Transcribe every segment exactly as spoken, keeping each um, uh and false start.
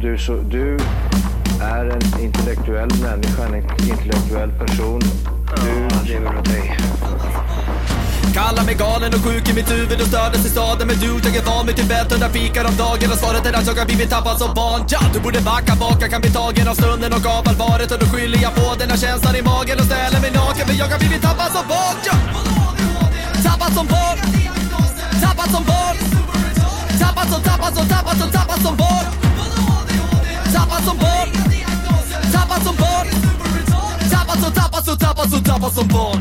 du, så, du är en intellektuell människa, en intellektuell person. Du lever åt dig. Kallar mig galen och sjuk i mitt huvud och stördes i staden. Men du, jag är van vid Tibet under fikar om dagen. Och svaret är att jag har blivit tappad som barn. Ja, du borde backa bak, jag kan bli tagen av stunden och av allvaret. Och då skyller jag på den här känslan i magen och ställer mig naken. För jag har blivit tappad som barn. Ja. Tappad som barn. Tappad som barn. Tappad som, tappad som, tappad som, tappad som barn. Tappad som barn. Tappad som barn. Tappad som, tappad som, tappad som, tappad som barn.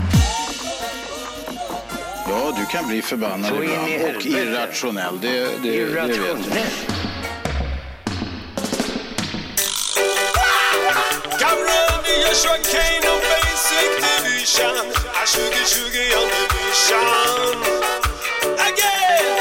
Ja, du kan bli förbannad ibland och irrationell. Det, det, det vet jag. Joshua Kane och Basic Division tjugo tjugo on Division again.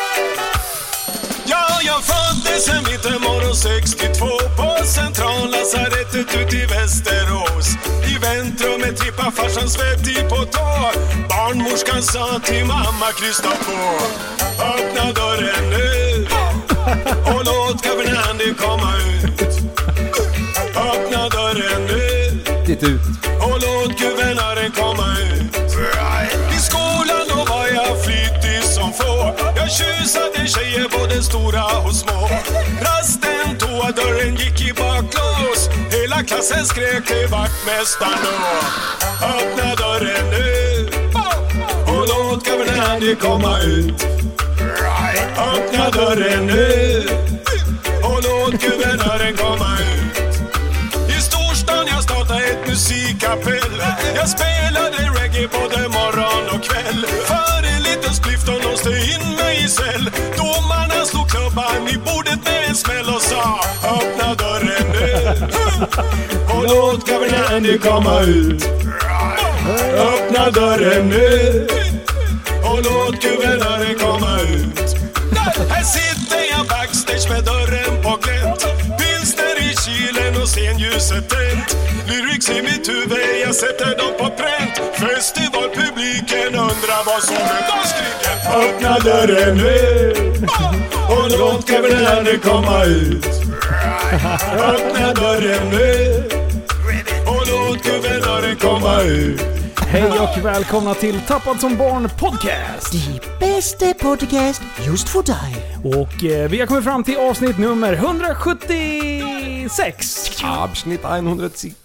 Ja, jag föddes en vintermorgon sextiotvå på centrallasarettet ut i Västerås. I väntrummet trippar farsan svettig på tå. Barnmorskan sa till mamma krysta på. Öppna dörren nu och låt Cabernet komma ut. Öppna dörren nu och låt guvernören komma ut. I skolan då var jag flyttig som få. Jag tjusade tjejer både stora och små. Rasten toa dörren gick i baklås. Hela klassen skrek till vaktmästaren då. Öppna dörren nu och låt guvernören komma ut. Öppna dörren nu och låt guvernören komma ut. I storstan jag startade ett musikkapell. Jag spelade reggae både morgon och kväll. För en liten splift och låste in mig i cell. Domarna slog klubban i bordet med en smäll och sa: öppna dörren nu och låt guvernören komma ut. Öppna dörren nu och låt guvernören komma ut. Här sitter jag backstage med dörren på glänt. Pilsner i kylen och scenljuset tänt. Lyrics i mitt huvud, jag sätter dem på pränt. Festivalpubliken undrar vad som är. De skriker: öppna dörren nu och låt guvernören komma ut. Öppna dörren nu och låt guvernören komma ut. Hej och välkomna till Tappad som barn podcast. Det bästa podcast just för dig. Och eh, vi har kommit fram till avsnitt nummer etthundrasjuttiosex. Avsnitt etthundrasexton.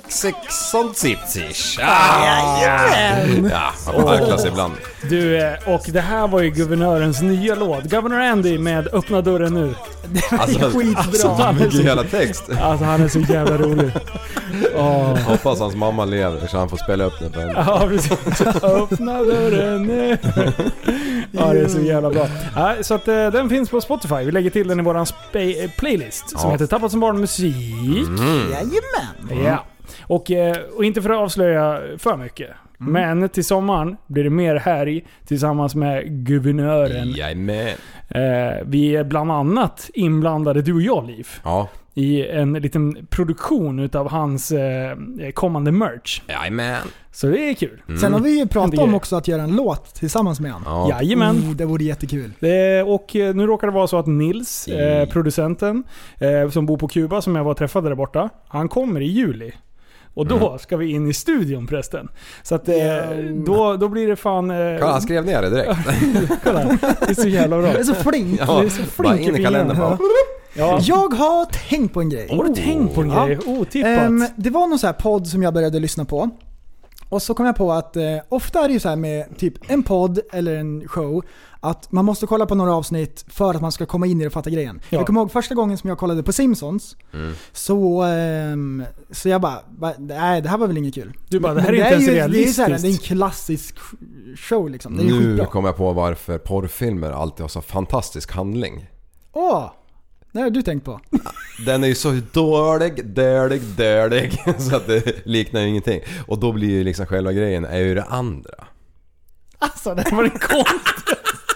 Ah, ja, man harklas ibland. Du, eh, och det här var ju guvernörens nya låt. Governor Andy med Öppna dörren nu. Det är alltså, skitbra. Alltså, han är så jävla text. Alltså han är så jävla rolig. Oh. Hoppas hans mamma lever så han får spela upp det för henne. Ja, precis. Öppna dörren nu. Ja, det är så jävla bra. Ja, så att eh, den finns på Spotify. Vi lägger till den i våran spe- playlist som ja. heter Tappad som barn musik. Mm. Jajamän. Ja. Och, eh, och inte för att avslöja för mycket. Mm. Men till sommaren blir det mer härj tillsammans med guvernören. Jajamän. Eh, vi är bland annat inblandade, du och jag, Liv. Ja. I en liten produktion utav hans eh, kommande merch. Jajamän. Så det är kul. Mm. Sen har vi ju pratat om också att göra en låt tillsammans med honom. Ja. Jajamän. Oh, det vore jättekul. Det, och nu råkar det vara så att Nils, eh, producenten, eh, som bor på Kuba, som jag var och träffade där borta, han kommer i juli. Och då mm. ska vi in i studion förresten. Så att eh, då, då blir det fan... Eh, Kolla, han skrev ner det direkt. Kolla, det är så jävla bra. Det är så flink. Ja, det är så flink. Bara in i kalendern bara. Ja. Jag har tänkt på en grej. Har du tänkt på en ja. grej? Otippat. Um, det var någon så här podd som jag började lyssna på. Och så kom jag på att eh, ofta är det ju så här med typ en podd eller en show att man måste kolla på några avsnitt för att man ska komma in i det och fatta grejen. Ja. Jag kommer ihåg första gången som jag kollade på Simpsons mm. så, eh, så jag bara, bara, nej det här var väl inget kul. Du bara, det här är inte ens realistiskt. Det är, så här, det är en klassisk show liksom. Det är nu kommer jag på varför porrfilmer alltid har så fantastisk handling. Åh! Det har du tänkt på. Den är ju så dålig, dålig, dålig så att det liknar ingenting. Och då blir ju liksom själva grejen är ju det andra. Alltså, det var en konst.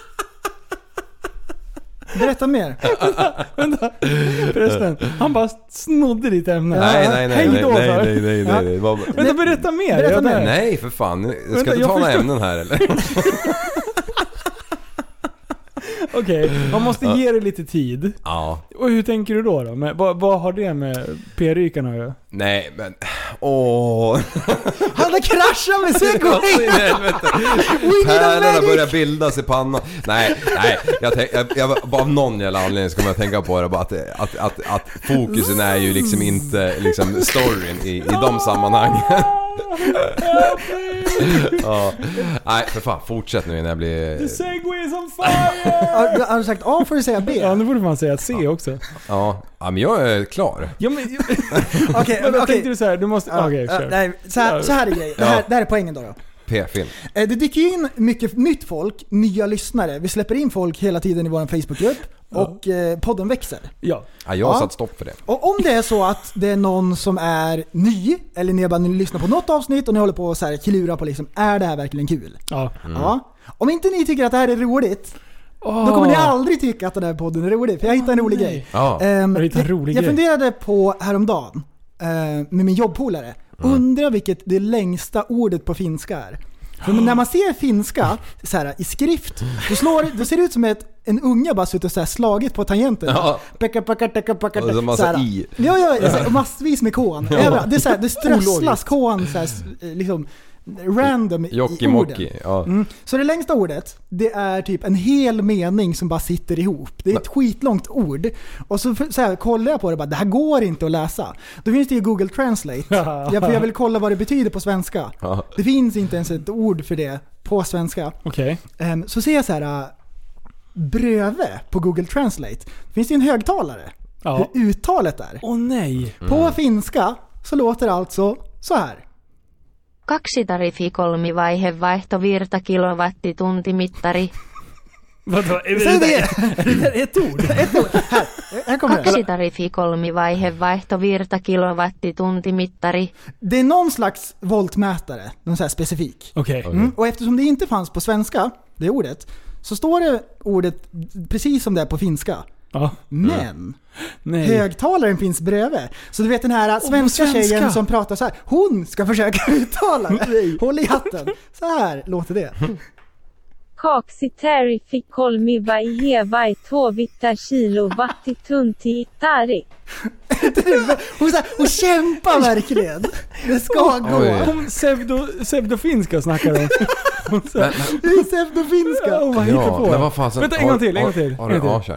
Berätta mer. Vänta, vänta. Förresten, han bara snodde ditt ämne. Nej, nej, nej, nej, nej, nej, nej, nej, nej. Var... Vänta, berätta mer. Berätta mer. Nej, för fan. Ska vänta, du ta några ämnen här eller? Okej, okay, man måste ge det lite tid. Ja. Och hur tänker du då? då? Men, vad, vad har det med P-rykarna att göra? Nej, men... Åh... Han har kraschat med segway! Pärlorna börjar bildas i pannan. Nej, nej. Jag tänk, jag, jag, bara av någon jävla anledning så kommer jag tänka på det. Bara att, att, att, att fokusen är ju liksom inte liksom storyn i, i de sammanhangen. Ja. Nej, för fan, fortsätt nu innan jag blir... The segway is on fire! Har du sagt A får du säga B? Ja, nu borde man säga C ja. också. Ja, ja, men jag är klar. Ja, men... Okej, men då okej. tänkte du så här, du måste... Ja, okej, ja, kör. nej, så här, så här är grejen. Det här, det här är poängen då. då. P-film. Det dyker ju in mycket nytt folk, nya lyssnare. Vi släpper in folk hela tiden i vår Facebookgrupp och eh, podden växer. Ja. Ja, jag har Ja. satt stopp för det. Och om det är så att det är någon som är ny, eller ni bara ni lyssnar på något avsnitt och ni håller på att så här klura på liksom, är det här verkligen kul? Ja. Mm. Ja. Om inte ni tycker att det här är roligt, Oh. då kommer ni aldrig tycka att den här podden är rolig. För jag hittade en rolig nej. grej. Ja. Ehm, Har du hittat en jag, rolig jag grej? funderade på häromdagen eh, med min jobbpolare. Mm. Undrar vilket det längsta ordet på finska är. För när man ser finska så här, i skrift, då, slår, då ser det ut som ett, en unga bara suttit och så här, slagit på tangenten. Ja. Pekka, pekka, pekka, pekka, Och så massa så här. i. Ja, ja, ja. Så här, massvis med K. Ja. Det, är så här, det strösslas K så här, liksom random i orden. Jocki-mocki, ja. Mm. Så det längsta ordet, det är typ en hel mening som bara sitter ihop. Det är ett skitlångt ord. Och så, så här, kollar jag på det bara, det här går inte att läsa. Då finns det ju Google Translate. Ja, för jag vill kolla vad det betyder på svenska. Ja. Det finns inte ens ett ord för det på svenska. Okej. Okay. Um, så ser jag så här, uh, bröve på Google Translate. Finns det en högtalare? Ja. Hur uttalet är. Åh oh, nej. På finska så låter det alltså så här. Kaksi tariffikolmivaihe vaihtovirta kilowattituntimittari. Vadå? Är Säg det, det! är det ett ord? Ett ord. Här, här kommer det. Kaksi tariffikolmivaihe vaihtovirta kilowattituntimittari. Det är någon slags voltmätare, någon så här specifik. Okej. Okay. Mm. Och eftersom det inte fanns på svenska, det ordet, så står det ordet precis som det är på finska. Ja. Men Nej. högtalaren finns bredvid. Så du vet den här svenska, oh, svenska tjejen som pratar så här, hon ska försöka uttala det. Håll i hatten. Så här låter det. Kaksi tariffikolmivaihe vaihtovirta kilowattituntimittari. Hon, så här, hon kämpar verkligen. Det ska gå. Oj. Hon pseudo, pseudofinska snackar om. Hon så här, Det är pseudofinska. ja, vad hittar Ja, på? men vad fan sen, Vänta, en gång till, en gång till. Har, en har, gång ja, till. kör.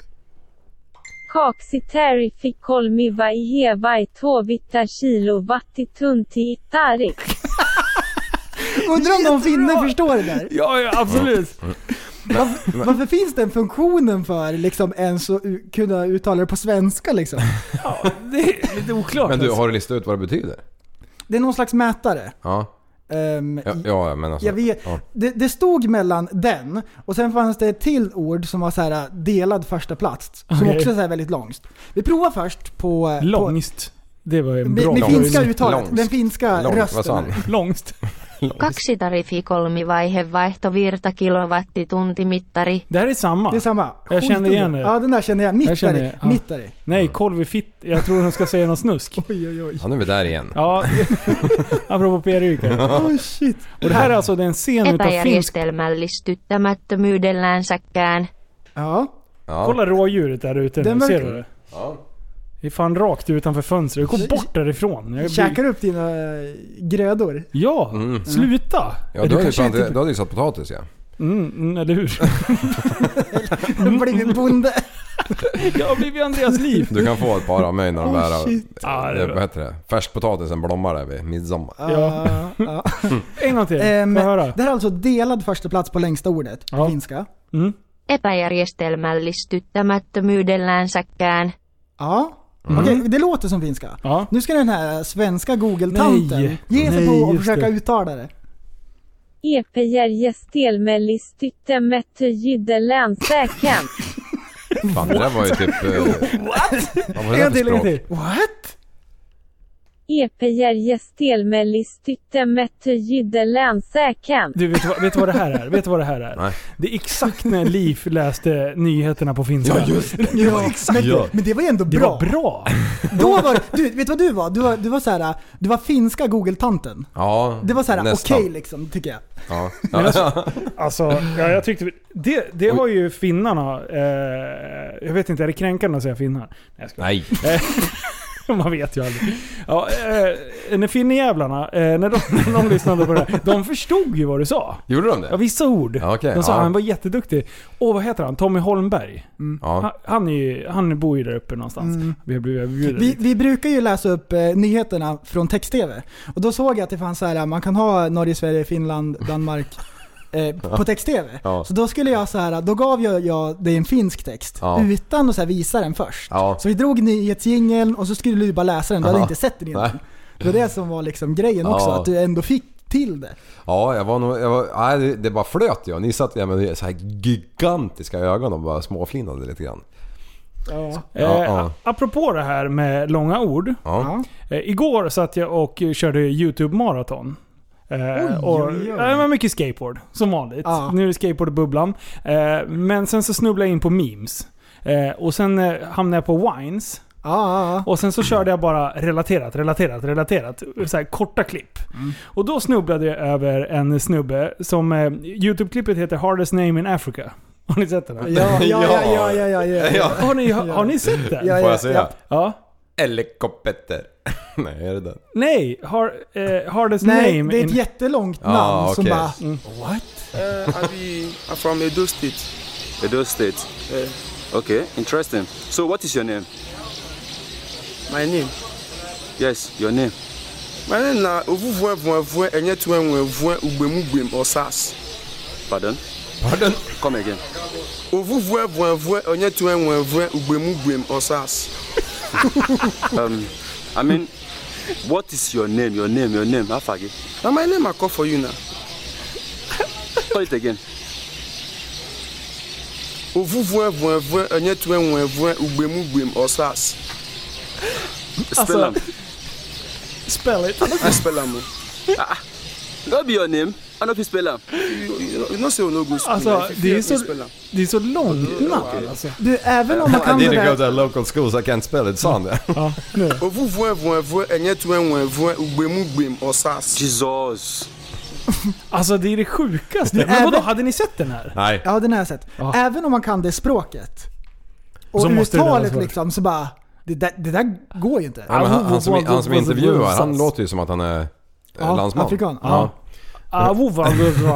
Kaksi tariffikolmivaihe vaihtovirta kilowattituntimittari. Undrar om de finner förstår det där. Ja, ja, absolut. Varför, varför finns den funktionen för liksom ens att u- kunna uttala det på svenska liksom? Ja, det är lite oklart. Men du, alltså. har du listat ut vad det betyder? Det är någon slags mätare. Ja. Um, Ja, ja men alltså. jag vet, Ja. det, det stod mellan den och sen fanns det ett till ord som var så här delad första plats som Okej. också är så här väldigt långt. Vi provar först på Långst. Det var ju en på, bra med, med Långst. finska uttalet, Långst. den finska Långt, vad sa rösten. han? Långst. Kaksi tariffikolmivaihe vaihtovirta kilowattituntimittari. Det här är samma. Det är samma. Jag känner Skitord. igen det. Ja, den där känner jag. Mittari. Jag känner det, ja. Mittari. Nej, kolv i fitt. Jag tror hon ska säga något snusk. Oj, oj, oj. Ja, nu är vi där igen. Ja, apropå P-ryka. Oh, shit. Och det här är alltså den scen utav finsk... Epäjärjestelmällistyttämättömyydelläänsäkään. Ja. Ja. Kolla rådjuret där ute Den nu, ser verkar- du det? Ja. Det är fan rakt utanför fönstret. Gå bort därifrån. Jag blir... Käkar upp dina eh, grödor. Ja, Mm. sluta! Ja, du, har ju kanske fan, inte- du hade ju satt potatis, ja. Mm, mm, eller hur? Mm. Blivit bonde. Jag har blivit Andreas liv. Du kan få ett par av mig när de Oh, där... shit. Ja, det är det, bra. vad heter det? Färskpotatisen blommar där vid midsommar. Ja. Ja. En gång till, Ehm, får jag höra? det här är alltså delad första plats på längsta ordet på Ja. finska. Mm. Epäjärjestelmällistyttämättömyydelläänsäkään. Ja. Mm. Okej, det låter som finska. Ja. Nu ska den här svenska Google-tanten Nej. ge sig Nej, på och just försöka det. uttala det. Epäjärjestelmällistyttämättömyydelläänsäkään. Fan, det där var ju typ... What? Vad var En det där till, för en språk? till. What? E P J stelmellis tytte mätte jydde länsäken. Du vet, vad, vet du vad det här är? Vet du vad det här är? Nej. Det är exakt när Liv läste nyheterna på finska. Ja, just det. Ja, men, Ja. men det var ju ändå Det bra. var bra. Då var, du, vet du vad du var? Du var, du var så här, du var finska Google-tanten. Ja, Det var så här nästan. okej liksom, tycker jag. Ja. Men alltså, alltså ja, jag tyckte det, det har ju finnarna eh, jag vet inte, är det kränkande att säga finnar? Nej, jag ska. Nej. Man vet ju aldrig. Ja, eh, när finnjävlarna eh, när, de, när de lyssnade på det här, de förstod ju vad du sa. Gjorde de det? Ja, vissa ord. Ja, okay. De sa ja. han var jätteduktig. Åh, vad heter han? Tommy Holmberg. Mm. Ja. Han, han, är ju, han bor ju där uppe någonstans. Mm. Vi, har blivit bjudna Vi, dit. vi brukar ju läsa upp eh, nyheterna från text-tv. Och då såg jag att det fanns så här, man kan ha Norge, Sverige, Finland, Danmark eh, på text-tv. Ja. Så då skulle jag så här, då gav jag, jag dig en finsk text Ja. utan att så här visa den först. Ja. Så vi drog nyhetsjingeln och så skulle du bara läsa den. Du hade Ja. inte sett den innan. Nej. Det var det som var liksom grejen också, Ja. att du ändå fick till det. Ja, jag var nog... Jag var, nej, det, det bara flöt jag. Ni satt med med så här gigantiska ögon och bara småflinade lite grann. Ja. Eh, Ja, ja. Apropå det här med långa ord. Ja. Ja. Eh, igår satt jag och körde YouTube-maraton. Eh, Oj, och, oj, oj. eh, det var mycket skateboard, som vanligt. Ja. Nu är det skateboard-bubblan. Eh, men sen så snubblade jag in på memes. Eh, och sen eh, hamnade jag på Wines. Ja, ja, Och sen så körde jag bara relaterat, relaterat, relaterat. Så här korta klipp. Mm. Och då snubblade jag över en snubbe som... Eh, YouTube-klippet heter Hardest Name in Africa. Har ni sett den här? ja, ja, ja, ja, ja, ja, ja. Ja. Har, ni, har, har ni sett den? Ja, Får ja, jag säga? ja. Ja. Helikopter. Nej, är det den? Nej, har, eh, Hardest Nej, Name det är ett in... jättelångt Ja, namn som okej. bara... Mm. What? Uh, I be, I'm from Edo State. Edo State. Uh, Okay, interesting. So what is your name? my name. Yes, your name. My name na Ovuvue Vuevue Enyetu Enwevue Ugbemugwem Osas. Pardon? Pardon? Come again. Ovuvue Vuevue Enyetu Enwevue Ugbemugwem Osas. Um, I mean, what is your name? Your name, your name. Afagi. Now my name I call for you now. Call it again. Ovuvue Vuevue Enyetu Enwevue Ugbemugwem Osas. Spell Alltså- them. Spell it. I spell am. That be your name. I know if you spell them. You, you, you know say you no go school. Alltså, now. If you det är fear, så- you spell am. Det är så långt namn alltså. Du, även om man I kan det didn't go to där... a local school so I can't spell it, sa han det? Ja, nu. Ovuvue Vuevue Enyetu Enwevue Ugbemugwem Osas. Jesus. Alltså det är det sjukaste. Men även- vadå, hade ni sett den här? Nej. Ja, den har jag sett. Ja. Även om man kan det språket. Och Så måste det vara uttalet svårt. liksom, så bara... Det där, det där går ju inte. Ja, men han, han, som, han som intervjuar, han låter ju som att han är Ja, landsman. afrikan. Ja. Ah, vova,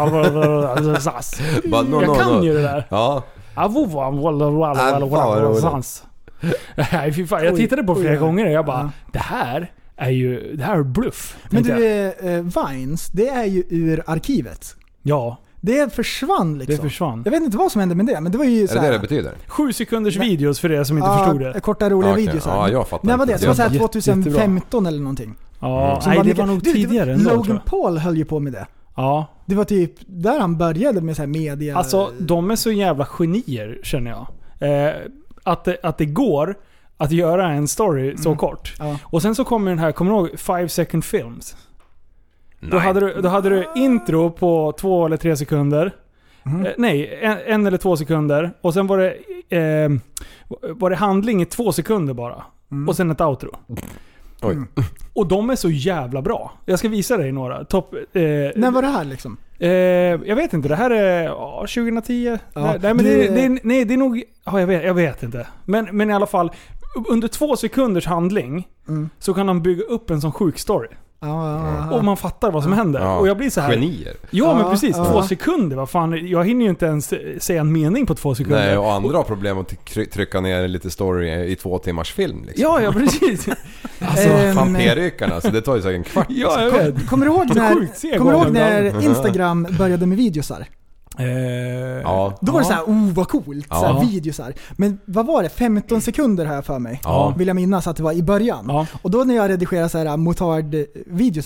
sas. But no, Jag no, kan no. ju det där. Ja. Ah, vova, walla, Ah, walla, fan, vad walla, roligt. sans. Nej, fy fan. Jag Oj, tittade på oj, flera oj. gånger och jag bara, Ja. det här är ju, det här är bluff. Men tänkte du, jag. eh, Vines, det är ju ur arkivet. Ja, Det försvann det liksom. försvann. Jag vet inte vad som hände med det, men det var ju Är så det här, det det betyder? Sju sekunders Nej. videos för er som inte ja, förstod det. korta roliga Ja, okej. videos. Ja, jag fattar När var det? inte. Det var så här Jätte- tjugohundrafemton eller någonting. Ja, Som nej det mycket- var nog Du, det tidigare var- ändå, tror Logan jag. Paul höll ju på med det. Ja, Det var typ där han började med så här media... alltså de är så jävla genier känner jag. Eh, att, det, att det går att göra en story så kort. Ja. Och sen så kommer den här, kommer du ihåg Five Second Films? Då Nej. hade, du, då hade du intro på två eller tre sekunder. Mhm. Eh, nej, en, en eller två sekunder. Och sen var det, eh, var det handling i två sekunder bara. Mm. Och sen ett outro. Oj. Och de är så jävla bra. Jag ska visa dig några. Topp... Eh, När var det här liksom? Eh, jag vet inte, det här är ja, tjugohundratio. Ja, nej, nej, men du, det, eh, det, nej, det är nog... Ja, jag, vet, jag vet inte. Men, men i alla fall, under två sekunders handling Mm. så kan de bygga upp en sån sjuk story. Ja, ja, ja. Och man fattar vad som händer. Ja. Och jag blir så här. Genier. Ja, men Ja, precis. ja. Två sekunder, vad fan. Jag hinner ju inte ens säga en mening på två sekunder. Nej, och andra har problem att try- trycka ner lite story i två timmars film liksom. Ja, ja, precis. Alltså, Ehm, fan P-rykarna, så det tar ju säkert en kvart. ja, jag vet. Kommer du ihåg Så när, sjukt seg kommer du ihåg gång när ibland. Instagram började med videosar? Eh, Ja. Då var det så här, oh vad coolt, Ja. så här, videosar. Men vad var det? femton sekunder här för mig. Ja. Vill jag minnas att det var i början. Ja. Och då när jag redigerade så här motard-videosar,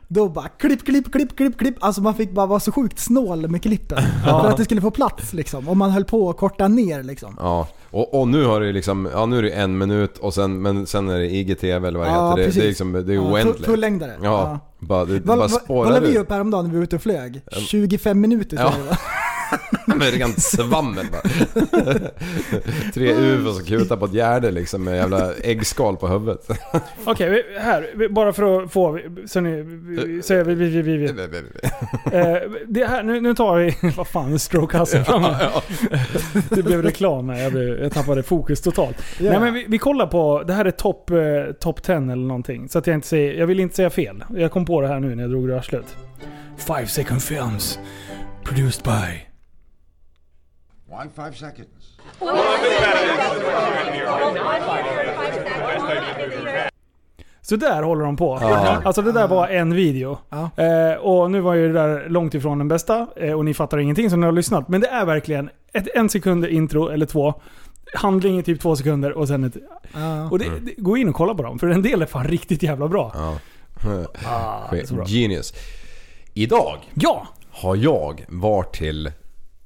Då bara klipp, klipp, klipp, klipp, klipp. Alltså man fick bara vara så sjukt snål med klippen. Ja. För att det skulle få plats liksom. Om man höll på att korta ner liksom. Ja, och, och nu har det liksom, ja nu är det en minut och sen, men sen är det I G T V eller vad det ja, heter. Det, precis. det är liksom, det är ja, oändligt. Fullängdare. Ja, ja. Bara, det, Vad bara spårar Vad la vi ut. upp häromdagen när vi var ute och flög? tjugofem minuter tror Ja. jag. Med rent svammel bara. Tre U F O som kutar på ett gärde liksom med jävla äggskal på huvudet. Okej, okay, här bara för att få så ni så vi vi vi vi. vi. eh, det här nu nu tar vi vad fan strokehassen fram. Det blev reklam här. Jag, blev, jag tappade fokus totalt. Yeah. Nej men vi, vi kollar på det här är topp eh, top tio eller någonting så att jag inte säger jag vill inte säga fel. Jag kom på det här nu när jag drog rörslet. Five second films produced by One five seconds. Så där håller de på. Ja. Alltså det där var en video. Ja. Eh, och nu var ju det där långt ifrån den bästa. Eh, och ni fattar ingenting som ni har lyssnat. Men det är verkligen ett en sekund intro eller två. Handling i typ två sekunder och sen ett... Ja. Och det, det, gå in och kolla på dem. För en del är fan riktigt jävla bra. Ja. Ah, det är så bra. Genius. Idag ja. har jag varit till eh,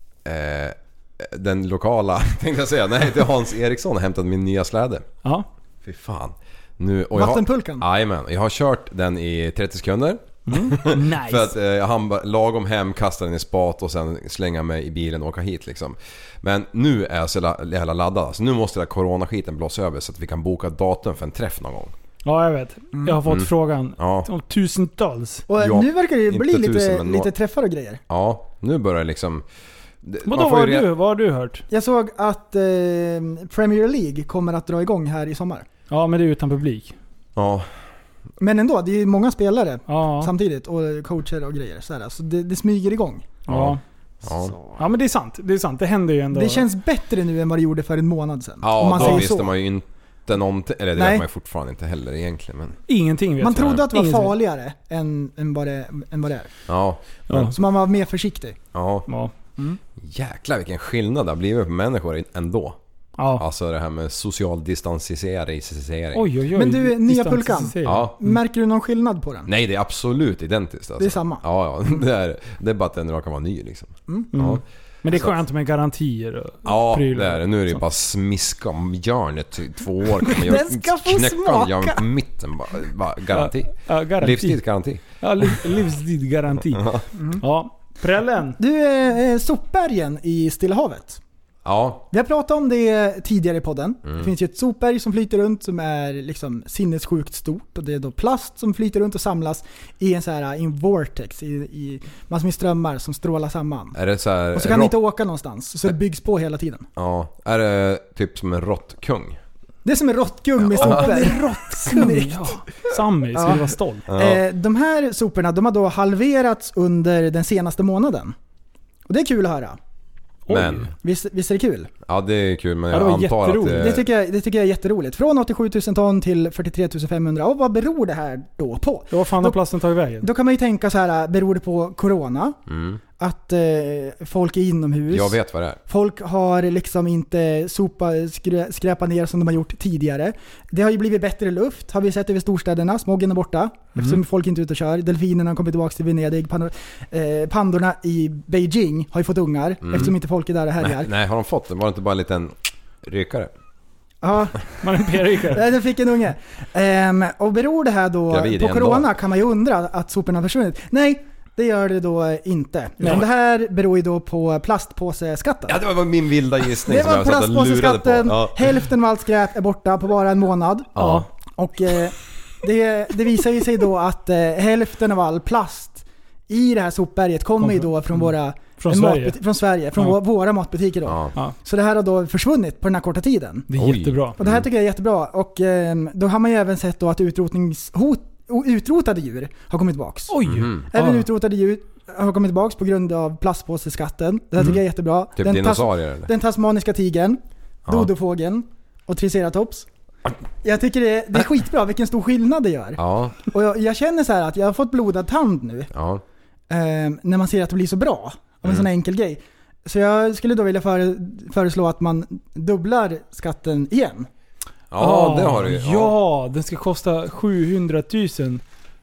den lokala, tänkte jag säga, nej till Hans Eriksson och hämtat min nya släde. Ja. Fy fan. Nu, och Vattenpulkan? Jag har, jajamän, jag har kört den i trettio sekunder. Mm. Nice. För att eh, jag hann lagom hem, kasta den i spat och sen slänga mig i bilen och åka hit liksom. Men nu är jag så jävla laddad. Så nu måste den coronaskiten blåsa över så att vi kan boka datum för en träff någon gång. Ja, jag vet. Jag har fått Mm. frågan Ja. om tusentals. Och Ja, nu verkar det inte bli lite, tusen, men lite nå- träffar och grejer. Ja, nu börjar det liksom... det- Vadå, man får vad, ju har re- du, vad har du hört? Jag såg att eh, Premier League kommer att dra igång här i sommar. Ja, men det är utan publik. Ja, Men ändå, det är ju många spelare Ja. samtidigt och coacher och grejer. Så, här, så det, det smyger igång. Ja. ja. Ja, men det är sant. Det är sant. Det händer ju ändå. Det känns bättre nu än vad det gjorde för en månad sedan. om ja man då säger visste så. man ju inte någonting. Eller det Nej. vet man ju fortfarande inte heller egentligen. Men... Ingenting vet Man jag. trodde att det var Ingenting. farligare än, än, vad det, än vad det är. Ja, Ja. Så man var mer försiktig. ja. Ja. Mm. Jäklar vilken skillnad det har blivit på människor ändå. Ja. Alltså det här med social distansisering. Oj, oj, oj. Men du, nya pulkan. Distansisering. Ja. Märker du någon skillnad på den? Nej, det är absolut identiskt alltså. Det är samma. Ja, ja. Det är, det är bara att den råkar vara ny liksom. Mm. Mm. Ja. Men det är skönt med garantier och Ja, prylar. det är det. Nu är det ju Så. bara smiska om järnet i två år. Kan man Den ska få smaka. järn på mitten. Bara, bara garanti. Ja, ja, garanti. Livstidsgaranti. Ja, liv, livstidsgaranti. Mm. Ja. Prällen. Du, eh, sopbergen i Stilla havet. Ja. Vi har pratat om det tidigare i podden. Mm. Det finns ju ett sopberg som flyter runt som är liksom sinnessjukt stort. Och det är då plast som flyter runt och samlas i en så här i en vortex, i, i massor med strömmar som strålar samman. Är det så här, Och så kan det rått- inte åka någonstans. Så det byggs på hela tiden. Ja. Är det typ som en råttkung? Det är som en råttgung med Åh, sopor. det är råttkung. Ja. Sammy skulle Ja. vara stolt. Ja. Eh, de här soporna de har då halverats under den senaste månaden. Och det är kul att höra. Men, Visst, visst är det kul? ja det är kul men Ja, jag det var antar att jätteroligt. det, Det tycker, jag, det tycker jag är jätteroligt. Från åttiosju tusen ton till fyrtiotre tusen femhundra. Och vad beror det här då på? Ja, vad fan har Då- plasten tagit vägen? Då kan man ju tänka så här, beror det på corona? Mm. Att eh, folk är inomhus? Jag vet vad det är. Folk har liksom inte sopa, skrä, skräpat ner som de har gjort tidigare. Det har ju blivit bättre luft, har vi sett över storstäderna. Smoggen är borta, eftersom folk inte är ute och kör. Delfinerna har kommit tillbaka till Venedig. Pandor, eh, pandorna i Beijing har ju fått ungar, Mm. eftersom inte folk är där och härjar. Nej, nej, har de fått det? Var det inte bara en liten rykare? Ja, Man är perikare. nej, den fick en unge. Ehm, och beror det här då Gravid på i en corona dag. kan man ju undra att soporna har försvunnit. Nej, det gör det då inte. Utan det här beror ju då på plastpåseskatten. Ja, det var min vilda gissning Det som var jag satt och lurade på. plastpåseskatten, Ja. hälften av allt skräp är borta på bara en månad. Ja. Och eh, det, det visar ju sig då att eh, hälften av all plast i det här sopberget kommer ju då från våra Från en Sverige. matbuti- från Sverige, från Ja. vå- våra matbutiker då. Ja. Ja, Så det här har då försvunnit på den här korta tiden. det är Oj. jättebra. Och det här tycker jag är jättebra. Och eh, då har man ju även sett då att utrotningshot, o- utrotade djur har kommit tillbaks. Oj! Mhm. Även Ja. utrotade djur har kommit tillbaks på grund av plastpåseskatten. Det här tycker jag är jättebra. Typ den, tas- dinosaurier eller? den tasmaniska tigern, Ja. dodofågeln och triceratops. Jag tycker det, det är skitbra, vilken stor skillnad det gör. Ja, Och jag, jag känner så här att jag har fått blodad tand nu. ja. Eh, när man ser att det blir så bra. Av en Mm. sån här enkel grej. Så jag skulle då vilja före, föreslå att man dubblar skatten igen. Ja, det har du ju. Ja, den ska kosta sjuhundratusen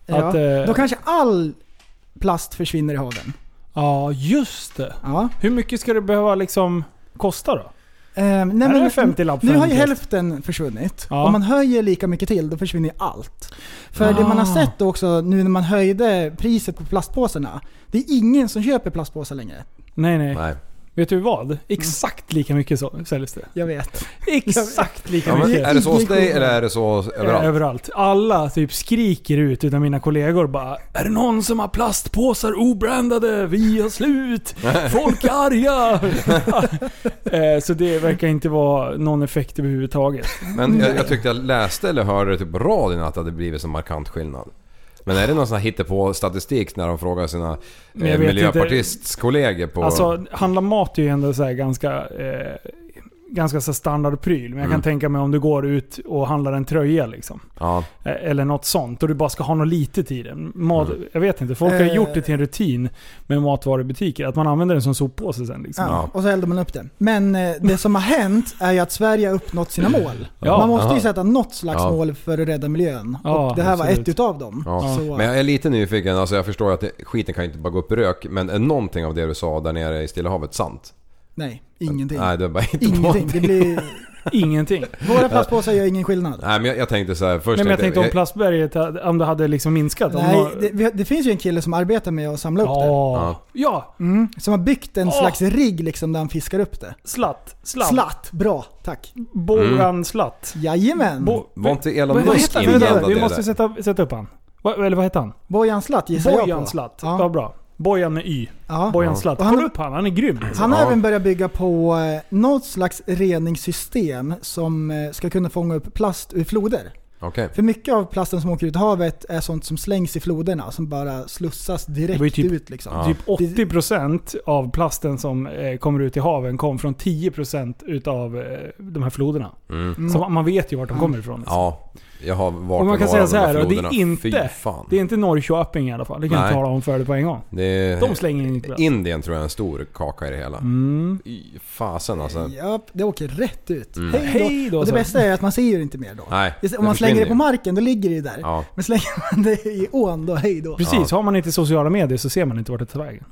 Ja. Att, eh, Då kanske all plast försvinner i haven. Ja, just det. Ja. Hur mycket ska det behöva liksom kosta då? Eh, nej, men är det femtio lapp för nu en har ju plast? hälften försvunnit. Ja. Om man höjer lika mycket till, då försvinner allt. För det man har sett då också, nu när man höjde priset på plastpåsarna, det är ingen som köper plastpåsar längre. Nej, nej. Nej. Vet du vad? Exakt lika mycket så säljs det. Jag vet. Exakt lika Ja, men mycket. är det så hos dig eller är det så överallt? Överallt. Alla typ skriker ut utan mina kollegor bara: är det någon som har plastpåsar obrandade? Vi har slut! Folk är arga! Eh, så det verkar inte vara någon effekt överhuvudtaget. Men jag, jag tyckte jag läste eller hörde typ på radion att det hade blivit så markant skillnad. Men är det någon sån här hittepå statistik när de frågar sina eh, miljöpartistkollegor på... Alltså, handla mat är ju ändå så här ganska... Eh, ganska så standardpryl. Men jag kan Mm. tänka mig om du går ut och handlar en tröja liksom. Ja. Eller något sånt. Och du bara ska ha något litet i den. Mat, Mm. Jag vet inte. Folk har Eh. gjort det till en rutin med matvarubutiker. Att man använder den som soppåse sen liksom. Ja, och så eldar man upp det. Men eh, det som har hänt är ju att Sverige har uppnått sina mål. Ja, man måste ju aha. sätta något slags Ja. mål för att rädda miljön. Ja, och det här var absolut. ett utav dem. Ja. Så, Men jag är lite nyfiken, alltså jag förstår att det, skiten kan ju inte bara gå upp i rök. Men är någonting av det du sa där nere i Stilla havet sant? nej, ingenting. Nej, det är bara inte Ingenting. Det blir... Ingenting. Våra plastpåsar gör ingen skillnad. Nej, men jag, jag tänkte så här, först Nej, men jag tänkte om jag, plastberget, om det hade liksom minskat. Om Nej, någon- det, vi har- det finns ju en kille som arbetar med att samla upp det. Ja. Ja. Mm, som har byggt en Åh. slags rigg liksom där han fiskar upp det. Slatt. Slatt. Slatt, bra, tack. Bogan slatt. Jajamän. Bo- var inte Elon Vad- vad Musk heter han? inblandad Vi i det måste där? sätta, sätta upp han. Va, eller vad heter han? Bojan Slatt gissar jag Bojan på. Slatt. Ja. Ja, bra. Bojan med Y. Ja. Bojan Ja. Slatt. Och han- Kolla upp han, han är grym. Han har Ja. även börjat bygga på eh, något slags reningssystem som eh, ska kunna fånga upp plast ur floder. Okej. För mycket av plasten som åker ut i havet är sånt som slängs i floderna som bara slussas Det var ju direkt typ- ut liksom. Ja. Typ åttio procent av plasten som eh, kommer ut i haven kom från tio procent utav eh, de här floderna. Mm. Mm. Så man vet ju vart de kommer ifrån. Liksom. Ja, jag har varit Och man kan med några säga av så de här, och det floderna. är inte, Fy fan. det är inte Norrköping i alla fall. Det kan jag Nej. tala om för dig på en gång. Det är, De slänger in i plast. Indien tror jag är en stor kaka i det hela. Mm. I fasen alltså. Ja, det åker rätt ut. Mm. Hej då. Hej då, Och det så. bästa är att man ser ju inte mer då. Nej, Just- det Om man slänger det på försvinner marken, då ligger det ju där. ju. Ja. Men slänger man det i ån, då hej då. Precis, har man inte sociala medier så ser man inte vart det tar vägen.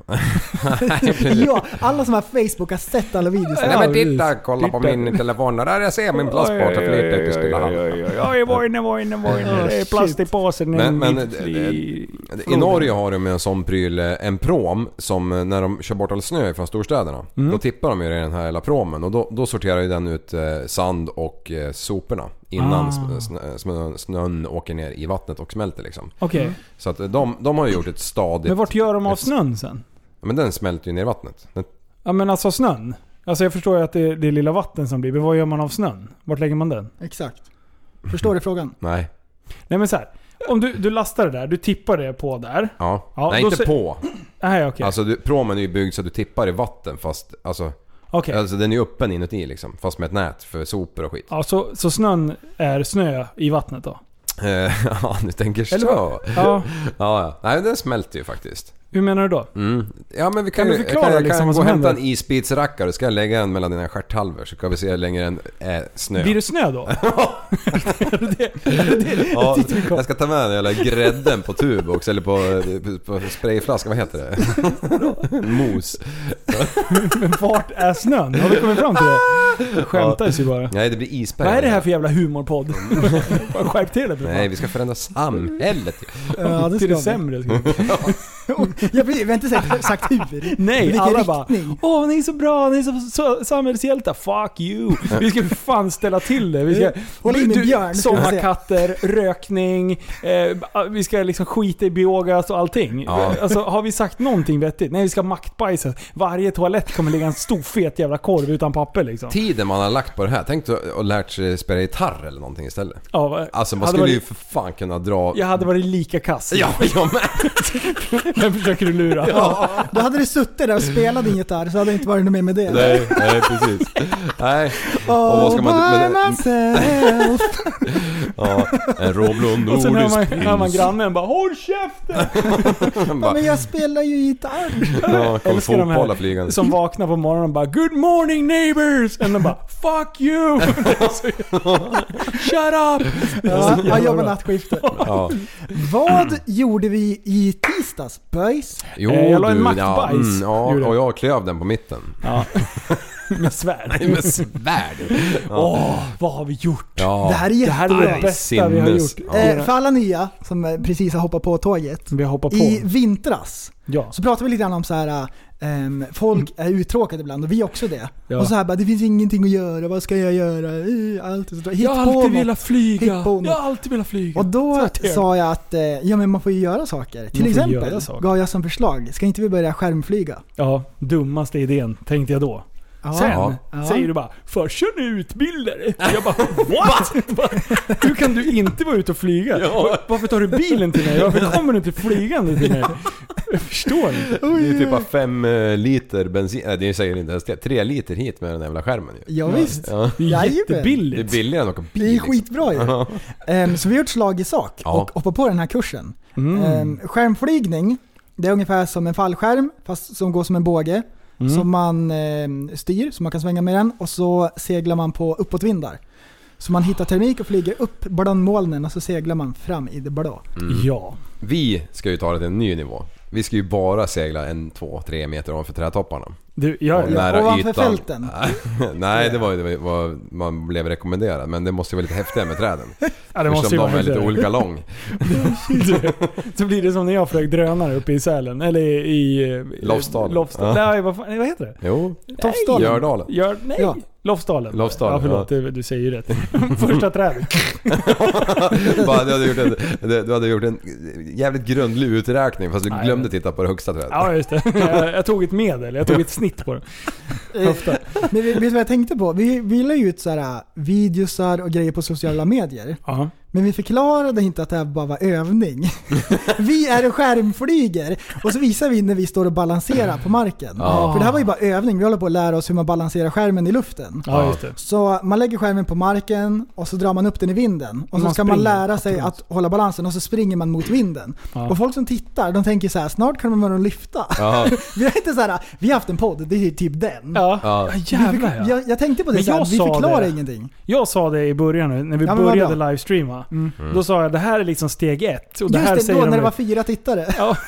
Ja, alla som har Facebook har sett alla videos. Ja, Nej men precis. titta, kolla på Titta. min telefon. Där jag ser min plastpåse flyta till Stilla havet. Ja, jag var inne, var inne, var inne. Det är plast i påsen. Men, men mitt i- i Norge har de en sån pryl, en prom, som när de kör bort all snö från storstäderna, Mm. då tippar de ju i den här hela promen och då, då sorterar ju den ut eh, sand och eh, soporna innan Ah. snö, snö, snö, snön åker ner i vattnet och smälter liksom. Okej. Så att de, de har ju gjort ett stadigt... Men vart gör de av ett- snön sen? Men den smälter ju ner i vattnet. Den, Ja men alltså snön. Alltså jag förstår ju att det är, det är lilla vatten som blir. Men vad gör man av snön? Vart lägger man den? Exakt. Förstår du frågan? nej. Nej men så här. Om du, du lastar det där, du tippar det på där. Ja. Ja, nej, då inte se- på. Nej okej. Alltså du, promen är ju byggd så att du tippar i vatten fast... Alltså, Okej. alltså den är ju öppen inuti liksom. Fast med ett nät för sopor och skit. Ja, så, så snön är snö i vattnet då? Eh, ja, du tänker så. Eller vad? Ja. Ja, ja. Nej, den smälter ju faktiskt. Hur menar du då? Mm. Ja, men vi kan, Kan du ju- förklara jag kan, jag liksom kan vad gå och som hämta en händer? isbitsrackare och ska jag lägga den mellan dina stjärthalvor så kan vi se hur länge den är snö. Blir det snö då? Ja, jag ska ta med den jävla grädden på tub också, eller på, på sprayflaska, vad heter det? Mos. Men vart är snön? Har vi kommit fram till det? Jag skämtar ju bara. Nej, det blir isberg. Vad är det här för jävla humorpodd? Skärp till det. Nej, vi ska förändra samhället. Ja, det Till det ska vi. sämre. ska vi. Jag vet- vi har inte sagt, sagt hur. Nej, Vilken alla riktning. bara åh ni är så bra, ni är så, så samhällshjältar, fuck you. Vi ska för fan ställa till det. Vi ska, Håll i min björn, ska vi se. sommarkatter, rökning, eh, vi ska liksom skita i biogas och allting. Ja. Alltså har vi sagt någonting vettigt? Nej, vi ska maktbajsa. Varje toalett kommer ligga en stor fet jävla korv utan papper liksom. Tiden man har lagt på det här, tänk du och lärt sig spela gitarr eller någonting istället. Ja, Alltså man hade skulle varit, ju för fan kunna dra... jag hade varit lika kass. Ja, jag med. Vem försöker du lura? Ja. Då hade du suttit där och spelat din gitarr så hade det inte varit något mer med det. Nej, nej precis. Nej. Oh, och vad ska man by myself. Ja, en råblå nordisk och sen hör man, pils. hör man grannen bara håll käften. Ja, men jag spelar ju gitarr. Ja, kom Älskar de fotboll här flygande. som vaknar på morgonen och bara good morning neighbors. Och de bara fuck you. Shut up. Ja, jag jobbar nattskiftet. Ja. Vad gjorde vi i tisdags, boys? Jo, eh, jag la en du, mackbajs. ja, mm, ja, och jag klöv den på mitten. Ja. Med svärd. Nej, med svärd. Åh, ja. oh, vad har vi gjort? Ja. Det här är Det här är det jättebra. bästa Sinnes. vi har gjort. Ja. Eh, för alla nya som precis har hoppat på tåget. Vi har hoppat på. I vintras Ja. så pratar vi lite grann om så här. Um, folk är uttråkade ibland och vi också det. Ja. Och så här bara, det finns ingenting att göra, vad ska jag göra? Uh, allt så, jag har alltid velat flyga. Jag har alltid velat flyga. Och då sa jag att uh, ja, men man får ju göra saker. Till exempel gav jag som förslag, ska inte vi börja skärmflyga? Ja, dummaste idén tänkte jag då. Ja. Sen Ja. säger du bara, först är ni utbildare. Jag bara, what? Hur kan du inte vara ute och flyga? Ja. Varför tar du bilen till mig? Varför kommer du inte flygande till mig? Jag förstår inte. Det är typ bara fem liter bensin. Nej, det säger inte ens det. Tre liter hit med den jävla skärmen ju. Ja, visst. Ja. Det är jättebilligt. Det är billigare än att åka bil. Det är skitbra ju. Liksom. um, så vi har gjort slag i sak Ja. och hoppa på den här kursen. Mm. Um, skärmflygning, det är ungefär som en fallskärm fast som går som en båge. Mm. Som man eh, styr, så man kan svänga med den. Och så seglar man på uppåtvindar. Så man hittar termik och flyger upp bland molnen och så seglar man fram i det blå. Mm. Ja. Vi ska ju ta det till en ny nivå. Vi ska ju bara segla en, två, tre meter ovanför trädtopparna. Du, jag, Och nära ovanför ytan. fälten. Nej, det var ju vad man blev rekommenderad. Men det måste ju vara lite häftigare med träden. Ja, det måste ju de vara är lite häftigare. olika lång. Så blir det som när jag flög drönare uppe i Sälen. Eller i... i Lofsdalen. Lofsdalen. Ja. Nej, vad, fan, vad heter det? Jo. Tofsdalen. Gördalen. Gör, nej. Ja. Lofsdalen. Lofsdalen, Ja, förlåt. ja. Du, du säger ju rätt. Första trädet. Bara, du, hade gjort en, du hade gjort en jävligt grundlig uträkning fast du Nej, glömde men- titta på det högsta trädet. Ja, just det. Jag, jag tog ett medel. Jag tog ett snitt på det. Höfta. Men vet du vad jag tänkte på? Vi, vi la ju ut så här videosar och grejer på sociala medier. Ja. Men vi förklarade inte att det här bara var övning. Vi är och skärmflyger. Och så visar vi när vi står och balanserar på marken. Ja. För det här var ju bara övning. Vi håller på att lära oss hur man balanserar skärmen i luften. Ja, just det. Så man lägger skärmen på marken och så drar man upp den i vinden. Och så Man ska man springer. lära sig att hålla balansen och så springer man mot vinden. Ja. Och folk som tittar, de tänker så här: snart kan man lyfta. Ja. Vi har inte så här, vi har haft en podd, det är typ den. Ja, Ja. ja Vi jävlar förk- ja. jag, jag tänkte på det Men så här, jag vi sa förklarar det. ingenting. Jag sa det i början när vi Ja, men vad började bra. livestreama. Då sa jag det här är liksom steg ett. Och det Just här det, säger då de när det nu. var fyra tittare. Ja.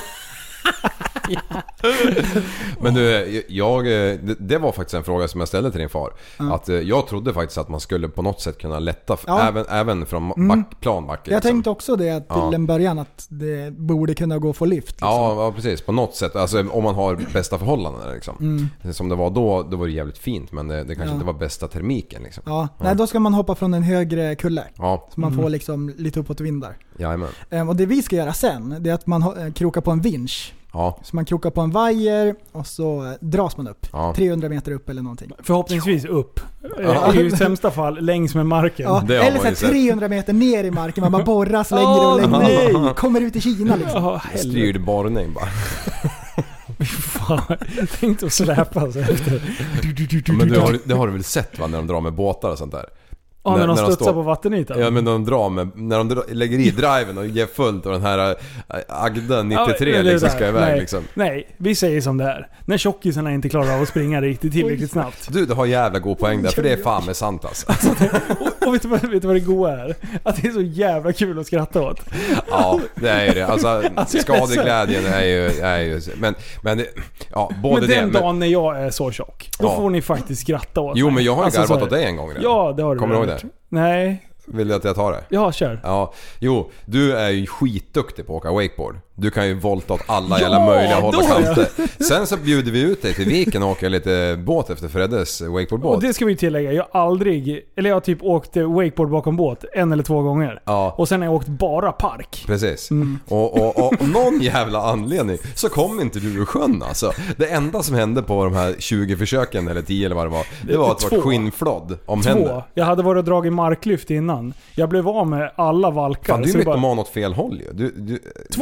Men du, jag, det, det var faktiskt en fråga som jag ställde till din far. Ja. Att eh, jag trodde faktiskt att man skulle på något sätt kunna lätta f- Ja. även, även från back, Mm. planbacke. Jag liksom. tänkte också det till Ja. en början att det borde kunna gå att få lyft. Liksom. Ja, ja, precis. På något sätt. Alltså om man har bästa förhållanden liksom. Mm. Som det var då, då var det jävligt fint. Men det, det kanske Ja. inte var bästa termiken liksom. Ja, nej, då ska man hoppa från en högre kulle. Ja, Så man får liksom lite uppåt vindar. jajamän. Ehm, och det vi ska göra sen, det är att man ho- eh, krokar på en vinsch. Ja, Så man krokar på en vajer och så eh, dras man upp. Ja. trehundra meter upp eller någonting. Förhoppningsvis upp. Ja. I sämsta fall längs med marken. Ja, Det har eller man så här ju sett. trehundra meter ner i marken. Man bara borras längre Åh, och längre. nej. Kommer ut i Kina liksom. Ja, helvete. styrd borrning bara. Fan, tänkte att släpa sig efter. Ja, men du har, det har du väl sett va, när de drar med båtar och sånt där? Ja, när de när de studsar står- på vattenytan. Ja, men de drar med, när de drar, lägger i driven och ger fullt och den här äh, Agda nittiotre Ja, eller liksom där. ska iväg nej, liksom. Nej, vi säger som det är. När tjockisarna inte klarar av att springa riktigt tillräckligt snabbt. Du, du har jävla god poäng där, för det är fan med sant alltså. Och, och vet, du vad, vet du vad det goa är? Att det är så jävla kul att skratta åt. Ja, det är ju det. Alltså, Alltså, jag är så- skadeglädjen är ju, är ju men, men det, ja, både Men det den men, dagen när jag är så tjock, då Ja. får ni faktiskt skratta åt Jo, mig. men jag har ju Alltså, så garvat är åt det. dig en gång redan. Ja, det har du Kommer du redan ihåg gjort. det? Nej. Vill du att jag tar det? Ja, kör. Ja, jo, du är ju skitduktig på att åka wakeboard. Du kan ju volta åt alla Ja, jävla möjliga håll och då är jag. kanter. Sen så bjuder vi ut dig till viken och åker lite båt efter Freddes wakeboardbåt. Och det ska vi tillägga, jag har aldrig, eller jag har typ åkt wakeboard bakom båt en eller två gånger. Ja. Och sen har jag åkt bara park. Precis. Mm. Och, och, och, och någon jävla anledning så kom inte du ur sjön alltså. Det enda som hände på de här tjugo försöken eller tio eller vad det var, det var att det var ett Två. skinnflodd om Två. hände. Jag hade varit och dragit marklyft innan. Jag blev av med alla valkar. Fan, du är så det bara, mytoman åt fel håll ju. Du, du, två, två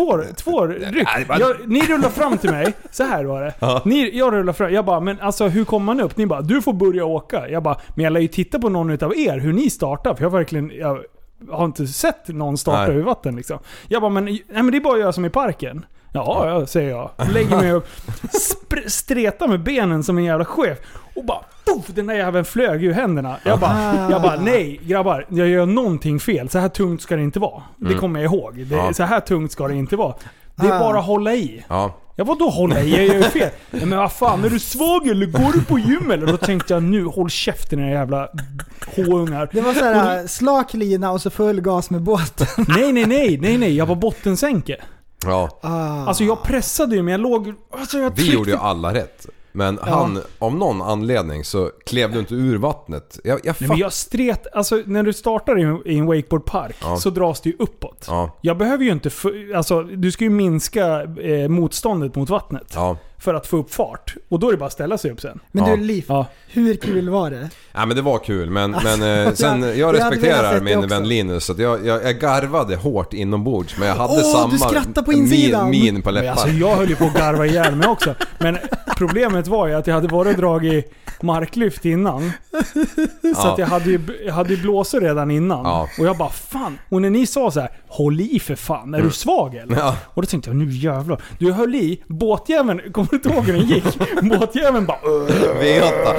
får ryck. Jag, ni rullar fram till mig. Så här var det. Ja. Ni, jag rullar fram. Jag bara, men alltså hur kommer man upp? Ni bara, du får börja åka. Jag bara, men jag lär ju titta på någon utav er hur ni startar. För jag verkligen... Jag, har inte sett någon starta Nej. över vatten liksom. Jag bara, men, nej, men det är bara att göra som i parken. Ja, ja, säger jag. Lägger mig upp, spr- stretar med benen som en jävla chef. Och bara, puff, den där jäveln flög ur händerna. Jag bara, jag bara, nej grabbar, jag gör någonting fel. Så här tungt ska det inte vara. Det kommer jag ihåg. Det, Ja. Så här tungt ska det inte vara. Det är bara att hålla i. Ja. Jag var då hålla i, jag gör ju fel. Ja, men vad fan, är du svag eller går du på gym eller? Då tänkte jag, nu håll käften era jävla h-ungar. Det var så här slak lina och så full gas med båten. Nej, nej, nej, nej, nej, jag var bottensänke. Ja. Ah. Alltså jag pressade ju, men jag låg... Alltså jag Vi tryckte... gjorde ju alla rätt. Men Ja. han, av någon anledning så klev du inte ur vattnet. Jag, jag Nej, fatt... men jag stret, alltså när du startar i en, i en wakeboardpark Ja. så dras det ju uppåt. Ja. Jag behöver ju inte, för, alltså du ska ju minska eh, motståndet mot vattnet. Ja. För att få upp fart. Och då är det bara att ställa sig upp sen. Men Ja. du Liv, Ja. hur kul var det? Ja, men det var kul, men, men eh, sen, jag- jag jag hade velat respekterar sett det min också. vän Linus, så att jag, jag, jag garvade hårt inombords, men jag hade Åh, samma du skrattar på insidan. min, min på Men läppar. alltså jag höll ju på att garva ihjäl mig också. Men problemet var ju att jag hade varit och dragit marklyft innan. Så Ja. att jag hade ju, jag hade ju blåsor redan innan. Ja. Och jag bara, fan. Och när ni sa så här, håll i för fan, är du svag eller? Ja. Och då tänkte jag, nu jävlar. Du höll i, båtjäveln, kommer du inte ihåg hur den gick? Båtjäveln bara... V åtta.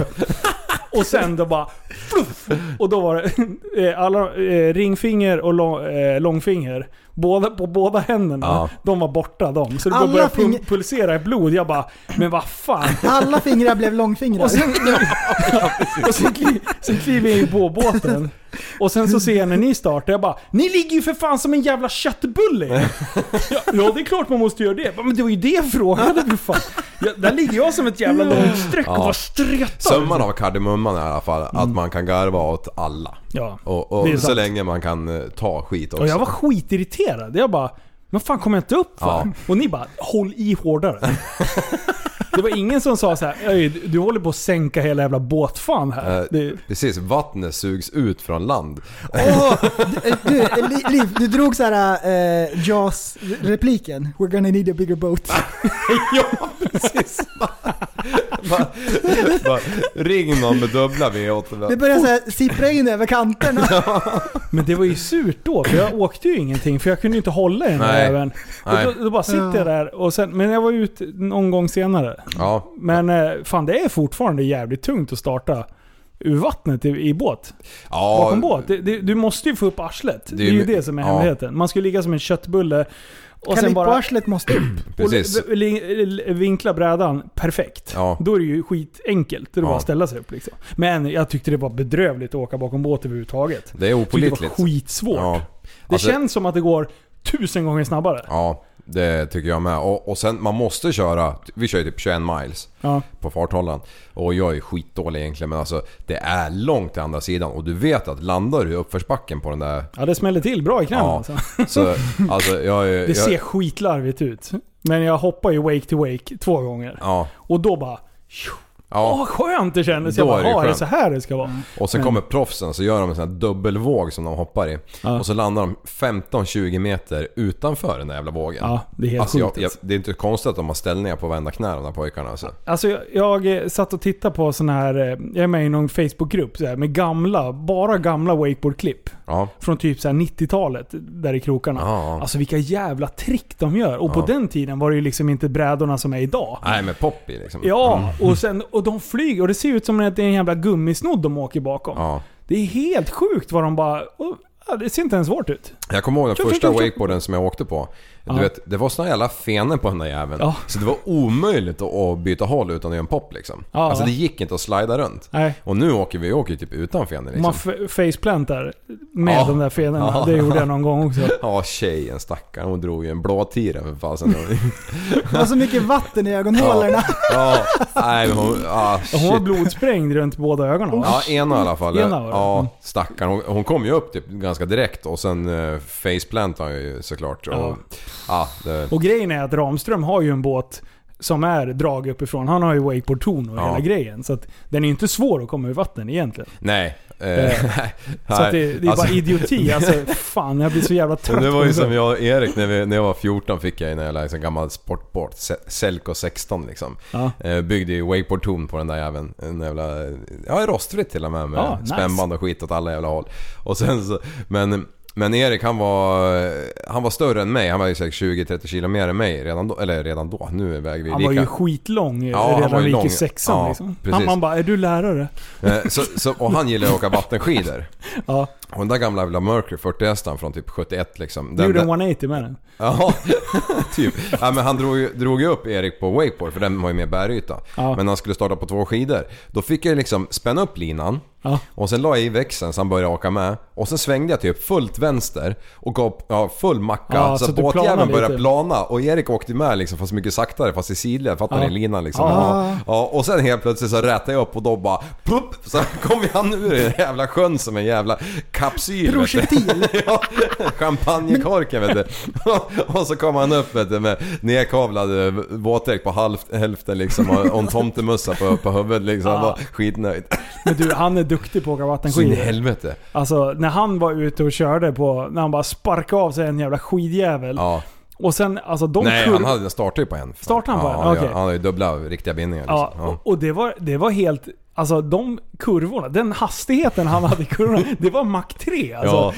Och sen då bara... Fluff, och då var det eh, alla, eh, ringfinger och lång, eh, långfinger. Båda, på båda händerna. Ja. De var borta de. Så det Alla började pul- finger- pulsera i blod. Jag bara, men vad fan. Alla fingrar blev långfingrar. Och sen, och sen, kli, sen kliver jag ju på båten. Och sen så ser jag när ni startar, jag bara, ni ligger ju för fan som en jävla köttbulle. Ja, ja, det är klart man måste göra det. Men det var ju det jag frågade för fan. Ja, där ligger jag som ett jävla långt streck och Ja. bara stretar. Summan av kardemumman är i alla fall att man kan garva åt alla. Ja, Och, det är och så sant. länge man kan eh, ta skit också. Och jag var skitirriterad. Jag bara, men fan kommer jag inte upp för? Ja. Och ni bara, håll i hårdare. Det var ingen som sa så här, "Öj, du, du håller på att sänka hela jävla båtfan här. Eh, Det, Precis, vattnet sugs ut från land. Åh, du, du, Li- Liv, du drog så här eh, Jaws-repliken. We're gonna need a bigger boat. Ja, precis. bara, bara, ring någon med dubbla V åtta. Det började så här sippra in över kanterna. men det var ju surt då, för jag åkte ju ingenting. För jag kunde ju inte hålla i den Nej. här även. Och Nej. då, då bara sitter jag där. Och sen, men jag var ute någon gång senare. Ja. Men eh, fan, det är fortfarande jävligt tungt att starta ur vattnet i, i båt. Ja, Bakom båt. Det, det, du måste ju få upp arslet. Det är, är ju ju- det som är ja. hemligheten. Man ska ligga som en köttbulle. Och Kan sen på bara arslet måste upp. precis. och li- li- vinkla brädan perfekt. Ja. Då är det ju skitenkelt. Det är Ja. bara att ställa sig upp liksom. Men jag tyckte det var bedrövligt att åka bakom båt överhuvudtaget. Det är Jag tyckte det opålitligt. var skitsvårt. Ja. Det Alltså- känns som att det går tusen gånger snabbare. Ja, det tycker jag med. Och, och sen, man måste köra, vi kör ju typ tjugoett miles Ja. på farthållaren. Och jag är skitdålig egentligen, men alltså det är långt till andra sidan. Och du vet att landar du i uppförsbacken på den där... Ja, det smäller till bra i knäna Ja, alltså. så alltså jag är... Det jag, ser skitlarvigt ut. Men jag hoppar ju wake to wake två gånger. Ja, Och då bara... ja. Åh, skönt det kändes. Då Jag bara, är det ju ja, är det skönt. så här det ska vara? Och sen Men- kommer proffsen, så gör de en sån här dubbelvåg som de hoppar i. Ja. Och så landar de femton till tjugo meter utanför den där jävla vågen. Ja, det är helt Alltså jag, sjukt. jag, alltså. det är inte konstigt att de har ställningar på varenda knä, de där pojkarna alltså. Alltså jag, jag eh, satt och tittade på sån här, eh, jag är med i någon Facebookgrupp så här, med gamla, bara gamla wakeboardklipp. Ja. Från typ så här nittiotalet, där i krokarna. Ja. Alltså vilka jävla trick de gör. Och på Ja. den tiden var det ju liksom inte brädorna som är idag. Nej, med pop i liksom. Ja, och, sen, och de flyger och det ser ut som att det är en jävla gummisnodd de åker bakom. Ja. Det är helt sjukt vad de bara... och, ja, det ser inte ens svårt ut. Jag kommer ihåg den Tjup, första tjup, tjup. wakeboarden som jag åkte på. Du Ja. vet, det var såna jävla fenor på den där jäveln. Ja. Så det var omöjligt att, att byta håll utan att göra en pop liksom. Ja. Alltså det gick inte att slida runt. Nej. Och nu åker vi åker ju typ utan fenor liksom. Man f- faceplantar med Ja. de där fenorna. Ja. Det gjorde jag någon gång också. Ja, tjejen stackaren, hon drog ju en blåtira för fasen. Det var så mycket vatten i ögonhålorna. Ja, nej men hon... Ah, Hon var shit. blodsprängd runt båda ögonen. va? Ja, ena i alla fall. Ena var det. Ja, Mm. stackarn. Hon, hon kom ju upp typ ganska direkt och sen uh, faceplantade hon ju såklart. Och, Ja. ja, det, Och grejen är att Ramström har ju en båt som är drag uppifrån. Han har ju wakeboard-ton och Ja. hela grejen. Så att den är ju inte svår att komma ur vatten egentligen. Nej. Eh, så att det, det är alltså, bara idioti. Alltså, fan, jag blir så jävla trött. det var ju på som jag och Erik när, vi, när jag var fjorton fick jag en jävla liksom, gammal sportboard, Selco sexton liksom. Ja. Eh, byggde ju wakeboard-ton på den där jäveln. En jävla, ja, rostfritt till och med med Ja, nice. spännband och skit åt alla jävla håll. Och sen så, men Men Erik han var han var större än mig. Han var ju säkert tjugo till trettio kilo mer än mig redan då, eller redan då. Nu väger vi han lika. var ju skitlång ja, redan i gick i sexan ja, liksom. Precis. Han man bara, är du lärare? så, så, och han gillar att åka vattenskidor. Ja. Och den där gamla jävla Mercury fyrtio hästan från typ sjuttioett liksom. Du gjorde en där, etthundraåttio med den. Ja, typ. Ja, men han drog ju, drog ju upp Erik på wakeboard för den var ju mer bäryta. Ja. Men han skulle starta på två skidor. Då fick jag liksom spänna upp linan. Ja. Och sen la jag i växeln så han började åka med. Och sen svängde jag typ fullt vänster och gav ja, full macka. Ja, så så att båtjäveln lite. började plana. Och Erik åkte med liksom, fast mycket saktare, fast i sidled. Fattar ja. ni linan liksom? Ja. Ja. Ja, och sen helt plötsligt så rättade jag upp och då bara plupp, så kom han ur i den jävla sjön som en jävla kapsyl. Projektil. Ja, champagnekorken vet du. Och så kom han upp vet du, med nedkavlad våtdräkt på halv, hälften liksom och en tomtemussa på, på huvudet liksom. Han var skitnöjd. Men du, han är duktig på att åka vattenskidor. Så i helvete. Alltså, när han var ute och körde på, när han bara sparkade av sig en jävla skidjävel. Ja. Och sen, alltså de Nej, kurv... han hade startat ju på en. Startade han på ja, en? Okej. Ja, han hade ju dubbla riktiga bindningar liksom. Ja, Ja. och, och det var, det var helt... Alltså de kurvorna, den hastigheten han hade i kurvorna, det var Mach tre alltså. Ja.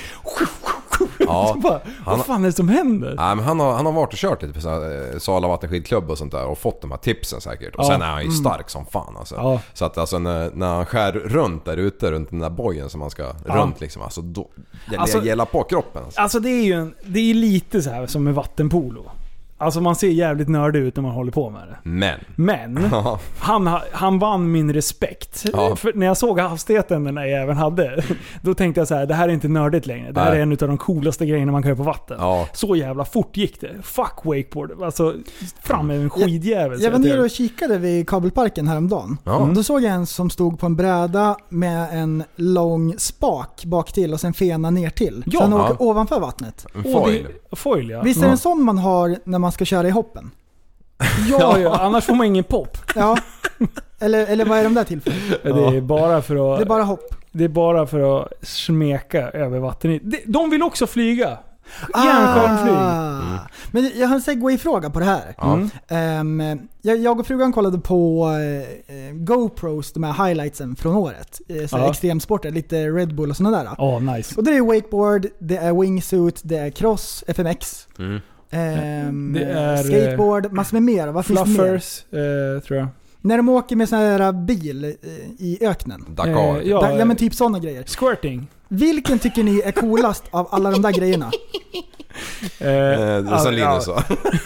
Ja, bara, han, vad fan är det som händer? Ja, men han, har, han har varit och kört lite på så här, Sala vattenskidklubb och sånt där och fått de här tipsen säkert. Och ja. sen är han ju stark som fan alltså. Ja. Så att alltså när, när han skär runt där ute, runt den där bojen som man ska ja. runt liksom, alltså då det alltså, gäller på kroppen alltså. Alltså det är ju en, det är lite så här som med vattenpolo. Alltså man ser jävligt nördig ut när man håller på med det. Men Men han, han vann min respekt. Ja. För när jag såg hastigheten den där jäveln hade, då tänkte jag så här: det här är inte nördigt längre. Det här Nej. är en av de coolaste grejerna man kan göra på vatten. Ja. Så jävla fort gick det. Fuck wakeboard. Alltså fram med en skidjävel. Jag, jag var nere och kikade vid kabelparken häromdagen. Ja. Då såg jag en som stod på en bräda med en lång spak bak till och sen fena ner till. Ja. Så han Ja. åker ovanför vattnet. En Åh, foil. det- Foil ja. Visst är det en sån man har när man ska köra i hoppen? Ja, ja, annars får man ingen pop. Ja. Eller, eller vad är de där till för? Det är bara för att... Det är bara hopp. Det är bara för att smeka över vattnet. De, de vill också flyga. Ah. Järnskärmflyg. Mm. Men jag har en segway-fråga på det här. Ja. Um, jag, jag och frugan kollade på uh, GoPros, de här highlightsen från året. Uh, så Ja. extremsporter, lite Red Bull och sådana där. Åh, oh, nice. Och det är wakeboard, det är wingsuit, det är cross, F M X. Mm. Um, Det är, skateboard, massor med mer. Vad finns det mer? Fluffers, eh, tror jag. När de åker med sån här bil eh, i öknen. Dakar. Eh, ja. Ja, ja men typ sådana grejer. Squirting. Vilken tycker ni är coolast av alla de där grejerna? Eh, Eh, det är som ja, Linus sa.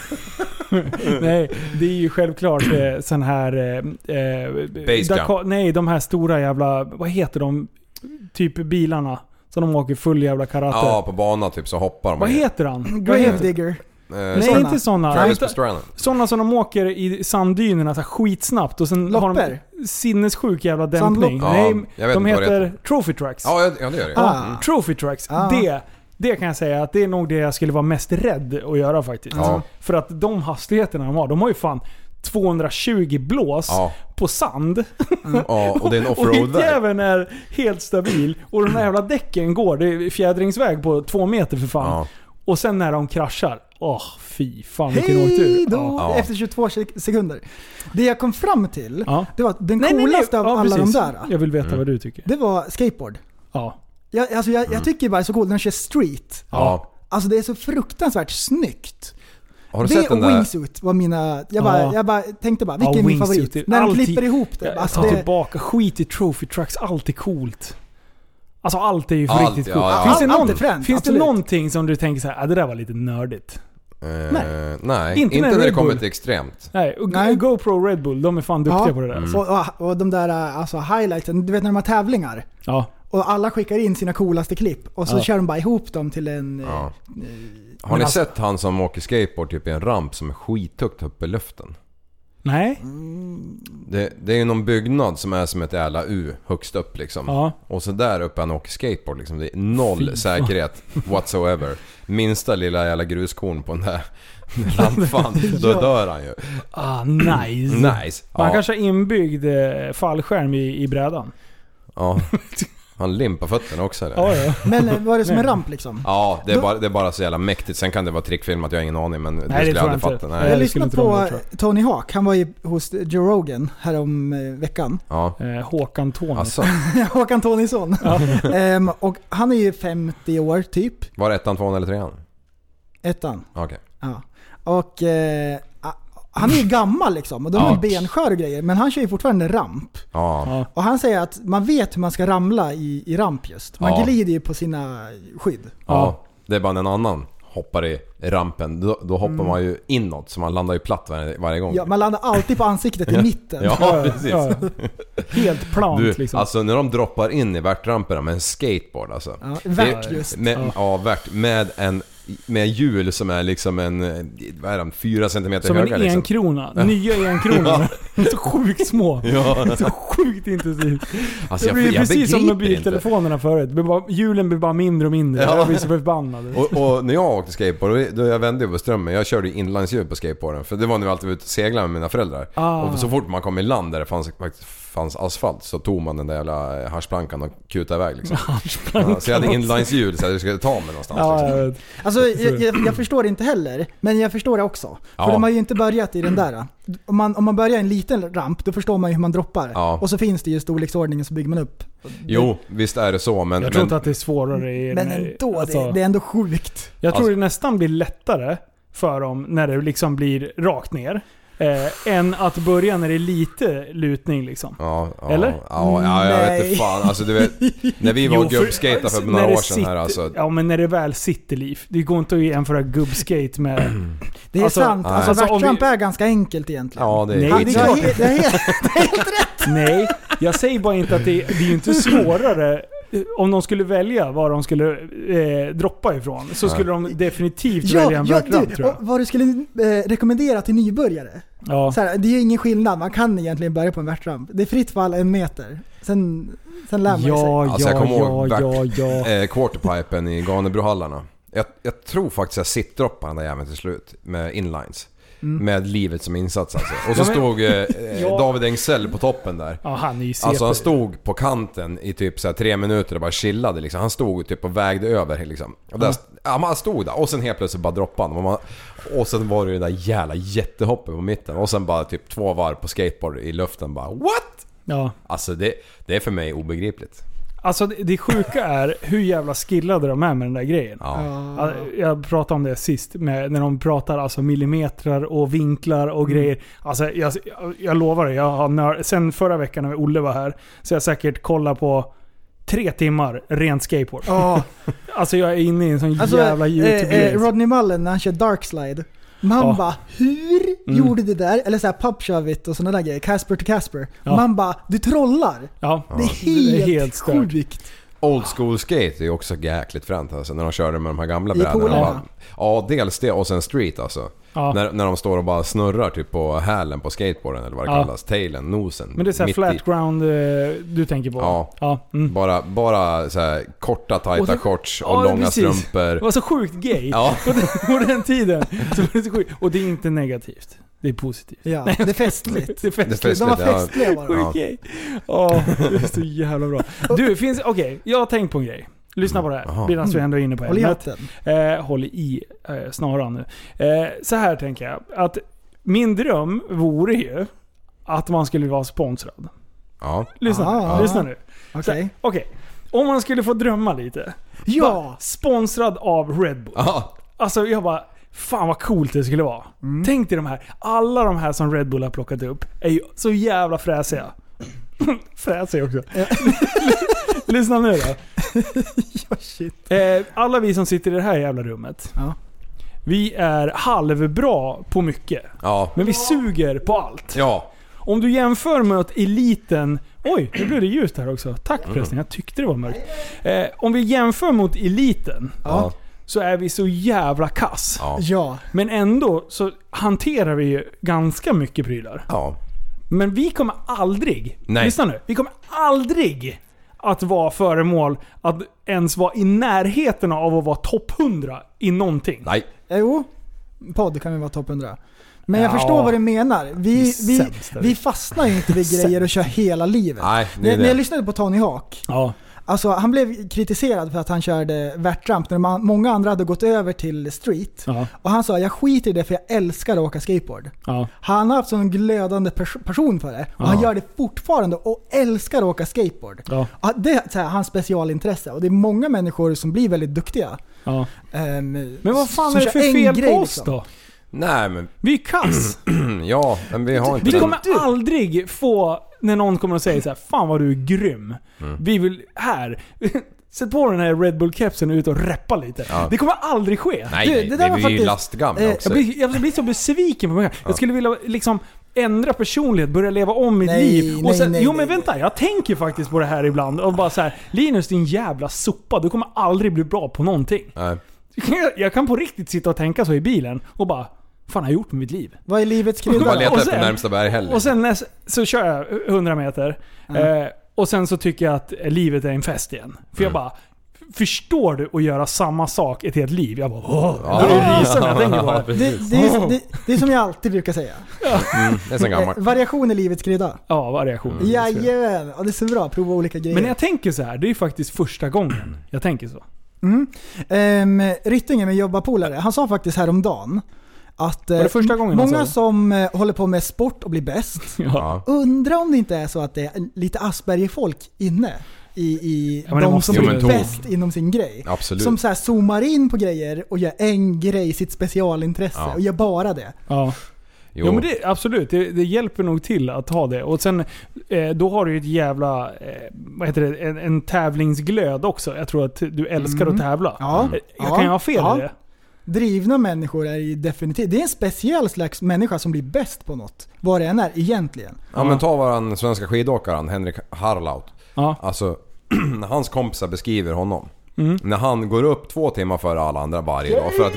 Nej, det är ju självklart eh, sån här... Eh, eh, Base Dakar, nej, de här stora jävla... Vad heter de? Typ bilarna. Som de åker full jävla karate. Ja, på banan typ så hoppar de. Vad heter han? Vad Grave heter? Digger. Eh, Nej, såna. inte såna. Travis Utan- Pastrana. Sådana som de åker i sanddynerna så här skitsnabbt och sen har Lopper. de sinnessjuk jävla dämpning. Sandlopp. Nej, Ja, jag vet de inte vad det heter heter. Trophy Trucks. Ja, ja, ja, det gör det. Ah. Mm. Trophy Trucks. Ah. Det, det kan jag säga att det är nog det jag skulle vara mest rädd att göra faktiskt. Ja. För att de hastigheterna de har, de har ju fan tvåhundratjugo blås Ja. på sand. Ja, och det är en Och offroad-väg. hitjäveln är helt stabil. Och de här jävla däcken går, det är fjädringsväg på två meter för fan. Ja. Och sen när de kraschar, åh fy fan vilken Hej åktur. då! Ja. Ja. Efter tjugotvå sek- sekunder. Det jag kom fram till, Ja. det var att den Nej, nej, nej. coolaste av Ja, alla precis. de där, Jag vill veta Mm. vad du tycker. det var skateboard. Ja. Jag, alltså jag, jag tycker bara det är så coolt när de kör street. Ja. Alltså det är så fruktansvärt snyggt. Har du Det sett den och där? wingsuit var mina... Jag bara, Ja. jag bara tänkte bara, vilken Ja, är min wingsuit favorit? är När de alltid- klipper ihop det. Jag Alltså tar det tillbaka, skit i Trophy Trucks, allt är coolt. Alltså allt är ju för Allt, riktigt ja, coolt. ja. Finns, det, Allt någon, är fränt, finns det absolut. någonting som du tänker så här, ah, det där var lite nördigt? Eh, Nej. nej, Inte inte, med när det Red kommer Bull. till extremt. Nej, och Nej. GoPro Red Bull, de är fan duktiga Ja. på det där. Mm. Alltså. och, och, och de där alltså highlighten, du vet när de har tävlingar. Ja. Och alla skickar in sina coolaste klipp. Och så Ja. kör de bara ihop dem till en... Ja. eh, Har ni alltså- sett han som åker skateboard typ i en ramp som är skithögt uppe i luften? Nej. Det, det är ju någon byggnad som är som ett jävla U högst upp liksom. Ja. Och så där uppe han åker skateboard liksom. Det är noll Fy. säkerhet whatsoever. Minsta lilla jävla gruskorn på den där rampan, då Ja. dör han ju. Ah, nice. Nice. Man Ja. kanske har inbyggd eh, fallskärm i, i brädan. Ja. Han limpar fötterna också eller? Ja, ja. Men var det som en ramp liksom? Ja, det är, Då- bara, det är bara så jävla mäktigt. Sen kan det vara trickfilmat, jag har ingen aning. Men det det skulle jag tror jag aldrig inte. fatta. Nej. Nej. Jag det skulle lyssnade inte de på göra, tror Tony Hawk. Han var ju hos Joe Rogan här om eh, veckan. Ja. Eh, Håkan Tony. Alltså, Håkan Tonysson. Ehm, och han är ju femtio år typ. var det ettan, tvåan eller trean? Ettan. Okej. Ja. Och eh, a- han är ju gammal liksom. Och de är Ja. benskör och grejer. Men han kör ju fortfarande ramp. Ja. Ja. Och han säger att man vet hur man ska ramla i, i ramp just. Man Ja. glider ju på sina skydd. Ja. Det är bara en annan hoppar i rampen. Då, då hoppar man ju inåt. Så man landar ju platt varje, varje gång. Ja, man landar alltid på ansiktet i mitten. Ja, Ja, precis. ja. Helt plant Du, liksom. alltså när de droppar in i värtramperna med en skateboard alltså. Ja, värt Det- just. Med, Ja. ja. värt. Med en med hjul som är liksom en, vad är de, fyra centimeter Som höga en liksom. enkrona. Nya enkronor. Så sjukt små. Ja. Så sjukt intensivt. Alltså, Det jag, blir jag precis som begriper mobiltelefonerna förut. Det blir bara, hjulen blir bara mindre och mindre. Ja. Jag blir så förbannad. Och, och när jag åkte skateboard, då- då jag vände över strömmen. Jag körde inlandshjul på skateboarden. För det var när vi alltid var ute och seglade med mina föräldrar. Ah. Och så fort man kom i land där det fanns, fanns asfalt, så tog man den där jävla haschplankan och kutade iväg liksom. Ja, så jag hade inlandshjul så jag skulle ta mig någonstans Ja, liksom. jag vet. Alltså jag, jag, jag förstår inte heller, men jag förstår det också. För Ja. de har ju inte börjat i den där. Om man, om man börjar en liten ramp, då förstår man ju hur man droppar. Ja. Och så finns det ju storleksordningen, så bygger man upp. Jo, visst är det så, men... Jag tror men inte att det är svårare i Men den här- ändå, alltså, det, det är ändå sjukt. Jag tror Alltså- det nästan blir lättare för dem när det liksom blir rakt ner. Eh, än att börja när det är lite lutning liksom. Ja, ja, Eller? Ja, ja jag vet Nej. inte fan. Alltså du vet, när vi var Jo, och för- gubbskatade för när några det år sedan här sitter- alltså. Ja, men när det väl sitter liv. Det går inte att jämföra gubbskate med... Det är Alltså, sant. nej. Alltså, Alltså, om värtramp vi- är ganska enkelt egentligen. Ja, det är Nej, Ja, det det, är är klart. helt, det är helt, Nej, jag säger bara inte att det, det är ju inte svårare. Om de skulle välja var de skulle eh, droppa ifrån, så skulle de definitivt välja ja, en ja, värtramp, du, tror jag. och vad du skulle eh, rekommendera till nybörjare? Ja. Så här, det är ju ingen skillnad, man kan egentligen börja på en värtramp. Det är fritt fall en meter. Sen, sen lär man sig. Ja, Alltså, jag ja, kommer ja, ihåg ja, ja. Eh, quarterpipen i Ganebrohallarna. Jag, jag tror faktiskt jag sittdroppade den där jäveln till slut med inlines. Mm. Med livet som insats alltså. Och så Ja, men- stod eh, eh, Ja. David Engsell på toppen där. Ja, han är ju Alltså han C P. stod på kanten i typ så här tre minuter och bara chillade liksom. Han stod typ och vägde över liksom. Och där, ja, man stod där och sen helt plötsligt bara droppade han. Och, man, och sen var det ju det där jävla jättehoppet på mitten. Och sen bara typ två varv på skateboard i luften bara what? Ja. Alltså det, det är för mig obegripligt. Alltså det, det sjuka är hur jävla skillade de är med den där grejen. Ja. Ja, jag pratade om det sist, med, när de pratar alltså millimeter och vinklar och grejer. Alltså jag, jag lovar det, jag har nör, sen förra veckan när Olle var här, så jag säkert kollat på tre timmar rent skateboard. Ja. Alltså jag är inne i en sån Alltså, jävla eh, YouTube-grej. eh, Rodney Mullen när han kör Darkslide. Man Ja. bara, hur Mm. gjorde det där? Eller såhär Pubshovit och sådana där grejer. Casper to Casper. Ja. Man bara, du trollar. Ja. Det är helt, helt stört. sjukt. Old school skate är ju också jäkligt fränt alltså, när de körde med de här gamla I brädorna. poolerna. Bara- Ja, dels det och sen street alltså. Ja. När, när de står och bara snurrar typ på hälen på skateboarden eller vad det Ja. kallas. Tailen, nosen. Men det är såhär mitt flat i. ground eh, du tänker på? Ja. Ja, mm. Bara, bara så här korta tajta Och det- shorts och Ja, långa precis. strumpor. Det var så sjukt gay. Ja. På, den, på den tiden. Så var det så sjukt. Och det är inte negativt. Det är positivt. Ja, det är festligt. Det är festligt. Det är De var festligt, ja. festliga bara. Sjukt Ja. gay. Ja, det är så jävla bra. Du, finns... Okej, jag har tänkt på en grej. Lyssna på det här. Jaha. Medan vi ändå är inne på Håll i ämnet. hatten. Eh, håll i eh, snaran nu. Eh, så här tänker jag. Att min dröm vore ju att man skulle vara sponsrad. Ja. Lyssna, Ah. lyssna nu. Okej. Så här, Okej. Om man skulle få drömma lite. Ja. Bara sponsrad av Red Bull. Ja. Alltså jag bara, fan vad coolt det skulle vara. Mm. Tänk dig de här, alla de här som Red Bull har plockat upp är ju så jävla fräsiga. Fräsiga också. Lyssna nu då. Ja, shit. Eh, alla vi som sitter i det här jävla rummet. Ja. Vi är halvbra på mycket. Ja. Men vi suger på allt. Ja. Om du jämför med eliten... Oj, nu blev det ljust här också. Tack förresten, jag tyckte det var mörkt. Eh, om vi jämför mot eliten, Ja. så är vi så jävla kass. Ja. Ja. Men ändå så hanterar vi ju ganska mycket prylar. Ja. Men vi kommer aldrig, Nej. lyssna nu, vi kommer aldrig att vara föremål att ens vara i närheten av att vara topp hundra i någonting. Nej. Jo, podd kan vi vara topp hundra. Men jag Ja. förstår vad du menar. Vi, vi, Sämst är det. vi fastnar ju inte vid grejer och kör hela livet. Nej, det är när, det. när jag lyssnade på Tony Hawk, Ja. alltså han blev kritiserad för att han körde värtramp när man, många andra hade gått över till street. Ja. Och han sa, jag skiter i det för jag älskar att åka skateboard. Ja. Han har haft en glödande pers- person för det. Och Ja. han gör det fortfarande och älskar att åka skateboard. Ja. Och det är så här, hans specialintresse. Och det är många människor som blir väldigt duktiga. Ja. Um, Men vad fan som är det för kör en fel grej, på oss liksom. då? Nej men... Vi är kass. Ja, men vi har inte Vi den... kommer aldrig få, när någon kommer att säga så här: fan vad du är grym. Mm. Vi vill, här, sätt på den här Red Bull-kepsen och ut och reppa lite. Ja. Det kommer aldrig ske. Nej, Du, nej, det det där vi var är ju faktiskt- lastgamla eh, också. Jag blir, jag blir så besviken på mig. Jag skulle vilja liksom ändra personlighet, börja leva om mitt Nej, liv. nej, Och sen, nej, jo nej, men nej. vänta, jag tänker faktiskt på det här ibland. Och bara så här: Linus, din jävla sopa, du kommer aldrig bli bra på någonting. Nej. Jag kan på riktigt sitta och tänka så i bilen och bara, fan har jag gjort med mitt liv? Vad är livets Du bara krydda? leta Och efter sen- närmsta berghäll. Och sen näs, så kör jag hundra meter. Eh, och sen så tycker jag att livet är en fest igen. För jag bara, förstår du att göra samma sak ett helt liv? Jag bara, åh, Ja. det är rysen när jag tänker på det. Det, det, är, det, det är som jag alltid brukar säga. Mm, det är så gammalt. Eh, Variation är livets krydda. Ja, variation. Jajamän, och det är så bra. Prova olika grejer. Men jag tänker så här, det är faktiskt första gången jag tänker så. Mm. Um, Ryttingen, med jobbapolare, han sa faktiskt häromdagen att Var det första gången han sa många det? som eh, håller på med sport och blir bäst, Ja. undrar om det inte är så att det är lite Asperger-folk inne i, i Ja, men det de måste som ju. blir Jo, men bäst inom sin grej. Absolut. Som så här zoomar in på grejer och gör en grej, sitt specialintresse, Ja. och gör bara det. Ja. Jo. Jo men det, absolut, det, det hjälper nog till att ha det. Och sen, eh, då har du ju ett jävla, eh, vad heter det, en, en tävlingsglöd också. Jag tror att du älskar Mm. att tävla. Ja. Eh, Jag Ja. kan ju ha fel Ja. i det. Drivna människor är ju definitivt, det är en speciell slags människa som blir bäst på något, vad det än är egentligen. Ja men ta varann svenska skidåkaren Henrik Harlaut. Ja. Alltså, när hans kompisar beskriver honom. Mm. När han går upp två timmar före alla andra varje dag för att...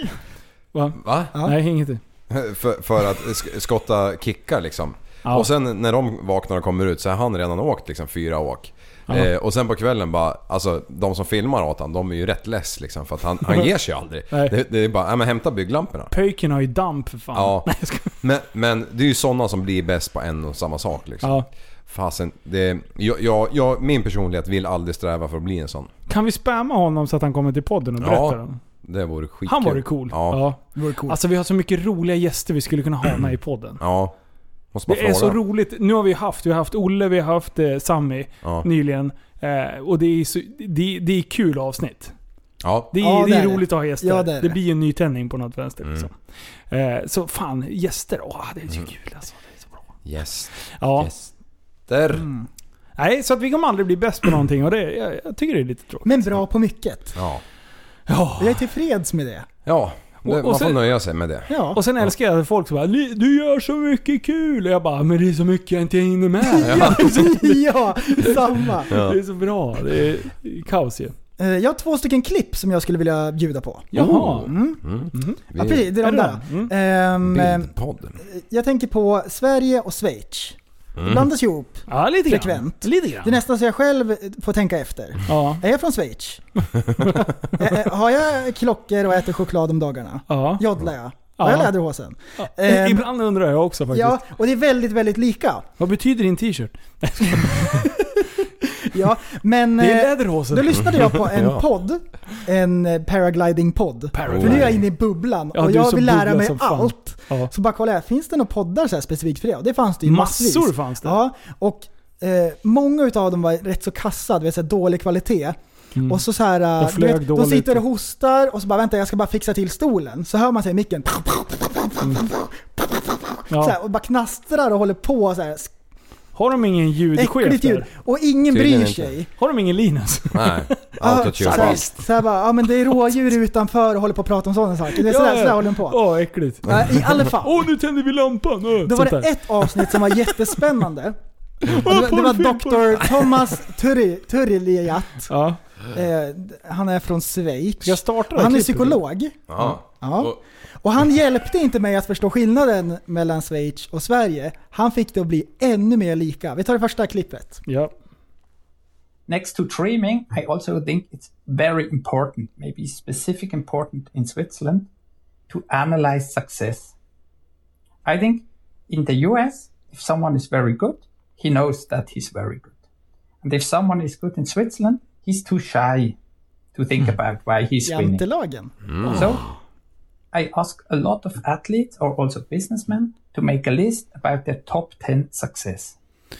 Va? Va? Ja. Nej, ingenting. För, för att sk- skotta kickar liksom. Ja. Och sen när de vaknar och kommer ut så har han redan åkt liksom fyra åk. Ja. Eh, och sen på kvällen bara, alltså de som filmar åt han, de är ju rätt less liksom. För att han, han ger sig aldrig. Nej. Det, det är bara, ja men hämta bygglamporna. Pöjken har ju damp för fan. Ja, Nej, jag ska... men, men det är ju sådana som blir bäst på en och samma sak liksom. Ja. Fasen, det, jag, jag, jag, min personlighet vill aldrig sträva för att bli en sån. Kan vi spamma honom så att han kommer till podden och berättar Ja. om? Det vore skitkul. Han var ju cool. Ja. Ja. Det vore coolt. Alltså vi har så mycket roliga gäster vi skulle kunna ha med i podden. Ja. Måste bara Det är fråga. så roligt. Nu har vi haft, vi har haft Olle, vi har haft eh, Sammy Ja. nyligen. Eh, och det är, så, det, det är kul avsnitt. Ja. Det är, Ja, det det är är det. roligt att ha gäster. Ja, det det, är det. blir ju en ny tändning på något vänster. Mm. Liksom. Eh, så fan, gäster. Åh, det är så Mm. kul alltså. Det är så bra. Yes. Ja. Gäster. Mm. Nej, så att vi kommer aldrig bli bäst på någonting och det, jag, jag tycker det är lite tråkigt. Men bra på mycket. Ja. Ja. Jag är tillfreds med det. Ja. Det, Och- och man får sen- nöja sig med det. Ja. Och sen älskar jag folk som bara, du gör så mycket kul. Och jag bara, men det är så mycket jag inte hinner med. Ja, samma. Ja. Det är så bra. Det är kaos ju. Eh, Jag har två stycken klipp som jag skulle vilja bjuda på. Jaha. Mm. Mm. Ja, precis, det är de Är där. det de? Mm. Ehm, Bildpodden. jag tänker på Sverige och Schweiz. Mm. Blandas ihop. Ja, lite grann. Frekvent. Lite grann. Det är nästan så jag själv får tänka efter. Ja. Är jag från Schweiz? Eh, eh, Har jag klockor och äter choklad om dagarna? Ja. Joddlar jag? Ja. Har jag läderhosen? Ja. Ehm, Ibland undrar jag också faktiskt. Ja, och det är väldigt, väldigt lika. Vad betyder din t-shirt? Ja, men... Det är eh, läderhosen. Då lyssnade jag på en Ja. podd, en eh, paragliding-podd. Paragliding. För nu är jag inne i bubblan Ja, och du är jag så vill lära bubbla mig som fan. allt. Ja. Så bara kolla här, finns det några poddar så här specifikt för det? Och det fanns det ju massvis. Massor fanns det. Ja, och eh, många utav dem var rätt så kassade, vet, så här, dålig kvalitet. Mm. Och så så här, De du flög vet, de dåligt. sitter och hostar och så bara vänta, jag ska bara fixa till stolen. Så hör man sig i micken. Ja. Så här, och bara knastrar och håller på så här. Har de ingen ljudchef Äckligt ljud. där? Och ingen Tydligen bryr inte. sig. Har de ingen Linus? Nej. Ja, Autotune så här, fast. så här bara, ja men det är rådjur utanför och håller på att prata om sådana saker. Det är sådär, sådär håller de på. Åh, äckligt. Ja, i alla fall. Åh, nu tänder vi lampan. Åh, Då var sånt det där. ett avsnitt som var jättespännande. det, det var doktor Thomas Tureliat. Ja. Eh, han är från Schweiz. Jag startar han är psykolog. Ja. Ja. Och han hjälpte inte mig att förstå skillnaden mellan Schweiz och Sverige. Han fick det att bli ännu mer lika. Vi tar det första klippet. Ja. Next to dreaming, I also think it's very important, maybe specific important in Switzerland, to analyze success. I think in the U S, if someone is very good, he knows that he's very good. And if someone is good in Switzerland, he's too shy to think about why he's winning. Jantelagen. Mm. So I ask a lot of athletes or also businessmen to make a list about their top ten success.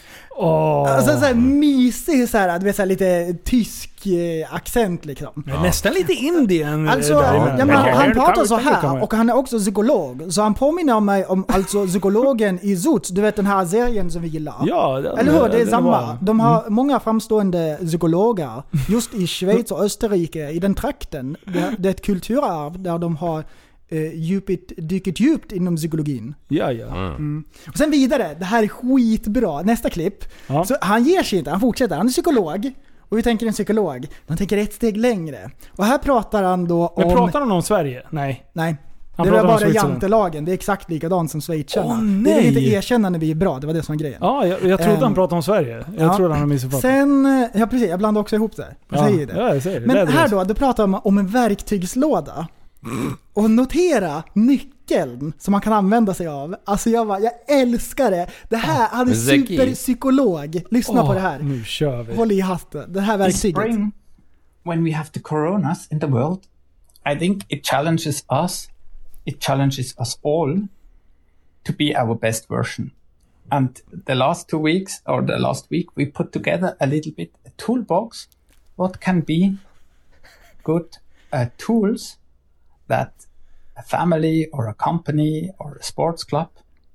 Oh. Alltså såhär mysig såhär, du vet såhär lite tysk eh, accent liksom. Ja. Nästan lite Indien. Alltså, ja, men, han pratar så här och han är också psykolog. Så han påminner mig om alltså psykologen i Zoot, du vet den här serien som vi gillar. Ja, det, eller hur? Det är det samma. Var... De har mm. många framstående psykologer just i Schweiz och Österrike, i den trakten. Det, det är ett kulturarv där de har Uh, djupit, dyket djupt inom psykologin. Ja, ja. Mm. Mm. Och sen vidare, det här är skitbra. Nästa klipp. Ja. Så han ger sig inte, han fortsätter. Han är psykolog. Och vi tänker en psykolog. Man tänker ett steg längre. Och här pratar han då om... Men pratar han om Sverige? Nej. Nej. Han det var bara jantelagen. Det är exakt likadant som schweizarna. Oh, det är inte erkänna när vi är bra. Det var det som var grejen. Ja, jag, jag trodde um, han pratade om Sverige. Jag ja. trodde han hade missuppfattat. Sen, ja precis, jag blandade också ihop det. Jag ja. säger det. Ja, jag säger det. Men det här då, då pratar man om en verktygslåda. Och notera nyckeln som man kan använda sig av. Alltså jag bara, jag älskar det. Det här, han är superpsykolog. Lyssna oh, på det här. Nu kör vi. Håll i hatten. Det här verktyget. This spring, when we have the coronas in the world, I think it challenges us, it challenges us all to be our best version. And the last two weeks, or the last week, we put together a little bit a toolbox. What can be good uh, tools that a family or a company or a sports club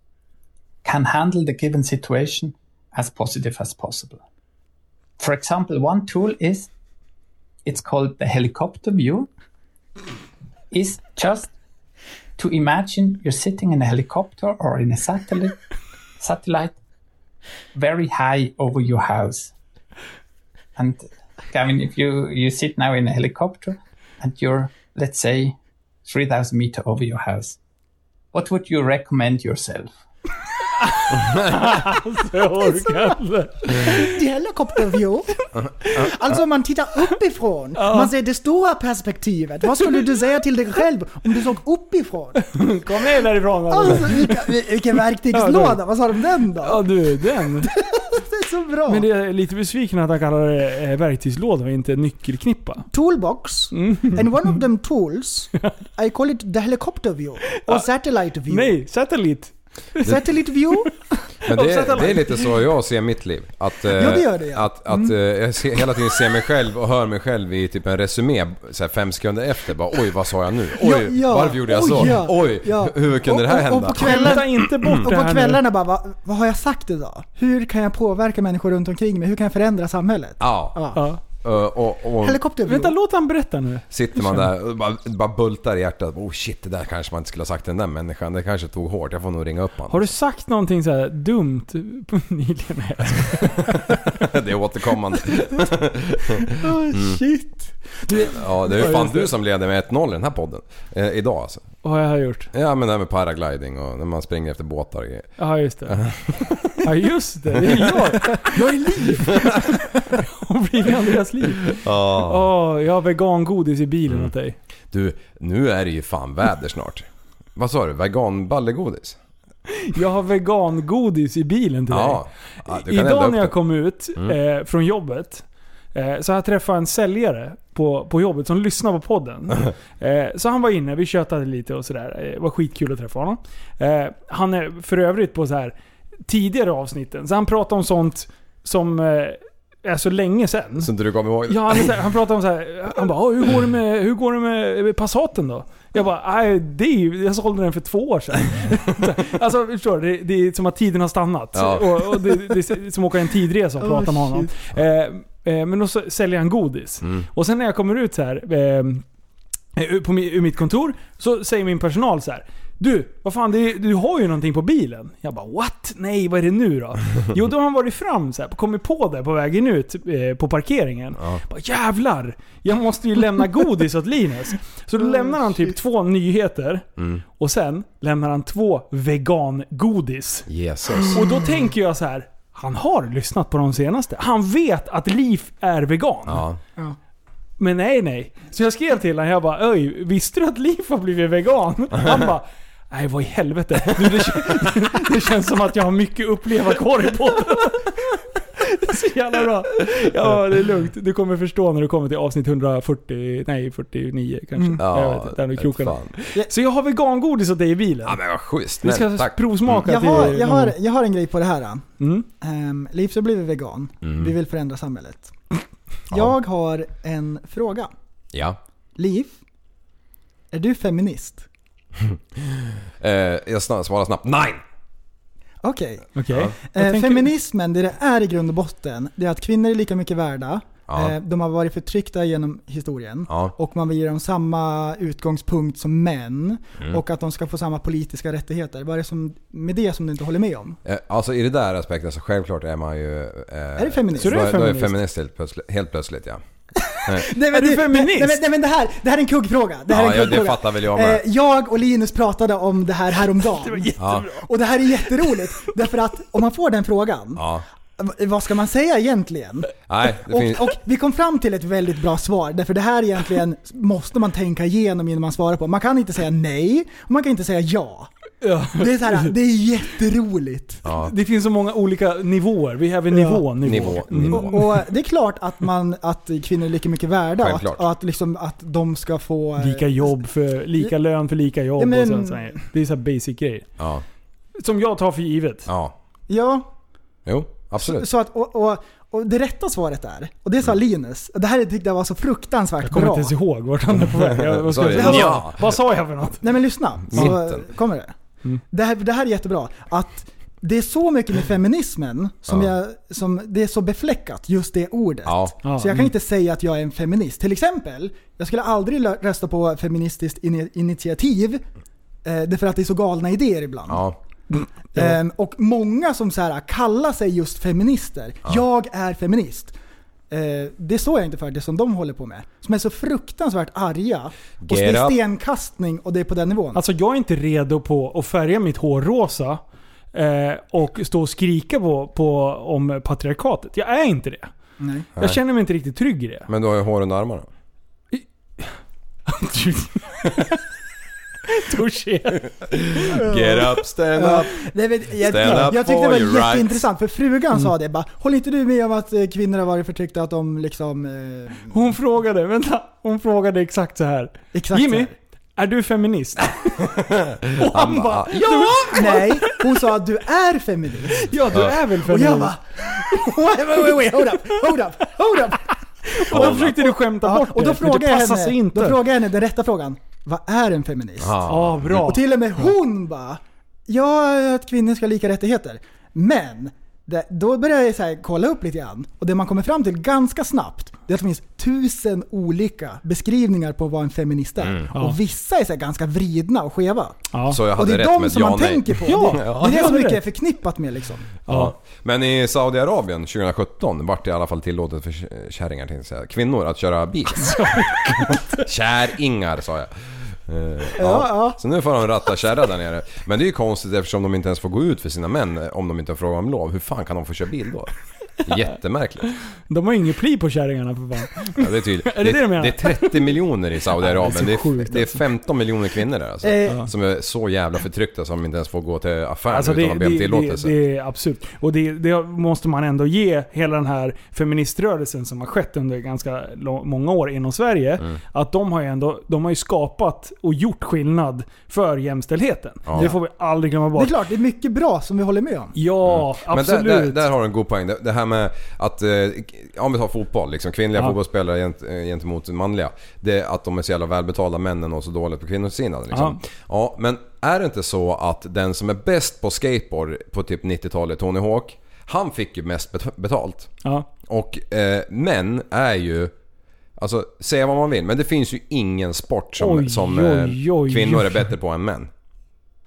can handle the given situation as positive as possible. For example, one tool is, it's called the helicopter view, is just to imagine you're sitting in a helicopter or in a satellite, satellite very high over your house. And Gavin, if you, you sit now in a helicopter and you're, let's say, three thousand meter over your house, what would you recommend yourself? The helicopter view. Alltså man tittar uppifrån. Man ser det stora perspektivet. Vad skulle du säga till dig själv om du såg uppifrån? Kom ner därifrån. Alltså, vilka, vilken verktygslåda. Vad sa de den då? Ja du, den. Det är så bra. Men det är lite besviken att han kallar det verktygslåda och inte nyckelknippa. Toolbox. Mm. And one of them tools, I call it the helicopter view. Or satellite view. Nej, satellite. Satellite view. Men det är, det är lite så jag ser mitt liv. Att, eh, ja, det gör det, ja. att, att mm. eh, jag ser, hela tiden ser mig själv och hör mig själv i typ en resumé så här fem sekunder efter. Bara, oj, vad sa jag nu? Oj, ja, ja. Varför gjorde jag oj, så? Ja, oj, ja. Hur kunde och, det här hända? Och på kvällarna, inte bort och på kvällarna bara, vad, vad har jag sagt idag? Hur kan jag påverka människor runt omkring mig? Hur kan jag förändra samhället? Ja. ja. ja. Uh, och, och Vänta, låt han berätta nu. Sitter man där och bara, bara bultar i hjärtat. Oh shit, det där kanske man inte skulle ha sagt till den där människan. Det kanske tog hårt, jag får nog ringa upp han. Har du sagt någonting så här dumt på nyligen? Det är återkommande. Oh shit. Du, ja, det är ju fan du som leder med ett noll i den här podden eh, idag alltså. Vad har jag gjort? Ja, men det här med paragliding och när man springer efter båtar och grejer. Ja, just det. Ja, just det. Det är jag. Jag är liv. Jag blir Andreas liv. Ja. Oh, jag har vegangodis i bilen mm. åt dig. Du, nu är det ju fan väder snart. Vad sa du? Vegan ballegodis? Jag har vegangodis i bilen till ja. dig. Ja, idag när jag kom ut mm. eh, från jobbet eh, så jag träffade en säljare på, på jobbet som lyssnar på podden. eh, så han var inne, vi tjötade lite och sådär. Det var skitkul att träffa honom. Eh, han är för övrigt på så här tidigare avsnitten. Så han pratar om sånt som eh, är så länge sedan. Så inte du kommer ihåg det? Ja, han, här, han pratar om så här. Han bara, hur går det med, hur går det med Passaten då? Jag bara, nej, det är ju, jag sålde den för två år sedan. Alltså, förstår du, det, det är som att tiden har stannat. Ja. Och, och det, det är som att åka en tidresa och prata oh, med honom. Eh, eh, men då så säljer han godis. Mm. Och sen när jag kommer ut så här eh, på, ur mitt kontor så säger min personal så här: Du, vad fan, det, du har ju någonting på bilen. Jag bara, what? Nej, vad är det nu då? Jo, då har han varit fram så här, kommit på det på vägen ut eh, på parkeringen. Ja. Bara, jävlar, jag måste ju lämna godis åt Linus. Så då lämnar han typ två nyheter. Mm. Och sen lämnar han två vegangodis. Jesus. Och då tänker jag så här, han har lyssnat på de senaste. Han vet att Liv är vegan. Ja. Ja. Men nej, nej. Så jag skrev till honom, jag bara, öj, visste du att Liv har blivit vegan? Han bara, nej, vad i helvete. Du, det, känns, det känns som att jag har mycket uppleva kvar i podden. Det är så jävla bra. Ja, det är lugnt. Du kommer förstå när du kommer till avsnitt hundrafyrtio, nej, fyrtionio kanske. Mm. Ja, jag vet inte, där du krokarna. Ja. Så jag har vegangodis åt dig i bilen. Ja, men vad schysst. Vi ska Men, tack. provsmaka Jag till... har, jag, har, jag har en grej på det här. Mm. Um, Liv har blivit vegan. Mm. Vi vill förändra samhället. Ja. Jag har en fråga. Ja. Liv, är du feminist? eh, jag svarar snabbt. Nej! Okej. Okej. Ja. Eh, tänker- feminismen, det det är i grund och botten, det är att kvinnor är lika mycket värda. Ja. Eh, de har varit förtryckta genom historien. Ja. Och man vill ge dem samma utgångspunkt som män. Mm. Och att de ska få samma politiska rättigheter. Vad är det som, med det som du inte håller med om? Eh, alltså i det där aspekten så självklart är man ju... Eh, Är du feminist? Så du är då, då är feminist? feminist helt plötsligt, helt plötsligt ja. Nej. Nej, men Är du det- feminist? Nej, men, nej, men det, här, det här är en kuggfråga. Det här Ja, är en ja, det kuggfråga. fattar väl jag med. Eh, jag och Linus pratade om det här häromdagen. Ja. Och det här är jätteroligt. Därför att om man får den frågan, Ja. v- vad ska man säga egentligen? Nej, det finns... Och, och vi kom fram till ett väldigt bra svar. Därför det här egentligen måste man tänka igenom innan man svarar på. Man kan inte säga nej och man kan inte säga ja. Ja. Det är, så här, det är jätteroligt. Ja. Det finns så många olika nivåer. Vi har en nivå, nivå. Nivå, Mm. nivå. Och, och det är klart att, man, att kvinnor är lika mycket värda och Självklart. att, och att, liksom, att de ska få... eh, Lika jobb för lika lön för lika jobb. Ja, men- och sånt, så här. Det är så här basic grejer. Ja. Som jag tar för givet. Ja. Ja, Jo, absolut. så att, och, och, och det rätta svaret är, och det sa Linus, och det här tyckte jag var så fruktansvärt Jag kommer bra. inte ens ihåg vart han är på väg. Jag, vad, ska jag Sorry. säga? Ja. Vad sa jag för något? Nej men lyssna, så Mitten. kommer det. Mm. Det här, det här är jättebra. Att det är så mycket med feminismen som, Ja. jag, som det är så befläckat, just det ordet. Ja. Ja, Så jag kan mm. inte säga att jag är en feminist. Till exempel, jag skulle aldrig lö- rösta på feministiskt in- initiativ. Eh, därför att det är så galna idéer ibland. Ja. Ehm, och många som så här kallar sig just feminister. Jag är feminist. Eh, det står jag inte för, det som de håller på med. Som är så fruktansvärt arga. Och det Get är up. stenkastning och det är på den nivån. Alltså jag är inte redo på att färga mitt hår rosa eh, och stå och skrika på, på om patriarkatet. Jag är inte det. Nej. Jag känner mig inte riktigt trygg i det. Men du har ju hår under armarna. Touché. Get up, stand Ja. up. Nej, men jag, Stand jag, up jag tyckte det for var your jätteintressant för frugan sa det bara, håller inte du med om att eh, kvinnor har varit förtryckta, att de liksom... Eh, Hon frågade, vänta, hon frågade exakt så här. exakt Jimmy, så här. är du feminist? Och han bara, Ja! Nej, hon sa att du är feminist. ja du är väl Och feminist? jag bara, wait, wait, wait, wait, hold up, hold up, hold up. Och då försökte du skämta Ja, bort och då det, frågar men det jag passar henne, sig inte. då frågar jag henne den rätta frågan. Vad är en feminist? Ja, bra. Och till och med hon bara, ja, att kvinnor ska ha lika rättigheter. Men det, då börjar jag så här, kolla upp lite grann. Och det man kommer fram till ganska snabbt, det är att det finns tusen olika beskrivningar på vad en feminist är. Mm. Ja. Och vissa är så här ganska vridna och skeva. Ja. Så jag Och hade det är rätt de med som ja man nej. tänker på. Ja, det, ja, det är det det som är mycket det. är förknippat med liksom. Ja. Men i Saudiarabien tjugohundrasjutton vart det i alla fall tillåtet för kärringar, tänkte jag säga, kvinnor att köra bil. Kärringar sa jag. Uh, ja. ja. Så nu får de ratta kärra där nere. Men det är ju konstigt eftersom de inte ens får gå ut för sina män om de inte frågar om lov. Hur fan kan de få köra bil då? Jättemärkligt. De har ingen pli på kärringarna för fan. Ja, det är tydligt. Är det det de menar? det är trettio miljoner i Saudiarabien. Ja, det det, är är så sjukt, det är alltså. femton miljoner kvinnor där alltså, Eh. som är så jävla förtryckta som inte ens får gå till affären Alltså utan det, att be om det, det, tillåtelse. det är absurt. Och det, det måste man ändå ge hela den här feministrörelsen som har skett under ganska lång, många år inom Sverige. Mm. Att de har ju ändå de har ju skapat och gjort skillnad för jämställdheten. Ja. Det får vi aldrig glömma Det bort. är klart, det är mycket bra som vi håller med om. Ja, Men absolut. där, där, där har du en god poäng. Det, det här med att, eh, om vi tar fotboll, liksom, kvinnliga Ja. fotbollsspelare gent, eh, gentemot manliga. Det är att de är så jävla välbetalda, männen och så dåligt på kvinnosidan. Liksom. Ja. Ja, men är det inte så att den som är bäst på skateboard på typ nittiotalet, Tony Hawk, han fick ju mest bet- betalt. Ja. Och eh, män är ju, alltså säga vad man vill, men det finns ju ingen sport som, Oj, som oj, eh, oj, kvinnor oj. är bättre på än män.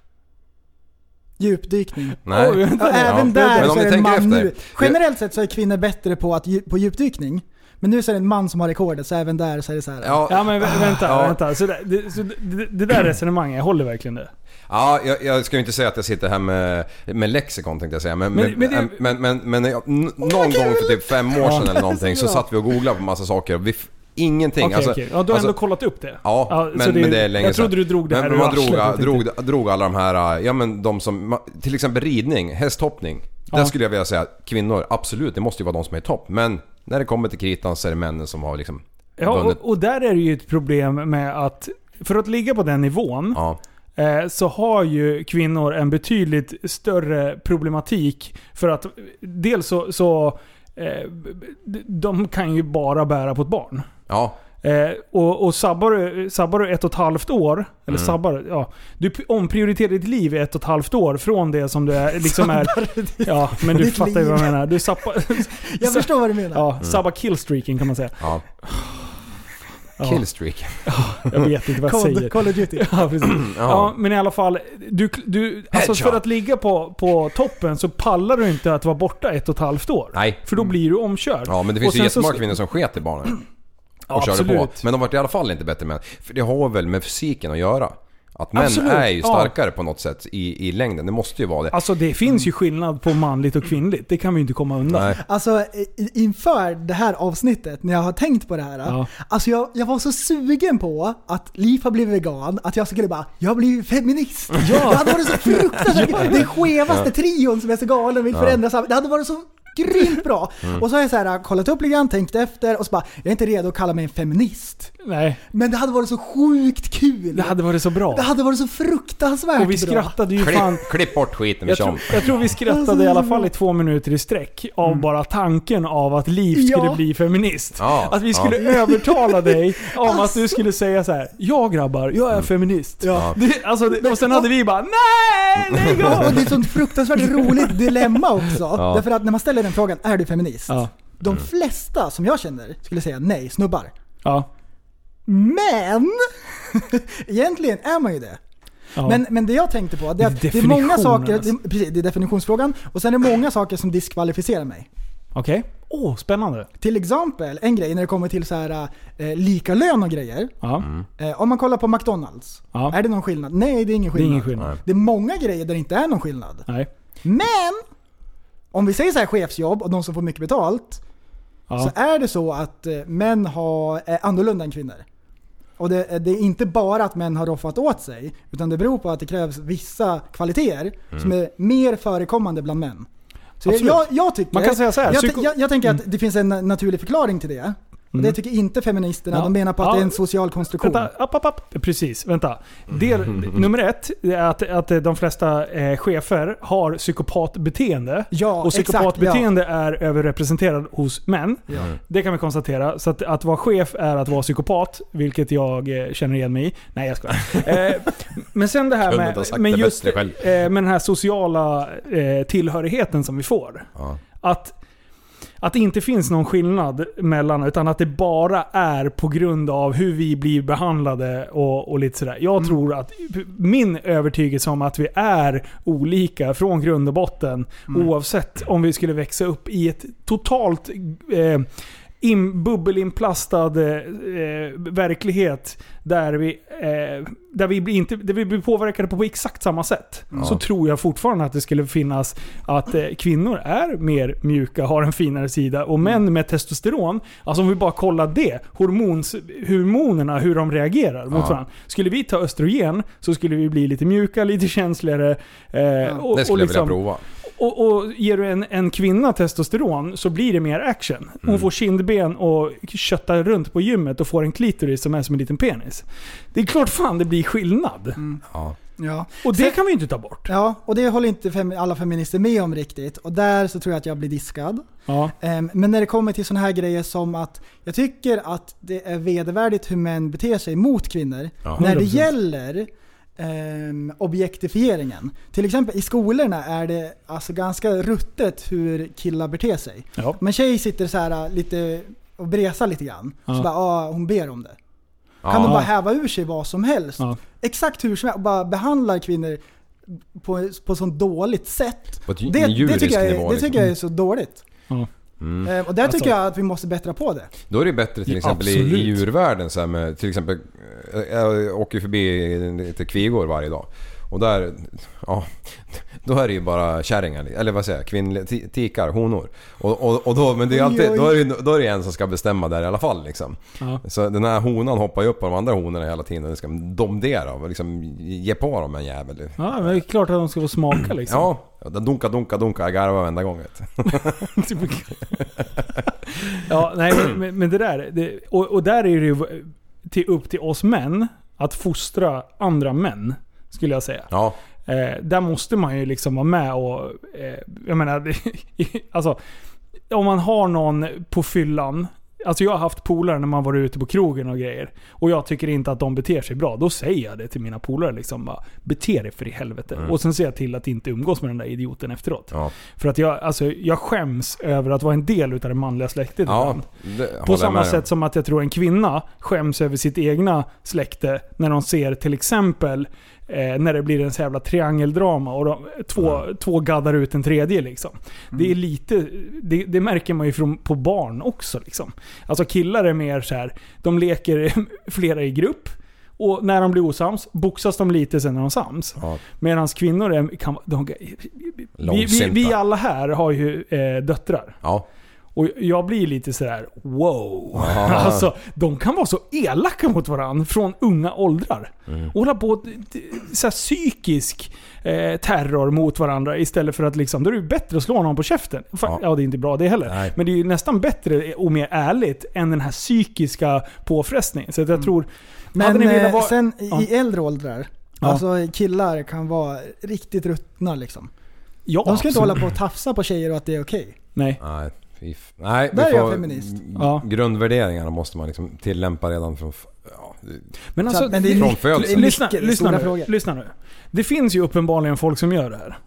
Djupdykning. Nej. Och även Ja. där Men om så ni är det en tänker man efter. nu. Generellt sett så är kvinnor bättre på, att, på djupdykning. Men nu så är det en man som har rekordet, så även där så är det så här. Ja, Ja men vä- vänta, Ja. vänta. Så det, det, så det, det där resonemanget, jag håller verkligen det. Ja, jag, jag ska ju inte säga att jag sitter här med, med lexikon tänkte jag säga. Men, men, Men- men det- men, men, men, men jag, n- någon gång för typ fem år sedan eller någonting så satt vi och googlade på massa saker. Vi f- ingenting. Okej, alltså, okej. Ja, du har alltså, ändå kollat upp det. Ja, Ja, så men, det- men det är länge jag trodde sedan. du drog det här men, ur man arslet, drog, jag tänkte. drog, drog alla de här, ja men de som, till exempel ridning, hästhoppning. Ja. Där skulle jag vilja säga kvinnor, absolut, det måste ju vara de som är i topp. Men när det kommer till kritan så är det männen som har liksom Ja, vunnit. och, och där är det ju ett problem med att för att ligga på den nivån Ja. eh, så har ju kvinnor en betydligt större problematik för att dels så, så eh, de kan ju bara bära på ett barn. Ja. Eh, och och sabbar, du- sabbar du ett och ett halvt år, eller Mm. sabbar, ja, du p- omprioriterar ditt liv i ett och ett halvt år från det som du är, liksom är, ja men du ditt fattar ju vad jag liv. menar. Du sabbar, Jag förstår vad du menar. ja, sabbar killstreaken kan man säga. Ja. Ja. Killstreak. Jag vet inte vad jag Call, säger. Call of Duty. Ja, precis. Ja. Ja, men i alla fall, du, du, alltså Headshot. för att ligga på, på toppen så pallar du inte att vara borta ett och ett halvt år. Nej. För då blir du omkörd. Ja, men det Och finns ju sen så- jättemånga kvinnor som sket i barnen. Och Ja, körde absolut. på. Men de var i alla fall inte bättre män. För det har väl med fysiken att göra. Att män Absolut, är ju ja. starkare på något sätt i, i längden. Det måste ju vara det. Alltså det finns ju skillnad på manligt och kvinnligt. Det kan vi inte komma undan. Nej. Alltså i- inför det här avsnittet, när jag har tänkt på det här. Ja. Alltså jag, jag var så sugen på att Liv har blivit vegan, att jag skulle bara, jag har blivit feminist. Ja. Det hade varit så fruktansvärt. Den skevaste trion som är så galen och vill förändra samhället. Det hade varit så grymt bra. Mm. Och så har jag så här, kollat upp lite grann, tänkt efter och så bara, jag är inte redo att kalla mig en feminist. Nej. Men det hade varit så sjukt kul. Det hade varit så bra. Det hade varit så fruktansvärt Och vi bra. skrattade ju fan... Klipp, klipp bort skiten vi Jag kör tror, om. jag tror vi skrattade i alla fall i två minuter i sträck av bara tanken av att Liv skulle Ja. bli feminist. Ja, Att vi skulle ja. övertala dig om att du skulle säga så här: ja grabbar, jag är feminist. Ja. Det, alltså, det, och sen hade vi bara nej, lägg Och av! det är ett sånt fruktansvärt roligt dilemma också. Ja. Därför att när man ställer den frågan, är du feminist? Ja. De flesta som jag känner skulle säga nej, snubbar. Ja. Men egentligen är man ju det. Ja. Men, men det jag tänkte på, det är att Det är det är många definitionen, saker, alltså. det, precis, det är definitionsfrågan, och sen är det många saker som diskvalificerar mig. Okej. Åh, oh, spännande. Till exempel, en grej när det kommer till så här eh, lika lön och grejer. Ja. Eh, om man kollar på McDonalds, Ja. är det någon skillnad? Nej, det är ingen Det är skillnad. ingen skillnad. Det är många grejer där det inte är någon skillnad. Nej. Men om vi säger så här chefsjobb och de som får mycket betalt, Ja. så är det så att eh, män har, är annorlunda än kvinnor. Och det, det är inte bara att män har roffat åt sig, utan det beror på att det krävs vissa kvaliteter som är mer förekommande bland män. Så jag, Absolut. jag, jag tycker, Man kan säga så här, jag, psyko- jag, jag tänker att det finns en naturlig förklaring till det. Och det tycker inte feministerna. Ja. De menar på att Ja. det är en social konstruktion. Vänta, app, app, app. Precis, vänta. Del, nummer ett är att, att de flesta eh, chefer har psykopatbeteende. Ja, och psykopatbeteende exakt, är överrepresenterad hos män. Ja. Det kan vi konstatera. Så att, att vara chef är att vara psykopat, vilket jag eh, känner igen mig i. Nej, jag skojar. eh, men sen det här Kunde med, inte ha sagt men det just bättre eh, själv. med den här sociala eh, tillhörigheten som vi får. Ja. Att Att det inte finns någon skillnad mellan, utan att det bara är på grund av hur vi blir behandlade och, och lite sådär. Jag Mm. tror att min övertygelse om att vi är olika från grund och botten, Mm. oavsett om vi skulle växa upp i ett totalt eh, in, bubbelinplastad eh, verklighet där vi, eh, där, vi blir inte, där vi blir påverkade på, på exakt samma sätt. Ja. Så tror jag fortfarande att det skulle finnas att eh, kvinnor är mer mjuka, har en finare sida, och män med testosteron, alltså om vi bara kollar det, hormons, hormonerna, hur de reagerar mot Ja. varandra. Skulle vi ta östrogen så skulle vi bli lite mjuka, lite känsligare. Eh, och, Det skulle och jag liksom, vilja prova. och, och ger du en, en kvinna testosteron så blir det mer action. Hon Mm. får kindben och köttar runt på gymmet och får en klitoris som är som en liten penis. Det är klart fan det blir skillnad. Ja. Ja. Och det Sen- kan vi inte ta bort. Ja, och det håller inte fem, alla feminister med om riktigt. Och där så tror jag att jag blir diskad. Ja. Ehm, men när det kommer till såna här grejer som att jag tycker att det är vedervärdigt hur män beter sig mot kvinnor. Ja. När det hundra procent. gäller ehm, objektifieringen. Till exempel i skolorna är det alltså ganska ruttet hur killar beter sig. Ja. Men tjej sitter så här lite och bresar lite grann. Ja. Så bara, ah, hon ber om det. Ja. Kan de bara häva ur sig vad som helst. Ja. Exakt hur som helst. Och bara behandlar kvinnor på, på sånt dåligt sätt. På ett det, det, tycker jag, nivå, det tycker jag är så dåligt. Mm. Mm. Och där alltså, tycker jag att vi måste bättra på det. Då är det bättre till exempel i, i djurvärlden så här med, till exempel jag åker förbi lite kvigor varje dag. Och där, ja, då är det ju bara kärringar, eller vad säger jag, kvinnliga tikar, honor. Och, och, och då, men det är alltid, då är det, då är det en som ska bestämma där i alla fall liksom. Ja. Så den här honan hoppar ju upp på de andra honorna hela tiden. Den ska domdera och liksom ge på dem en jävel. Ja, men det är klart att de ska få smaka liksom. Ja, den dunka, dunka, dunka, jag garvar varenda gång vet. Ja, nej, men, men det där, det, och, och där är det ju till, upp till oss män att fostra andra män. Skulle jag säga. Ja. Eh, där måste man ju liksom vara med och... Eh, jag menar... alltså, om man har någon på fyllan... Alltså jag har haft polare när man var ute på krogen och grejer. Och jag tycker inte att de beter sig bra. Då säger jag det till mina polare liksom. Bara, bete dig för i helvete. Mm. Och sen ser jag till att inte umgås med den där idioten efteråt. Ja. För att jag, alltså, jag skäms över att vara en del utav det manliga släktet. Ja, på samma sätt som att jag tror en kvinna skäms över sitt egna släkte. När de ser till exempel... Eh, när det blir en så jävla triangeldrama och de, två, mm. två gaddar ut en tredje liksom. Mm. Det är lite det, det märker man ju från, på barn också liksom. Alltså killar är mer så här, de leker flera i grupp och när de blir osams boxas de lite sen när de sams. Ja. Medan kvinnor är kan, de, vi, vi, vi alla här har ju eh, döttrar. Ja. Och jag blir lite sådär, wow. Ah. Alltså, de kan vara så elaka mot varandra från unga åldrar. Mm. Och hålla på så här, psykisk eh, terror mot varandra istället för att liksom, då är det bättre att slå någon på käften. Ja, ja det är inte bra det heller. Nej. Men det är ju nästan bättre och mer ärligt än den här psykiska påfrestningen. Så att jag mm. tror... Men ni vara... sen ja. i äldre åldrar, ja. alltså killar kan vara riktigt ruttna liksom. Ja, de ska inte hålla på och tafsa på tjejer och att det är okej. Okay. Nej. Nej. Nej, där är jag feminist. Ja. Grundvärderingarna måste man liksom tillämpa redan från ja, men alltså, men det är från födseln. Lyssna, lyssna, nu, lyssna nu. Det finns ju uppenbarligen folk som gör det här.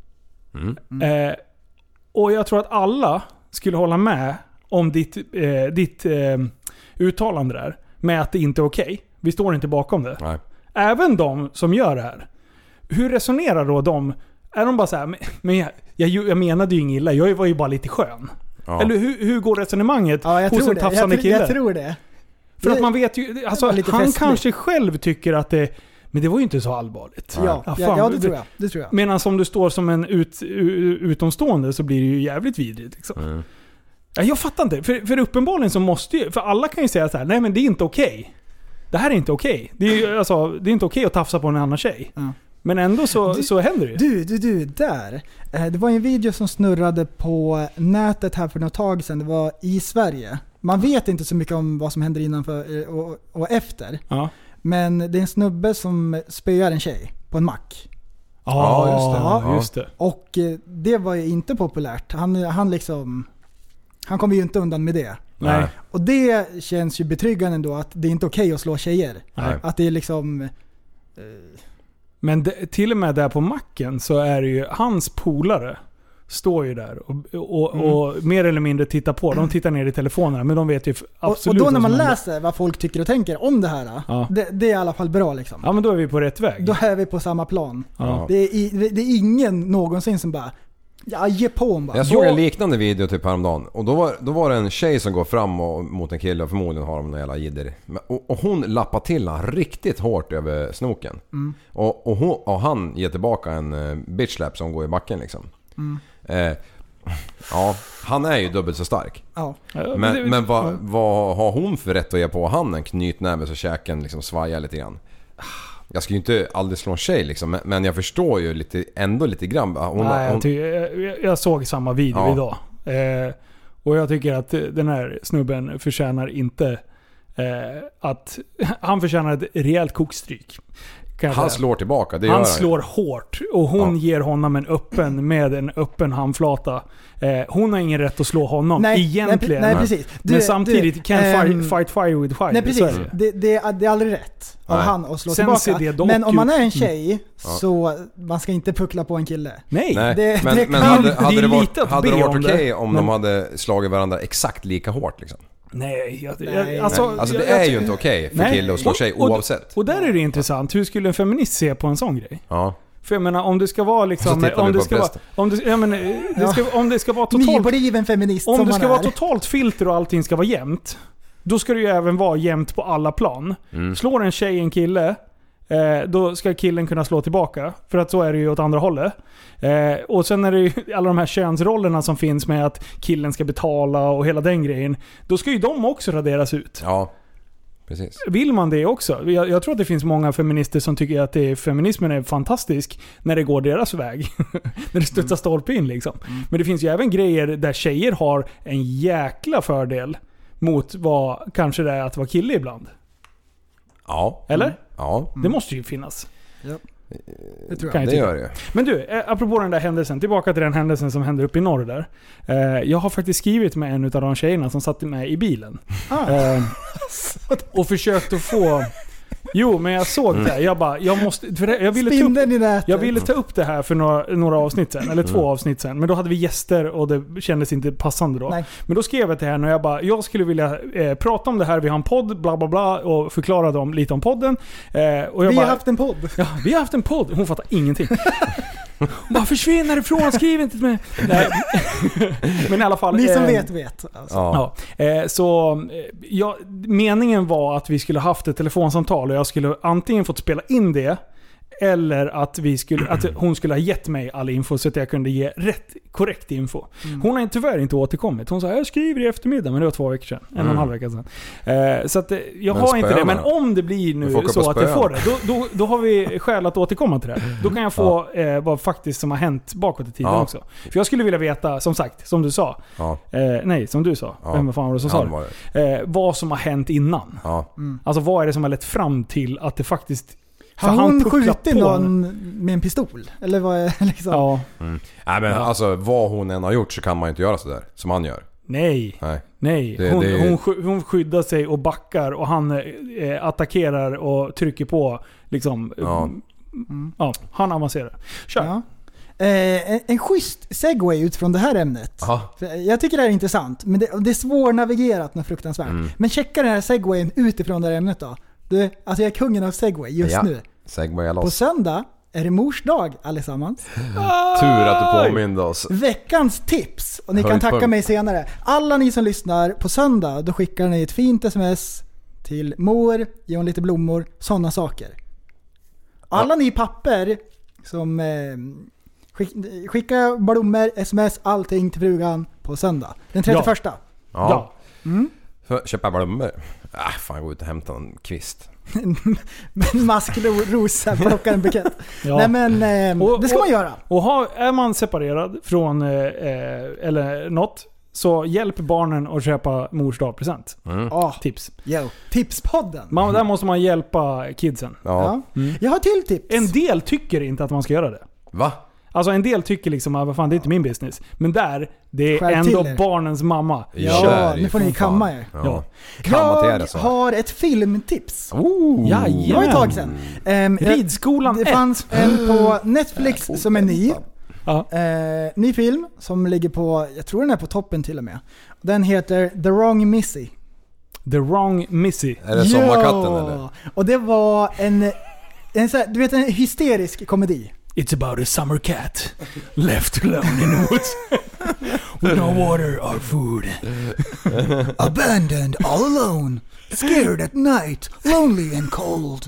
Mm. Mm. Eh, och jag tror att alla skulle hålla med om ditt, eh, ditt eh, uttalande där med att det inte är okej. Okay. Vi står inte bakom det. Nej. Även de som gör det här. Hur resonerar då de? Är de bara så här, men jag, jag, jag menade ju inget illa. Jag var ju bara lite skön. Ja. Eller hur, hur går resonemanget ja, hos en tafsande kille? Jag tror det. För det, att man vet ju, alltså, han festligt. Kanske själv tycker att det, men det var ju inte så allvarligt. Ja, ja, fan, ja det, tror jag. det tror jag. Medan om du står som en ut, utomstående så blir det ju jävligt vidrigt. Liksom. Mm. Ja, jag fattar inte. För, för uppenbarligen så måste ju, för alla kan ju säga så här, nej men det är inte okej. Okay. Det här är inte okej. Okay. Det är ju, alltså, det är inte okej okay att tafsa på en annan tjej. Ja. Men ändå så, du, så händer det. Du, du, du, där. Det var en video som snurrade på nätet här för något tag sedan. Det var i Sverige. Man vet inte så mycket om vad som händer innanför och, och efter. Ja. Men det är en snubbe som spöar en tjej på en mack. Ja, just det. Ja, just det. Och det var ju inte populärt. Han, han liksom... Han kommer ju inte undan med det. Nej. Och det känns ju betryggande ändå att det är inte okej att slå tjejer. Nej. Att det är liksom... Eh, Men det, till och med där på macken så är det ju hans polare står ju där och, och, mm. och mer eller mindre tittar på. De tittar ner i telefonerna men de vet ju absolut. Och, och då när man läser vad folk tycker och tänker om det här, ja. det, det är i alla fall bra liksom. Ja, men då är vi på rätt väg. Då är vi på samma plan. Ja. Det, är, det är ingen någonsin som bara ja, ge på bara. Jag såg en liknande video typ häromdagen. Och då var, då var det en tjej som går fram och, mot en kille och förmodligen har de någon jävla jidder. Och, och hon lappar till han riktigt hårt över snoken. Mm. Och, och, hon, och han ger tillbaka en uh, bitch slap som går i backen liksom. Mm. Eh, ja, han är ju dubbelt så stark. Ja. Men, men vad, vad har hon för rätt att ge på han en knytnäve så käken liksom svajar lite grann? Jag ska ju inte aldrig slå en tjej liksom, men jag förstår ju lite, ändå lite grann. Hon, Nej, hon... jag, ty- jag, jag såg samma video ja. idag. Eh, och jag tycker att den här snubben förtjänar inte eh, att... Han förtjänar ett rejält kokstryk. Han slår tillbaka, det Han gör slår hårt och hon ja. ger honom en öppen med en öppen handflata. Eh, hon har ingen rätt att slå honom nej, egentligen. Nej, nej precis. Du, men samtidigt du, kan ähm, fight, fight fire with fire. Nej, precis. Det, det, är, det är aldrig rätt av nej. han att slå Sen tillbaka. Men om man är en tjej mm. så man ska inte puckla på en kille. Nej, nej. Det, men, det men hade, hade det varit, hade det varit okej okay om men... de hade slagit varandra exakt lika hårt liksom? Nej, jag, nej. Jag, alltså, nej. Alltså det jag, är jag, ju inte okej okay för nej. kille att slå tjej och, oavsett. Och, och där är det intressant. Hur skulle en feminist se på en sån grej? Ja. För jag menar, om det ska vara liksom... Så om det på ska vara, om det, jag menar, det ska, om det ska vara totalt... Nybliven feminist Om som det man ska är. vara totalt filter och allting ska vara jämnt, då ska det ju även vara jämnt på alla plan. Mm. Slår en tjej en kille, eh, då ska killen kunna slå tillbaka. För att så är det ju åt andra hållet. Eh, och sen är det ju alla de här könsrollerna som finns med att killen ska betala och hela den grejen. Då ska ju de också raderas ut. Ja, precis. Vill man det också? Jag, jag tror att det finns många feminister som tycker att det, feminismen är fantastisk när det går deras väg. När det studsar stolpe in liksom. Mm. Men det finns ju även grejer där tjejer har en jäkla fördel mot vad kanske det är att vara kille ibland. Ja. Eller? Mm. Ja. Det måste ju finnas. Ja. Det tror Kan jag. jag Det gör det. Men du, eh, apropå den där händelsen, tillbaka till den händelsen som hände uppe i norr där. Eh, jag har faktiskt skrivit med en av de tjejerna som satt med i bilen. Ah. Eh, och försökt att få... Jo, men jag såg det. Jag bara, jag måste... För det, jag, ville ta Spindeln i upp, nätet. jag ville ta upp det här för några, några avsnitt sen. Eller två Mm. avsnitt sen. Men då hade vi gäster och det kändes inte passande då. Nej. Men då skrev jag till henne och jag bara, jag skulle vilja eh, prata om det här. Vi har en podd, bla bla bla. Och förklara dem lite om podden. Eh, och jag Vi bara, har haft en podd. Ja, vi har haft en podd. Hon fattar ingenting. Hon bara, försvinner ifrån, skriv inte till mig. Nej. Men i alla fall... Ni som eh, vet, vet. Alltså. Ja. Ja. Eh, så eh, ja, meningen var att vi skulle haft ett telefonsamtal och jag skulle antingen fått spela in det eller att, vi skulle, att hon skulle ha gett mig all info så att jag kunde ge rätt, korrekt info. Mm. Hon har tyvärr inte återkommit. Hon sa, jag skriver i eftermiddag, men det var två veckor sedan. En och en halv vecka sedan. Eh, så att, eh, jag Men har inte det, spöna. men om det blir nu Du får så på att jag spöna. får det, då, då, då har vi skäl att återkomma till det. Då kan jag få eh, vad faktiskt som har hänt bakåt i tiden Ja. också. För jag skulle vilja veta, som sagt, som du sa. Ja. Eh, nej, som du sa. Ja. Vem fan var det som Ja, sa det var det? Eh, vad som har hänt innan. Ja. Mm. Alltså vad är det som har lett fram till att det faktiskt... Har för han hon pucklar skjutit på någon med en pistol? Eller vad är liksom? Ja. Mm. Nej men alltså vad hon än har gjort så kan man ju inte göra så där som han gör. Nej. Nej. Nej. Det- hon, det- hon, sky- hon skyddar sig och backar och han eh, attackerar och trycker på liksom. Ja. Mm. Ja, han avancerar. Kör. Ja. Eh, en, en schysst segway utifrån det här ämnet. Aha. För jag tycker det här är intressant, men det, det är svårnavigerat och fruktansvärt. Mm. Men checka den här segwayen utifrån det här ämnet då. Du, alltså jag är kungen av segway just Ja. nu. Segwaya På loss. söndag är det mors dag allesammans. Tur att du påminde oss. Veckans tips, och ni kan Höjdpunkt. tacka mig senare. Alla ni som lyssnar på söndag, då skickar ni ett fint sms till mor, ge hon lite blommor, sådana saker. Alla ni papper som eh, skick, skicka blommor, sms, allting till frugan på söndag. Den trettioförsta. Ja. Ja. Mm. För, köpa blommor. Äh, fan gå ut och hämta en kvist. En maskrosa, plocka en bukett. Ja. Nej men, eh, Och- det ska och- man göra. Och har, är man separerad från eh, eh, eller något, så hjälp barnen att köpa mors dagpresent. Mm. Oh, Tips. yo. Tipspodden. Man, där måste man hjälpa kidsen. Ja. Ja. Jag har till tips. En del tycker inte att man ska göra det. Va? Alltså en del tycker liksom att vad fan, det är inte min business. Men där, det är Skärp till ändå er. barnens mamma. Ja, där nu får ni fan. kamma er. Ja. Ja. Kamma till er Jag alltså. har ett filmtips. Oh. Det var ett Jajamän. tag sedan. Ehm, jag- Ridskolan Det ett. fanns en på Netflix som är ny. Ja. Eh, ny film som ligger på, jag tror den är på toppen till och med. Den heter The Wrong Missy. The Wrong Missy. Är det Sommarkatten eller? Och det var en, en så här, du vet en hysterisk komedi. It's about a summer cat left alone in the woods with no water or food. Abandoned all alone, scared at night, lonely and cold.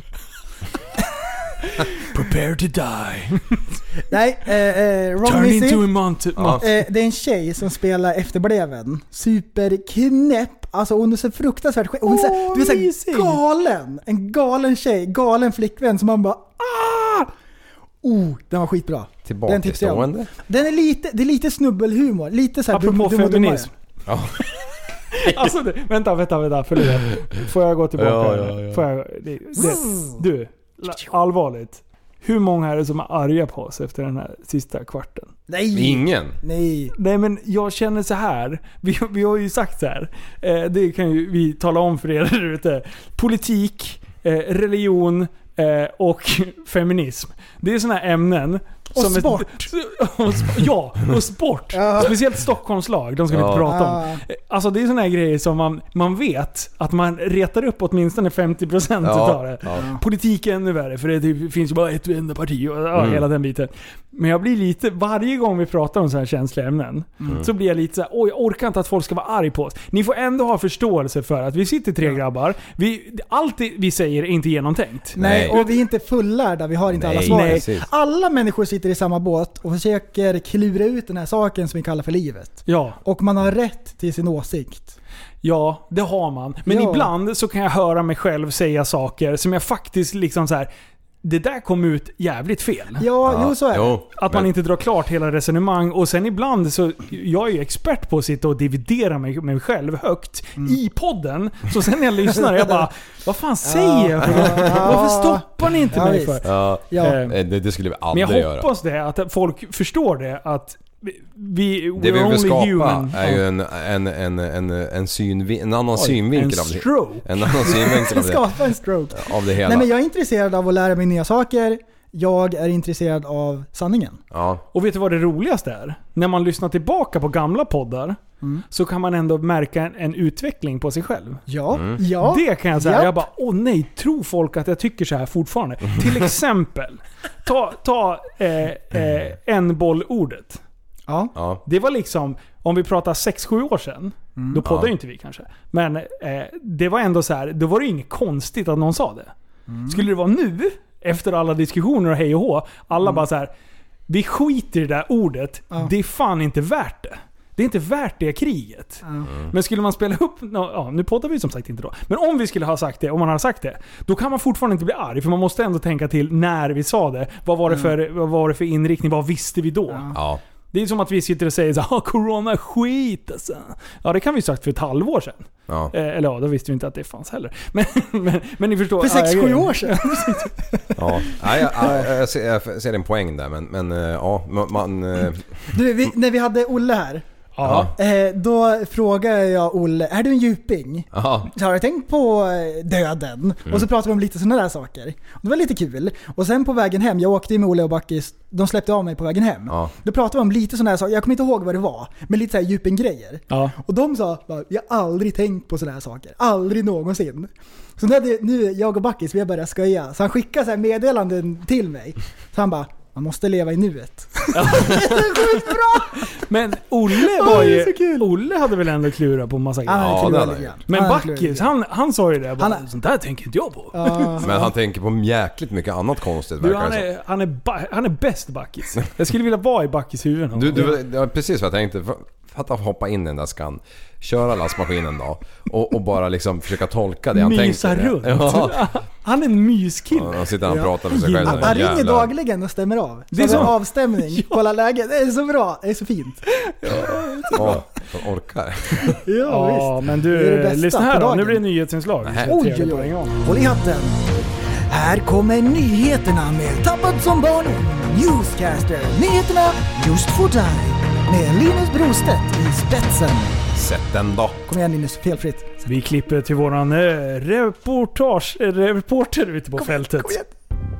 Prepare to die. Nej, eh, eh, Wrong Turn Missy. into a mont- Ja. mont- Eh, det är en tjej som spelar efterbleven. Superknäpp. Alltså hon är så fruktansvärt sk- hon är så, Åh, du är så mysig. här galen. En galen tjej. Galen flickvän som man bara ah! Oh, den var skitbra. Den tipsar jag om. Tillbakastående. Den är lite, det är lite snubbelhumor. Lite så här Apropå dum- dum och feminism. Ja. Alltså, det, vänta, vänta, vänta. Förlåt. Får jag gå tillbaka? Ja, ja, ja. Får jag, det, det, du, allvarligt. Hur många är det som är arga på oss efter den här sista kvarten? Nej. Ingen. Nej. Nej, men jag känner så här. Vi, vi har ju sagt så här. Eh, det kan ju vi tala om för er där ute. Politik, eh, religion eh, och feminism. Det är såna här ämnen Och som sport. Ett, och sp- ja, och sport. Ja. Speciellt Stockholmslag, de ska vi Ja. inte prata om. Ja. Alltså det är såna här grejer som man, man vet att man retar upp åtminstone femtio procent Ja. av det. Ja. Politik är ännu värre, för det typ, finns ju bara ett enda parti och ja, Mm. hela den biten. Men jag blir lite, varje gång vi pratar om så här känsliga ämnen, Mm. så blir jag lite så här: oj, jag orkar inte att folk ska vara arg på oss. Ni får ändå ha förståelse för att vi sitter tre grabbar. Vi, allt det vi säger är inte genomtänkt. Nej, och vi är inte fullärda, vi har inte Nej, alla svar. nej, precis. Alla människor sitter i samma båt och försöker klura ut den här saken som vi kallar för livet. Ja. Och man har rätt till sin åsikt. Ja, det har man. Men Ja. ibland så kan jag höra mig själv säga saker som jag faktiskt liksom så här: det där kom ut jävligt fel. Ja, jo, så är det. Jo, Att man men- inte drar klart hela resonemang. Och sen ibland så, jag är ju expert på att sitta och dividera mig, mig själv högt i podden. Så sen när jag lyssnar, jag bara, vad fan säger jag? Ja. Varför stoppar ni inte Ja, mig visst. för? Ja, Ja. Eh, det, det skulle vi Men aldrig jag göra. hoppas det, att folk förstår det. Att vi, vi Det we're vi vill only skapa human. är ju en, en, en, en, en, synvin- en annan Oj, synvinkel en av det. stroke. En annan synvinkel av det. Skapa en stroke. Av det hela. Nej, men jag är intresserad av att lära mig nya saker. Jag är intresserad av sanningen. Ja. Och vet du vad det roligaste är? När man lyssnar tillbaka på gamla poddar, Mm. så kan man ändå märka en, en utveckling på sig själv. Ja, Mm. ja. Det kan jag säga. Japp. Jag bara, åh nej, tror folk att jag tycker så här fortfarande? Till exempel, ta, ta eh, eh, en boll-ordet. Ja. Ja. Det var liksom, om vi pratar sex sju år sedan, Mm. då poddar Ja. ju inte vi kanske. Men eh, det var ändå så här, då var det inget konstigt att någon sa det. Mm. Skulle det vara nu, efter alla diskussioner och hej och hå, alla bara så här: vi skiter i det där ordet, Ja. det är fan inte värt det. Det är inte värt det kriget. Ja. Men skulle man spela upp, ja, nu poddar vi som sagt inte då, men om vi skulle ha sagt det, om man har sagt det, då kan man fortfarande inte bli arg, för man måste ändå tänka till när vi sa det. Vad var det för, vad var det för inriktning? Vad visste vi då? Ja. Det är som att vi sitter och säger så här: corona skit alltså. Ja, det kan vi sagt för ett halvår sedan. Ja. Eh, eller ja, då visste vi inte att det fanns heller. Men, men, men ni förstår. För sex ja, sju jag- år sedan. Ja. Nej, jag, jag, jag, ser, jag ser en poäng där, men, men eh, ja, man... man eh, Du, vi, när vi hade Olle här, Ja. eh, då frågade jag Olle, är du en djuping? ja. Så har jag tänkt på eh, döden? Och så pratade vi om lite sådana där saker. Och det var lite kul. Och sen på vägen hem, jag åkte ju med Olle och Backis, de släppte av mig på vägen hem. Ja. Då pratade vi om lite sådana här saker, jag kommer inte ihåg vad det var, men lite så här djuping-grejer. Ja. Och de sa, bara, jag har aldrig tänkt på sådana här saker. Aldrig någonsin. Så nu, hade, nu jag och Backis, vi har börjat skoja. Så han skickade så här meddelanden till mig. Så han bara, man måste leva i nuet. Det är sjukt bra! Men Olle Åh, var det är ju... så kul. Olle hade väl ändå klurat på massa grejer. Han Ja, klurar det hade lite han grann. Men Han klurar lite Backis, grann. han, han sa ju det. Bara, Han- sånt där tänker inte jag på. Ja. Men han tänker på jäkligt mycket annat konstigt, Du, verkar han, det som. är, han, är ba, han är bäst Backis. Jag skulle vilja vara i Backis huvud. Du, du, det var precis vad jag tänkte. Fatta att hoppa in i den där skan, köra lastmaskinen då och, och bara liksom försöka tolka det han Mysa tänkte. runt. Ja. Han är en myskille. Ja, han sitter han och Ja. pratar med sig själv. Han, han ringer dagligen och stämmer av. Det är Så så. avstämning, kolla läget. Det är så bra, det är så fint. Ja, de orkar. Ja, Ja, visst. men Det är det du, bästa lyssna på här då. dagen. Nu blir det nyhetsinslag. Vi ska Oj, trevligt oj, på en oj. gång. Håll i hatten. Här kommer nyheterna med Tappad som barn. Newscaster. Nyheterna just för dig. Med Linus Brostedt i spetsen. Sätt den då. Kom igen Linus, felfritt. Vi klipper till våran eh, reportage, eh, reporter ute på fältet. Kom igen.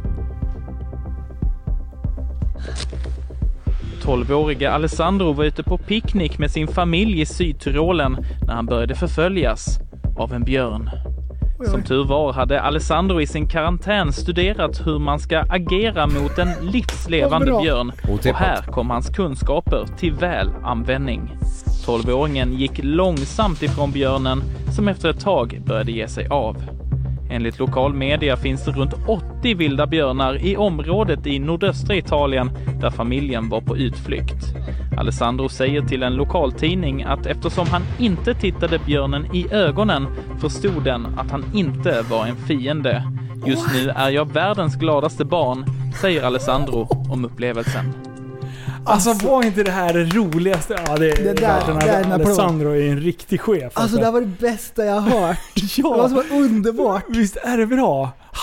tolvårige Alessandro var ute på picknick med sin familj i Sydtyrolen när han började förföljas av en björn. Som tur var hade Alessandro i sin karantän studerat hur man ska agera mot en livslevande Vad bra. björn. Otippat. Och här kom hans kunskaper till väl användning. tolvåringen gick långsamt ifrån björnen som efter ett tag började ge sig av. Enligt lokal media finns det runt åttio vilda björnar i området i nordöstra Italien där familjen var på utflykt. Alessandro säger till en lokaltidning att eftersom han inte tittade björnen i ögonen förstod den att han inte var en fiende. Just nu är jag världens gladaste barn, säger Alessandro om upplevelsen. Alltså var inte det här det roligaste? Ja, det, Det det där- där, den det är här en applåd. Alessandro är en riktig chef. Alltså det här var det bästa jag har hört. Det var ja, så underbart. visst är det bra?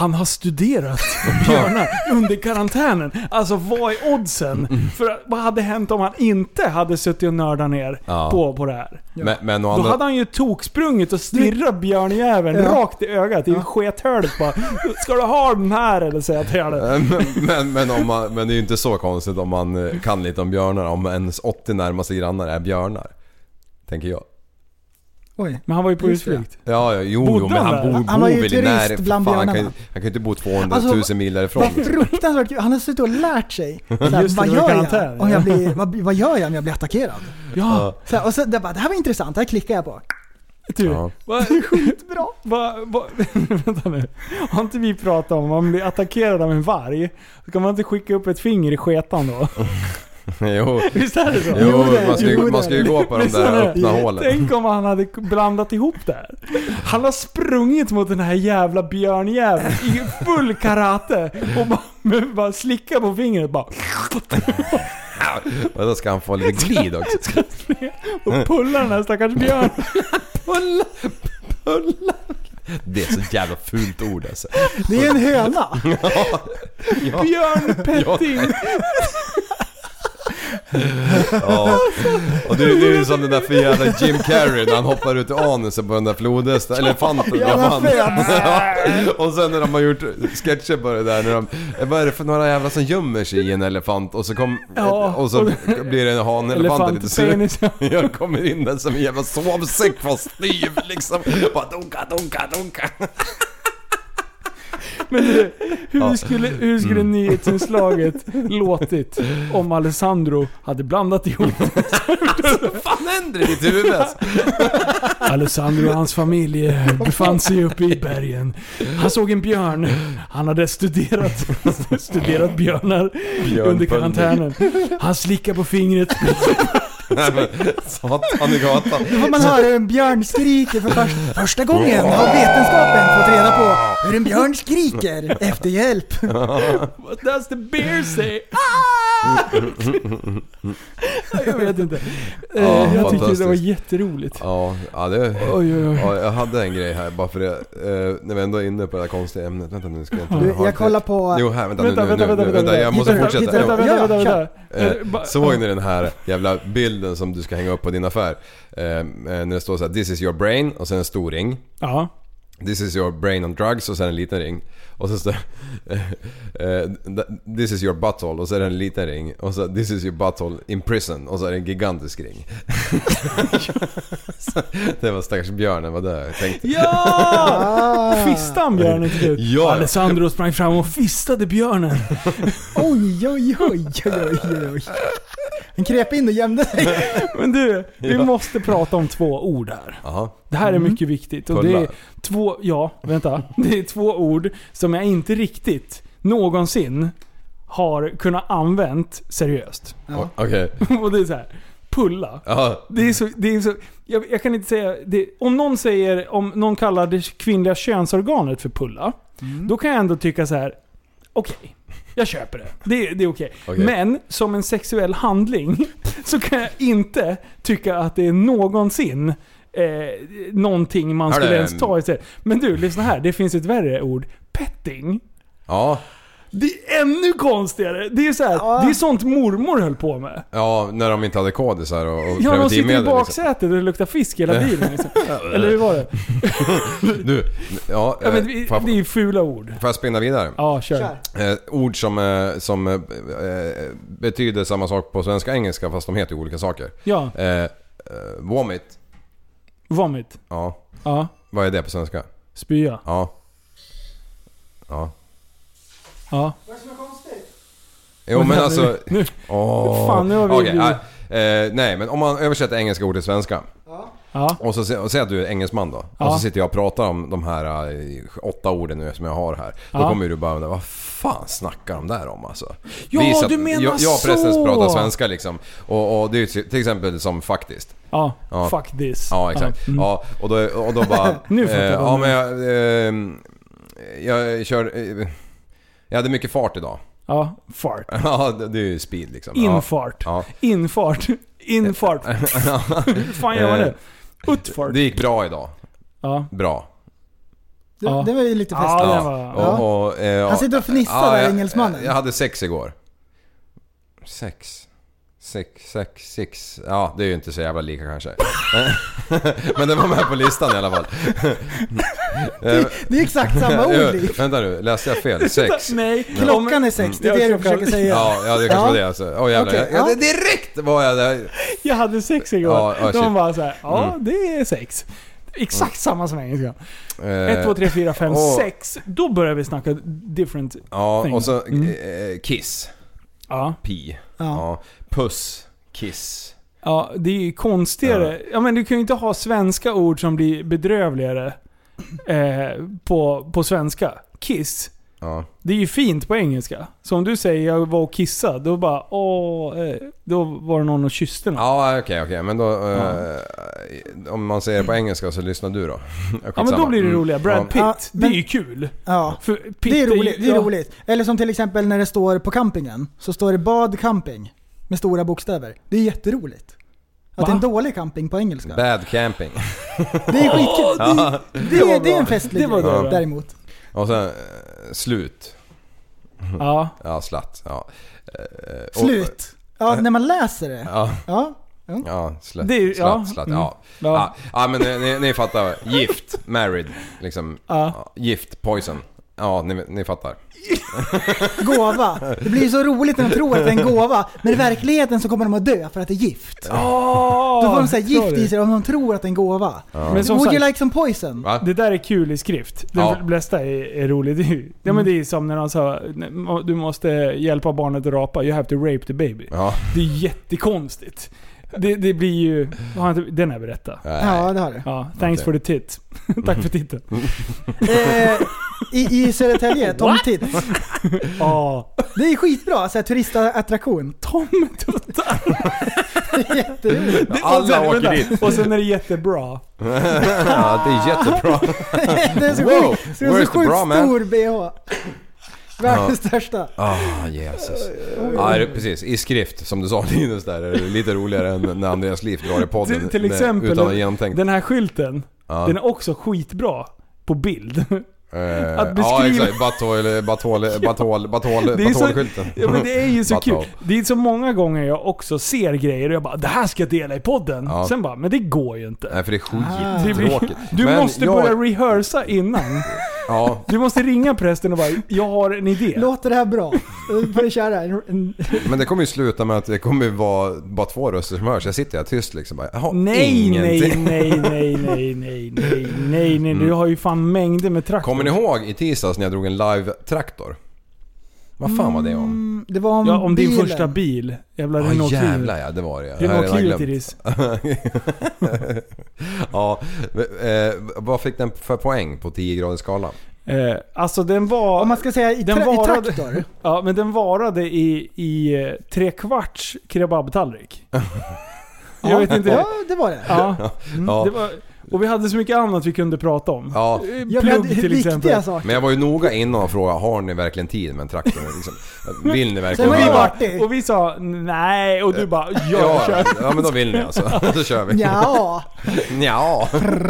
han har studerat björnar under karantänen. Alltså vad är oddsen? För vad hade hänt om han inte hade suttit och nördat ner Ja. på, på det här? Men, men Då andra... hade han ju toksprungit och stirrat björnjäveln Ja. rakt i ögat i skethördet bara. Ska du ha den här eller säga till honom? men, men, men, om man, men det är ju inte så konstigt om man eh, kan lite om björnar. Om ens åttio närmaste grannar är björnar. Tänker jag. Oj. Men han var ju på Just det. utflykt. Ja, ja jo, Bodde jo, men han han där? bor, Han var bor ju väl i turist närheten. bland Fan, han, kan, ju- björnarna. han kan ju inte bo tvåhundratusen Alltså, mil därifrån. Vad fruktansvärt kul. Han har suttit och lärt sig. Såhär, Just det, vad det var gör karantän, jag? Om jag blir, vad, vad gör jag om jag blir attackerad? Ja. Såhär, och så, det, bara, det här var intressant, det här klickar jag på. Du, Ja. vad, Skitbra. vad, vad, vänta nu. Har inte vi pratat om om man blir attackerad av en varg? Så kan man inte skicka upp ett finger i sketan då? Jo, Visst är det så? jo det- man, ska, ju- jo, det- man ska ju gå på de Visst är där det? öppna hålen. Tänk om han hade blandat ihop det här. Han har sprungit mot den här jävla björnjäveln i full karate och bara, bara slicka på fingret bara. Och då ska han få lite glid också. Och pulla den här stackars björn. Pulla, pulla. Det är så jävla fult ord alltså. Det är en höna. Ja. Björnpetting. Ja. Och det, det är ju som den där för jävla Jim Carrey när han hoppar ut i anusen på den där flodhästen, elefanten. Ja, vad Ja. Och sen när de har gjort sketcher på det där när de, vad är det för några jävla som gömmer sig i en elefant och så kom Ja, och så och- blir det en han-elefant lite sur. Elefantpenis. Jag kommer in där som en jävla sovsäck fast styv liksom. Bara dunka, dunka, dunka. Men du, hur Ja. skulle, hur skulle Mm. nyhetsinslaget låtit om Alessandro hade blandat ihop? Vad fan händer i ditt huvud? Alessandro och hans familj befann sig uppe i bergen. Han såg en björn. Han hade studerat, studerat björnar under karantänen. Han slickade på fingret. Satan i gatan. Då får man höra hur en björn skriker för först, första gången har vetenskapen fått reda på hur en björn skriker efter hjälp. What does the bear say? Ah! Jag vet inte. Ja, Eh, jag tyckte det fantastiskt. var jätteroligt. Ja, ja, det, Oj, oj, oj. ja, jag hade en grej här bara för det, eh, när vi ändå är inne på det här konstiga ämnet. Vänta nu ska jag inte... Du, ha- jag kollar på... Jo, här, vänta, Vänta, nu, vänta, nu, vänta, nu, vänta, vänta, jag måste Hittar du- fortsätta. hittar du- Vänta, Ja, vänta, vänta, kör. vänta. Eh, ba- såg ni den här jävla bilden som du ska hänga upp på din affär? Eh, eh, när det står så här: this is your brain och sen en stor ring. Ja. This is your brain on drugs och sen en liten ring. Och så står eh, eh, this is your butthole och så är det en liten ring. Och så this is your butthole in prison och så är det en gigantisk ring. Så, det var stackars björnen var där jag tänkte. Ja! Fistan björnen till slut. Ja. Alessandro sprang fram och fistade björnen. Oj, oj, oj, oj, oj, oj. En krep in och gömde sig. Men du, vi Ja. måste prata om två ord här. Aha. Det här är mycket viktigt. Och det är två, ja, vänta. Det är två ord som jag inte riktigt någonsin har kunnat använt seriöst. Ja. Okej. Och det är så här. Pulla. Ja. Det är så, det är så jag, jag kan inte säga det, om någon säger, om någon kallar det kvinnliga könsorganet för pulla, Mm. då kan jag ändå tycka så här: okej, okay, jag köper det. Det, det är okej. Okay. Okej. Men som en sexuell handling så kan jag inte tycka att det är någonsin eh, någonting man skulle Hörde, ens ta i sig. Men du, lyssna här. Det finns ett värre ord. Petting. Ja. Det är ännu konstigare. Det är så här, Ja. det är sånt mormor höll på med. Ja, när de inte hade kodisar och, och Ja, de sitter i preventivmedel baksätet och det luktar fisk hela bilen. Liksom. Eller hur var det? liksom. Du, ja, Ja, men eh, det, får jag- det är ju fula ord. får jag spinna vidare? Ja, kör. Kör. Eh, ord som, eh, som eh, eh, betyder samma sak på svenska och engelska fast de heter ju olika saker. Ja, Eh, eh, vomit. vomit. Ja. Ja, Vad är det på svenska? spya. Ja. Ja. Ja. Vad är det som är konstigt? Jo Men men nu- alltså... nu- Åh. Fan, nu har vi Okej, blivit- eh, eh, nej men om man översätter engelska ord till svenska. Ja. Och så se- och säg att du är engelsman då. Ja. Och så sitter jag och pratar om de här eh, åtta orden nu som jag har här. Då Ja. kommer du bara undra, vad fan snackar de där om alltså? Ja, Visa- du menar jag, jag så! precis pratar svenska liksom. Och, och det är ju till till exempel som faktiskt. Ja, Ja. fuck this. Ja, exakt. Mm. Ja, och då, och då bara... Nu fattar eh, jag. Ja, men jag... Eh, jag kör... Eh, jag hade mycket fart idag. Ja, fart. Ja, det, det är ju speed liksom. Infart. Ja. Infart. Infart. Hur fan gör man det? Utfart. Det gick bra idag. Ja. Bra. Det, ja. det var ju lite fest. Ja, ja. Var, och, och, eh, Han sitter och fnissar ja, där, engelsmannen. Jag, jag hade sex igår. Sex. Sex, sex, sex. Ja, det är ju inte så jävla lika kanske. Men det var med på listan i alla fall. det, det är exakt samma ord. Vänta nu, läste jag fel? Sex. Nej, klockan är sex. Det är det du försöker säga. Ja, ja det kanske ja. var det alltså. Åh oh, jävlar. Okay, ja. Ja, direkt var jag där. Jag hade sex igår. Ja, oh, de var så här, ja, mm. det är sex. Exakt mm. samma som engelska. ett, två, tre, fyra, fem, sex. Då börjar vi snacka different ja, things. Och så mm. eh, kiss. Ja. Pi. Ja. Ja. Puss. Kiss. Ja, det är ju konstigare. Ja. ja, men du kan ju inte ha svenska ord som blir bedrövligare eh, på, på svenska. Kiss. Ja. Det är ju fint på engelska. Så om du säger jag var och kissade, då bara åh, eh, då var det någon och kysste någon. Ja, okej, okay, okej. Okay. Men då ja. eh, om man säger det på engelska så lyssnar du då. Ja, men då blir det roliga. Brad Pitt, ja, det är ju kul. Ja. För Pitt det är roligt, det är roligt. Eller som till exempel när det står på campingen så står det bad camping med stora bokstäver. Det är jätteroligt. Att Va? Det är en dålig camping på engelska. Bad camping. Det är skitkul. Det, det, det, det är en festlig grej ja. däremot. Och sen slut. Ja. Ja, slatt. Ja. Och, slut. Ja, när man läser det. Ja. Ja, ja. ja slätt, det är, slatt, ja. slatt. Ja. Mm. Ja. Ja. Ja, men ni, ni fattar. Gift, married, liksom. Ja. Gift, poison. Ja, ni, ni fattar. Gåva. Det blir så roligt när de tror att det är en gåva. Men i verkligheten så kommer de att dö för att det är gift. Oh, Då får de säga gift i sig om de tror att det är en gåva. Ja. Men som Would sagt, you like some poison? Va? Det där är kul i skrift. Den ja. bästa är, är roligt. Ja, mm. men det är som när de sa du måste hjälpa barnet att rapa. You have to rape the baby. Ja. Det är jättekonstigt. Det, det blir ju... Den är berätta. Ja, det har det. Ja, thanks okay. for the tit. Tack för titten. eh, I, I Södertälje, Tom Titt. Ja. Det är skitbra, så här, turistattraktion. Tom tuttar. Det är jätteroligt. Alla sen, åker vänta, dit. Och sen är det jättebra. Ja, det är jättebra. Det är så wow. sjukt, så är så sjukt bra, stor B H. Världens ja. största. Ah, Jesus. Ja, precis. I skrift, som du sa Linus där, är det lite roligare än när Andreas Liv drar i podden. Till, till exempel, utan att genomtänkt. Den här skylten, ja. den är också skitbra på bild. Eh, att beskriva... Ja, exakt. Batol, batol, batol, batol, batolskylten. Ja, men det är ju så kul. Det är så många gånger jag också ser grejer och jag bara, det här ska jag dela i podden. Ja. Sen bara, men det går ju inte. Nej, för det är skittråkigt. Ah. Du men måste jag... börja rehearsa innan. Ja. Du måste ringa prästen och bara, jag har en idé. Låter det här bra? Får jag köra? Men det kommer ju sluta med att det kommer vara bara två röster som hörs. Jag sitter här tyst liksom. Jag har nej, ingenting. nej, nej, nej, nej, nej, nej, nej, nej. Du har ju fan mängder med traktor. Kommer ni ihåg i tisdags när jag drog en live-traktor? Vad fan var det om? Mm, det var om ja, om bilen. din första bil. Jävla oh, Renault Clio. Jävlar, ja, det var det. Renault Clio till dis. Ja, eh, vad fick den för poäng på tio graders skala? Eh, alltså den var... Om man ska säga i, den tra- varade, i traktor. Ja, men den varade i, i tre kvarts kebabtallrik. Jag ja, vet inte. Ja, det var det. Ja, mm, ja. Det var... Och vi hade så mycket annat vi kunde prata om. Ja. Plugg till exempel. Saker. Men jag var ju noga innan och frågade, har ni verkligen tid med en traktor? Liksom, vill ni verkligen? Och vi, bara, och vi sa, nej. Och du bara, ja, ja, kör. Ja, men då vill ni alltså. Så kör vi. Ja. Ja.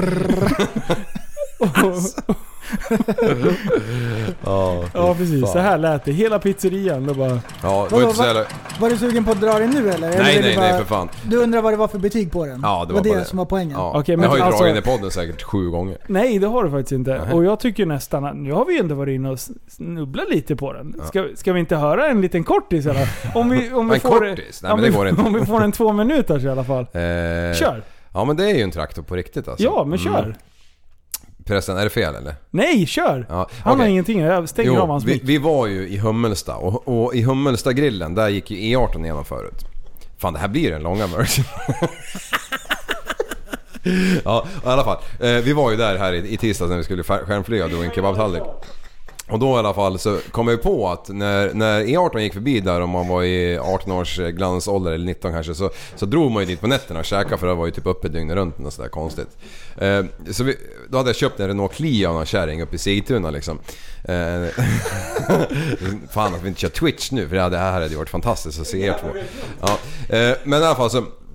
ja, ja, precis. Fan. Så här lät det. Hela pizzerian då bara... Ja, det var, inte så jävla... var du sugen på att dra den nu eller? Nej, eller nej, bara... nej för fan. Du undrar vad det var för betyg på den? Ja, det var, var det, det som var poängen. Ja. Okay, men jag har ju alltså... dragit in i podden säkert sju gånger. Nej, det har du faktiskt inte. Uh-huh. Och jag tycker nästan att nu har vi ändå varit inne och snubblat lite på den. Ska, ska vi inte höra en liten kortis eller? Om vi, om vi en får kortis? Nej, men det går inte. Om vi får en två minuters i alla fall. Eh... Kör! Ja, men det är ju en traktor på riktigt alltså. Ja, men kör! Mm. Förresten, är det fel eller? Nej, kör! Ja, han okay. har ingenting, jag stänger jo, av hans vi, vi var ju i Hummelsta och, och i Hummelsta-grillen, där gick ju E arton igenom förut. Fan, det här blir en långa version. Ja, i alla fall. Eh, vi var ju där här i, i tisdags när vi skulle skärmflyga och drog en kebabtallrik. Och då i alla fall så kom jag på att när, när E arton gick förbi där, om man var i arton års glansålder eller nitton kanske, så, så drog man ju dit på nätterna och käka, för det var ju typ uppe dygnet runt och sådär konstigt. Eh, så vi, då hade jag köpt en Renault Clio av någon kärring uppe i Sigtuna liksom. Eh, fan att vi inte kör Twitch nu, för det här hade varit fantastiskt att se er två. Ja, eh, men i alla fall så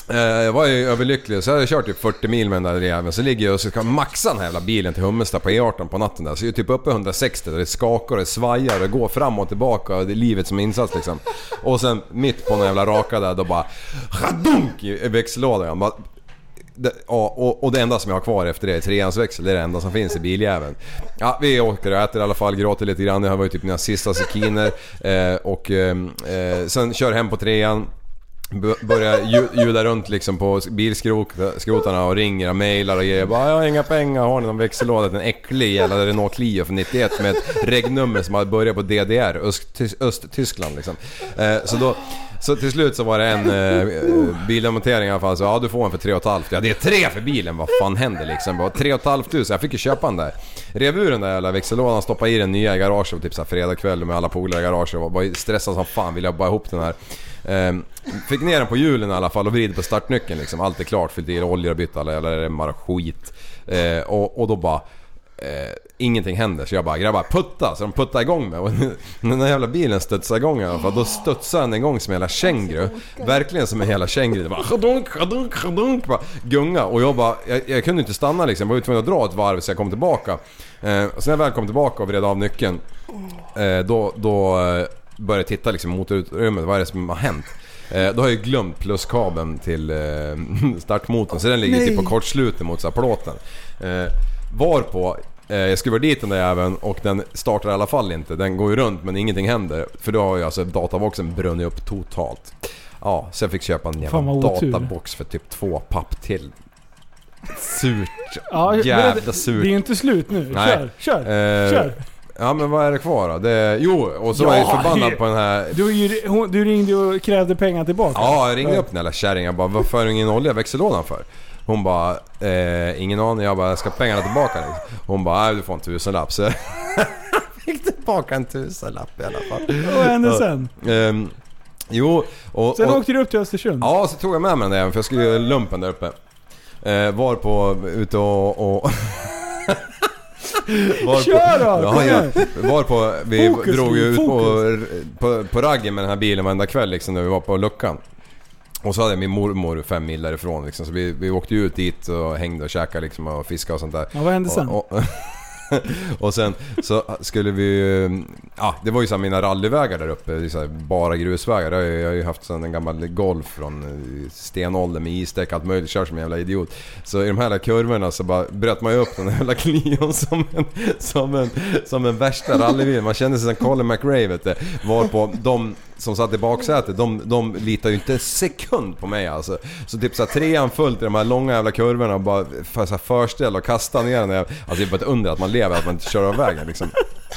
Jag var ju överlycklig, så jag hade kört typ fyrtio mil med den där jäveln. Så ligger jag och ska maxa den här jävla bilen till Hummesta på E arton på natten där. Så jag är typ uppe hundrasextio, där det skakar, det svajar, det går fram och tillbaka, och det är livet som insats liksom. Och sen mitt på den jävla raka där, då bara radunk i växellådan. Bara, det, och, och det enda som jag har kvar efter det är treansväxel. Det är det enda som finns i biljäveln. Ja, vi åker och äter i alla fall, gråter lite grann. Det här var ju typ mina sista sekiner. eh, Och eh, sen kör hem på trean, börjar ljuda runt liksom på bilskrotarna och ringer och mejlar och ger bara, jag har inga pengar, har ni någon växellåda, en äcklig eller Renault Clio från nittioett med ett regnummer som hade börjat på D D R, Öst- Östtyskland liksom. eh, så då så till slut så var det en eh, bildemontering i alla fall, så ja, du får en för tre och ett halvt. Ja, det är tre för bilen, vad fan händer liksom? Bara tre och ett halvt tusen, jag fick ju köpa den där. Rev ur den där jävla växellådan, stoppa i den nya i garaget typ så här fredag kväll med alla polare i garaget och var stressad som fan, ville jag bara ihop den här. Eh, fick ner den på hjulen i alla fall och vrid på startnyckeln liksom. Allt är klart, fyllt i olja och bytt alla eller bara skit. Eh, och, och då bara eh, ingenting händer, så jag bara, grabbar, putta. Så de puttar igång med. Och när den jävla bilen studsar igång i alla fall, då studsar den igång som en hela känguru. Verkligen som en hela känguru. Det bara khadunk, khadunk, khadunk, bara gunga. Och jag bara, jag, jag kunde inte stanna liksom. Jag var tvungen att dra ett varv så jag kom tillbaka. eh, Så när jag väl kom tillbaka och vred av nyckeln, eh, Då, då eh, började jag titta liksom mot utrymmet. Vad är det som har hänt? Eh, då har jag glömt pluskabeln till eh, startmotorn. Så den ligger Nej. typ på kortslutet mot så här plåten. eh, Varpå eh, jag skruvar dit den där även, och den startar i alla fall inte. Den går ju runt men ingenting händer. För då har ju alltså datavoxen brunnit upp totalt. Ja, så jag fick köpa en jävla databox för typ två papp till. Surt. Ja, Jävla surt. Det är ju inte slut nu. Nej. Kör, kör, Eh, kör. Ja, men vad är det kvar då? Det, jo, och så Ja, var jag förbannad på den här. Du, ju- hon- du ringde och krävde pengar tillbaka. Ja, jag ringde upp den där kärringen. Jag bara, varför har du ingen olja i växellådan för? Hon bara, eh, ingen aning. Jag bara, jag ska pengarna tillbaka liksom. Hon bara, nej, du får en tusenlapp. Så jag fick tillbaka en tusenlapp i alla fall. Vad hände sen? Um, jo, och, Sen och, åkte du upp till Östersund. ja, så tog jag med mig den där, för jag skulle göra lumpen där uppe. Eh, var på ute och... och Var Kör då, på, kom ja, igen. ja, var på, vi Fokus, drog ju ut på, fokus. på, på raggen med den här bilen varenda kväll liksom, när vi var på luckan. Och så hade min mormor fem mil därifrån liksom, så vi, vi åkte ut dit och hängde och käkade liksom, och fiskade och sånt där. Ja, vad hände sen? Och, och, och sen så skulle vi, ja, det var ju så här mina rallyvägar där uppe, det är så här bara grusvägar. Jag har ju, jag har ju haft sån en gammal Golf från stenåldern med isdäck, allt möjligt, kör som en jävla idiot. Så i de här kurvorna så bara bröt man ju upp den här jävla Clion som en, som en, som en värsta rallybil. Man kände sig som Colin McRae, vet du. Varpå de som satt i baksätet, de, de litar ju inte en sekund på mig alltså. Så typ så här trean fullt i de här långa jävla kurvorna och bara för, så här förställa och kasta ner den där. Alltså det är bara ett under att man lever, att man inte kör av vägen liksom.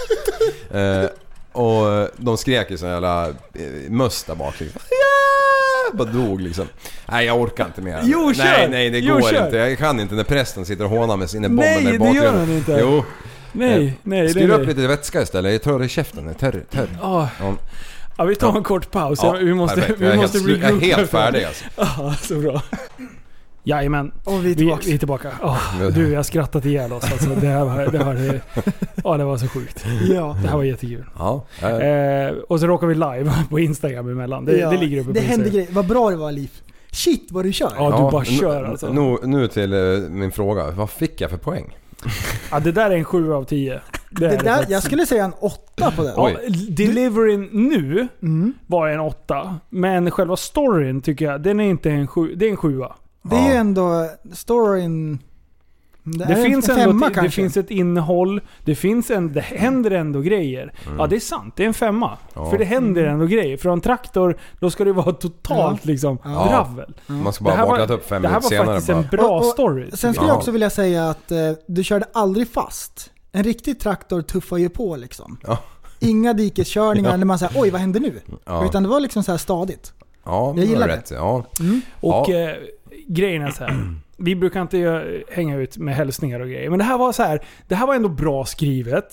eh, och de skrek ju sån jävla möss där bak liksom. Ja! Bara dog liksom. Nej, jag orkar inte mer. Jo, kör! Nej, nej, det Jo, går kör! inte. Jag kan inte när prästen sitter och hånar med sina bomber Nej, där i det gör bakgrunden. han inte. Jo. Nej, Eh, nej. Styr det upp är- lite vätska istället. Jag tar det i käften. Det är törr, törr. Ja. Ja. Ja, vi tar en kort paus. Ja, vi måste, perfekt. vi Jag är måste helt slu- jag är regroupa helt för- färdig, alltså. Ja, så bra. Jajamän. Och vi är vi, tillbaka. vi är tillbaka. Oh, du, jag skrattat ihjäl oss. Alltså, det, här, var- det, här, ja, det var så sjukt. Ja. Det här var jättekul. Ja. Eh, och så råkar vi live på Instagram emellan. Det, Ja, det ligger uppe det på händer Instagram. grejer. Vad bra det var, Liv. Shit vad du kör. Ja, du bara nu- kör alltså. Nu, nu till eh, min fråga. Vad fick jag för poäng? Ja, det där är en sju av tio. Det är Det det där, faktiskt. jag skulle säga en åtta på den. Ja, deliveryn nu Mm. var en åtta. Men själva storyn tycker jag, den är inte en sju. Det är en sjua. Det är ju ändå storyn... Det, Det, är finns en ändå femma det kanske. finns ett innehåll. Det finns en, det händer ändå grejer. Mm. Ja, det är sant. Det är en femma. Ja. För det händer ändå grejer. För en traktor, då ska det vara totalt Ja. liksom Ja. dravel. Man ska Det bara här var- vaknat upp fem Det här minuter var senare faktiskt bara. en bra Och- och story. Sen skulle Ja. jag också vilja säga att eh, du körde aldrig fast. En riktig traktor tuffar ju på liksom. Ja. Inga dikeskörningar Ja. när man säger oj vad händer nu? Ja. Utan det var liksom så här stadigt. Ja, Jag gillar har det. rätt. Ja. Och Ja. eh, grejen är så här. Vi brukar inte göra- hänga ut med hälsningar och grejer. Men det här var så här. Det här var ändå bra skrivet.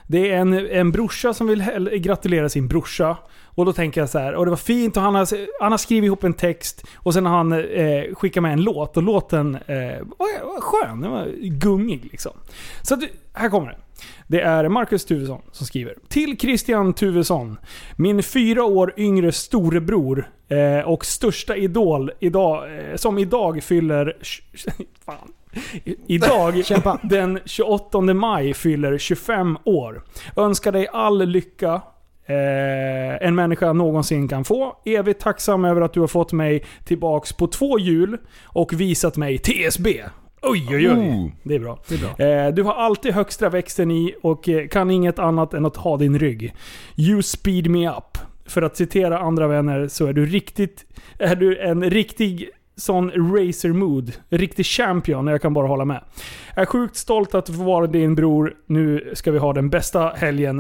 Det är en, en brorsa som vill hel- gratulera sin brorsa. Och då tänker jag så här, och det var fint och han har, han har skrivit ihop en text och sen har han eh, skickat med en låt och låten eh, var, var skön, den var gungig liksom. Så att, här kommer det. Det är Marcus Tuvesson som skriver. Till Christian Tuvesson, min fyra år yngre storebror eh, och största idol idag, eh, som idag fyller fan. Idag, den tjugoåttonde maj, fyller tjugofem år. Önskar dig all lycka Eh, en människa någonsin kan få. Evigt tacksam över att du har fått mig tillbaks på två hjul och visat mig T S B. Oj, oj, oj. Oh. Det är bra. Det är bra. Eh, du har alltid högsta växten i och eh, kan inget annat än att ha din rygg. You speed me up. För att citera andra vänner så är du riktigt är du en riktig sån racer mood, riktig champion, jag kan bara hålla med. Jag är sjukt stolt att få vara din bror. Nu ska vi ha den bästa helgen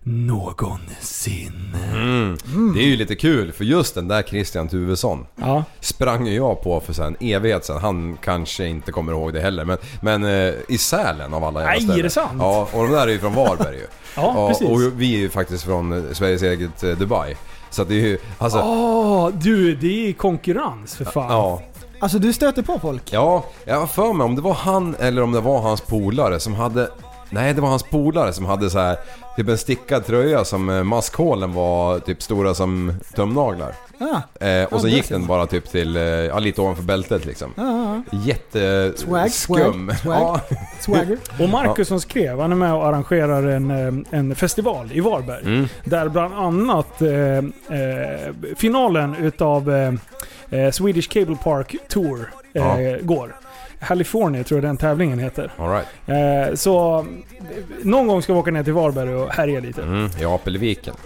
någonsin. Mm. Mm. Det är ju lite kul, för just den där Christian Tuvesson ja. sprang ju jag på för sen evighet sen. Han kanske inte kommer ihåg det heller, men, men eh, i Sälen av alla jävla ställen. Nej, är det sant? Ja, och de där är ju från Varberg ju. ja, och, precis. Och vi är ju faktiskt från Sveriges eget eh, Dubai. Så att det är ju alltså... Åh, du, det är konkurrens för fan. Ja. Alltså du stöter på folk. Ja, jag har för mig om det var han eller om det var hans polare som hade... Nej, det var hans polare som hade så här typ en stickad tröja som maskhålen var typ stora som tumnaglar. Ah. Eh, och ah, så gick den bara typ till ja, lite ovanför bältet liksom. Ah. Jätteskum. Swag, swag, ja. Swagger. Och Marcus som skrev, han är med och arrangerar en, en festival i Varberg. Mm. Där bland annat eh, eh, finalen utav eh, Swedish Cable Park Tour eh, ja. går. California tror jag den tävlingen heter. All right. eh, så någon gång ska vi åka ner till Varberg och härja lite. Mm, i Apelviken.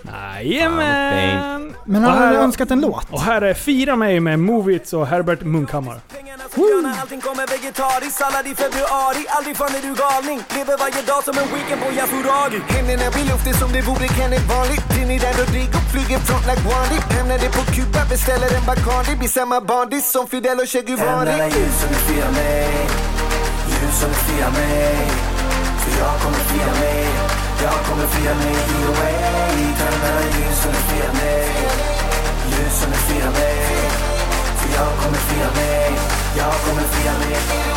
Jajamän! Men har du önskat en låt? Och här är Fira mig med Movits och Herbert Munkhammar. Allting kommer vegetariskt, sallad i februari. Aldrig fan är du galning. Lever varje dag som en weekend på Yasuragi. Händerna blir luftig som det vore Kenneth vanligt. Trinidad Rodrigo flyger från like Wandy. Hamnar det på Kuba, beställer en Bacardi. Blir samma bandis som Fidel och Che Guevara. Tänderna ljus som du firar mig. Ljus som du firar mig. För jag kommer fira mig. Jag kommer fira mig either way. Tänderna ljus som du firar mig. Ljus som du firar mig. För jag kommer fira mig. Jag kommer fira mig.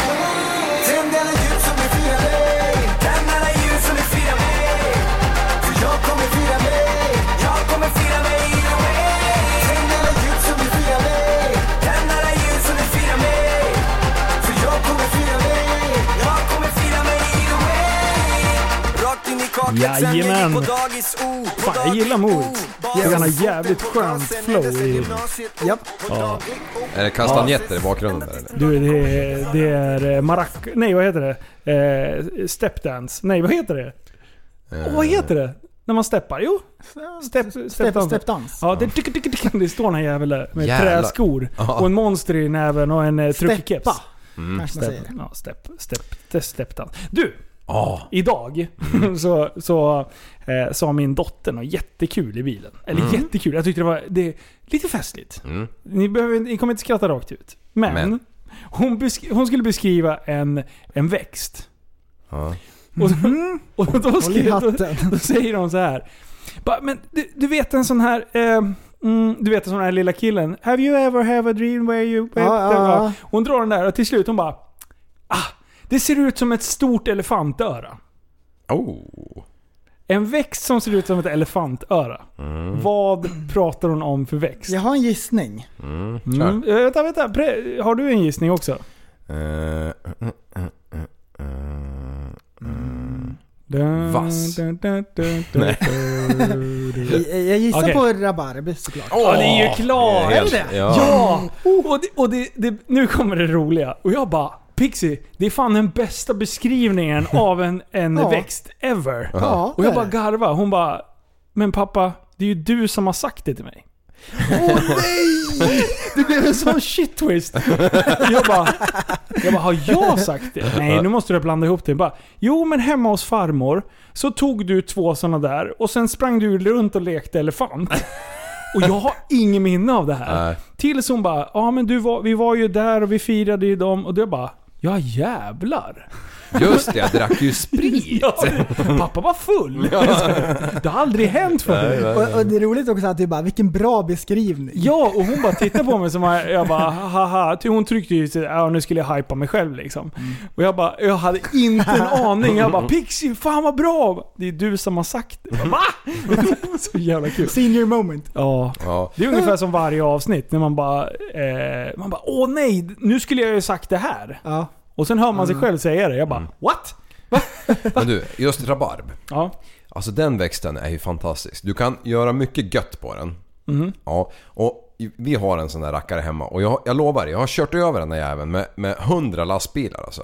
Tänd alla ljus som du firar mig. Tänd alla ljus som du firar mig. För jag kommer fira mig. Jag kommer fira mig either way. Tänd alla ljus som du firar mig. Tänd alla ljus som du firar mig. För jag kommer fira mig. Jag kommer fira mig either way. Rakt in i kaklet sen jag gick på dagis. Oh, fan, jag gillar Mood. Jag kan ha jävligt skönt flow i... Japp. Ja. Är det kastanjetter i bakgrunden där eller? Du, det är, det är marac... Nej, vad heter det? Eh, stepdance. Nej, vad heter det? Uh. Oh, vad heter det? När man steppar? Jo. Step, step, stepdans. Ja, det, tyck, tyck, tyck, det står en jävel där med Jävlar. träskor. Aha. Och en monster i näven och en eh, truckig keps. Mm. Kanske man säger. Ja, step, step, stepdance. Du! Oh. Idag mm. så, så eh, sa min dotter något jättekul i bilen. Eller mm. jättekul. Jag tyckte det var det, lite festligt. Mm. Ni, behöver, ni kommer inte skratta rakt ut. Men, Men. Hon, besk- hon skulle beskriva en, en växt. Ja. Och, mm. och då, skrev, då, då säger hon så här. Men du, du vet en sån här... Eh, Mm, du vet en sån här lilla killen. Have you ever have a dream where you... Ah, ah, ah. Hon drar den där och till slut hon bara... Ah, det ser ut som ett stort elefantöra. Oh. En växt som ser ut som ett elefantöra. Mm. Vad pratar hon om för växt? Jag har en gissning. Mm. Mm. Vänta, vänta. Har du en gissning också? Uh, uh, uh, uh, uh, uh. Dun, Vass. Dun, dun, dun, dun, Nej. jag, jag gissar okay. på rabarber såklart. Åh, oh, det är ju klart! Är det det? Ja! ja. Och, det, och det, det, nu kommer det roliga. Och jag bara, Pixie, det är fan den bästa beskrivningen av en, en ja. växt ever. Ja, och jag bara garva. Hon bara, men pappa, det är ju du som har sagt det till mig. Åh oh, nej! Det blev en sån shit twist. Jag bara, jag bara, har jag sagt det? Nej, nu måste du blanda ihop det. Jag bara, jo, men hemma hos farmor så tog du två såna där och sen sprang du runt och lekte elefant. Och jag har ingen minne av det här. Nej. Tills hon bara, ja men du var, vi var ju där och vi firade ju dem. Och då bara, ja jävlar. Just det, jag drack ju sprit. Ja, pappa var full. Det har aldrig hänt för mig. Och, och det är roligt också att det är bara, vilken bra beskrivning. Ja, och hon bara tittade på mig som jag, jag bara, haha. Hon tryckte ju sig, ja, nu skulle jag hypa mig själv liksom. Mm. Och jag bara, jag hade inte en aning. Jag bara, Pixie, fan vad bra. Det är du som har sagt det. Jag bara, va? Så jävla kul. Senior moment. Ja. ja. Det är ungefär som varje avsnitt när man bara, eh, man bara, åh nej, nu skulle jag ju sagt det här. Ja. Och sen hör man sig själv säga det. Jag bara, mm. what? Men du, just rabarb. Ja. Alltså den växten är ju fantastisk. Du kan göra mycket gött på den. Mm. Ja, och vi har en sån där rackare hemma. Och jag, jag lovar, jag har kört över den där jäveln med, med hundra lastbilar alltså.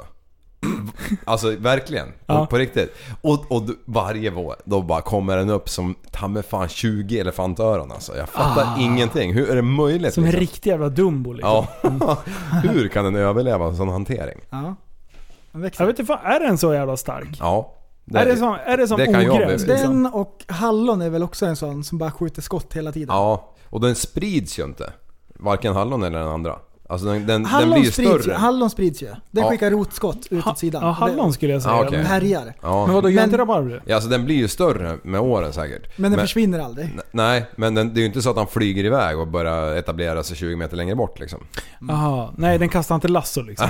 Alltså verkligen, ja. på, på riktigt. Och, och varje vår då bara kommer den upp som ta med fan tjugo elefantöron alltså. Jag fattar ah. ingenting. Hur är det möjligt? Som liksom? en riktig jävla Dumbo liksom. Ja. Hur kan den överleva en sån hantering? Ja. Jag vet inte, är den så jävla stark? Ja. Det, är det som, är det som det ogräs? Den och hallon är väl också en sån som bara skjuter skott hela tiden. Ja, och den sprids ju inte. Varken hallon eller den andra. Alltså den, den, hallon den blir sprids större. Ju, hallon sprids ju. Den ja. skickar rotskott ut åt sidan. Ja, hallon skulle jag säga. Ja, okay. Den härjar. Ja. Men vadå, gör inte rabarber? Ja, alltså den blir ju större med åren säkert. Men den men, försvinner aldrig. N- nej, men den, det är ju inte så att han flyger iväg och börjar etablera sig tjugo meter längre bort liksom. Jaha, mm. nej den kastar inte lasso liksom.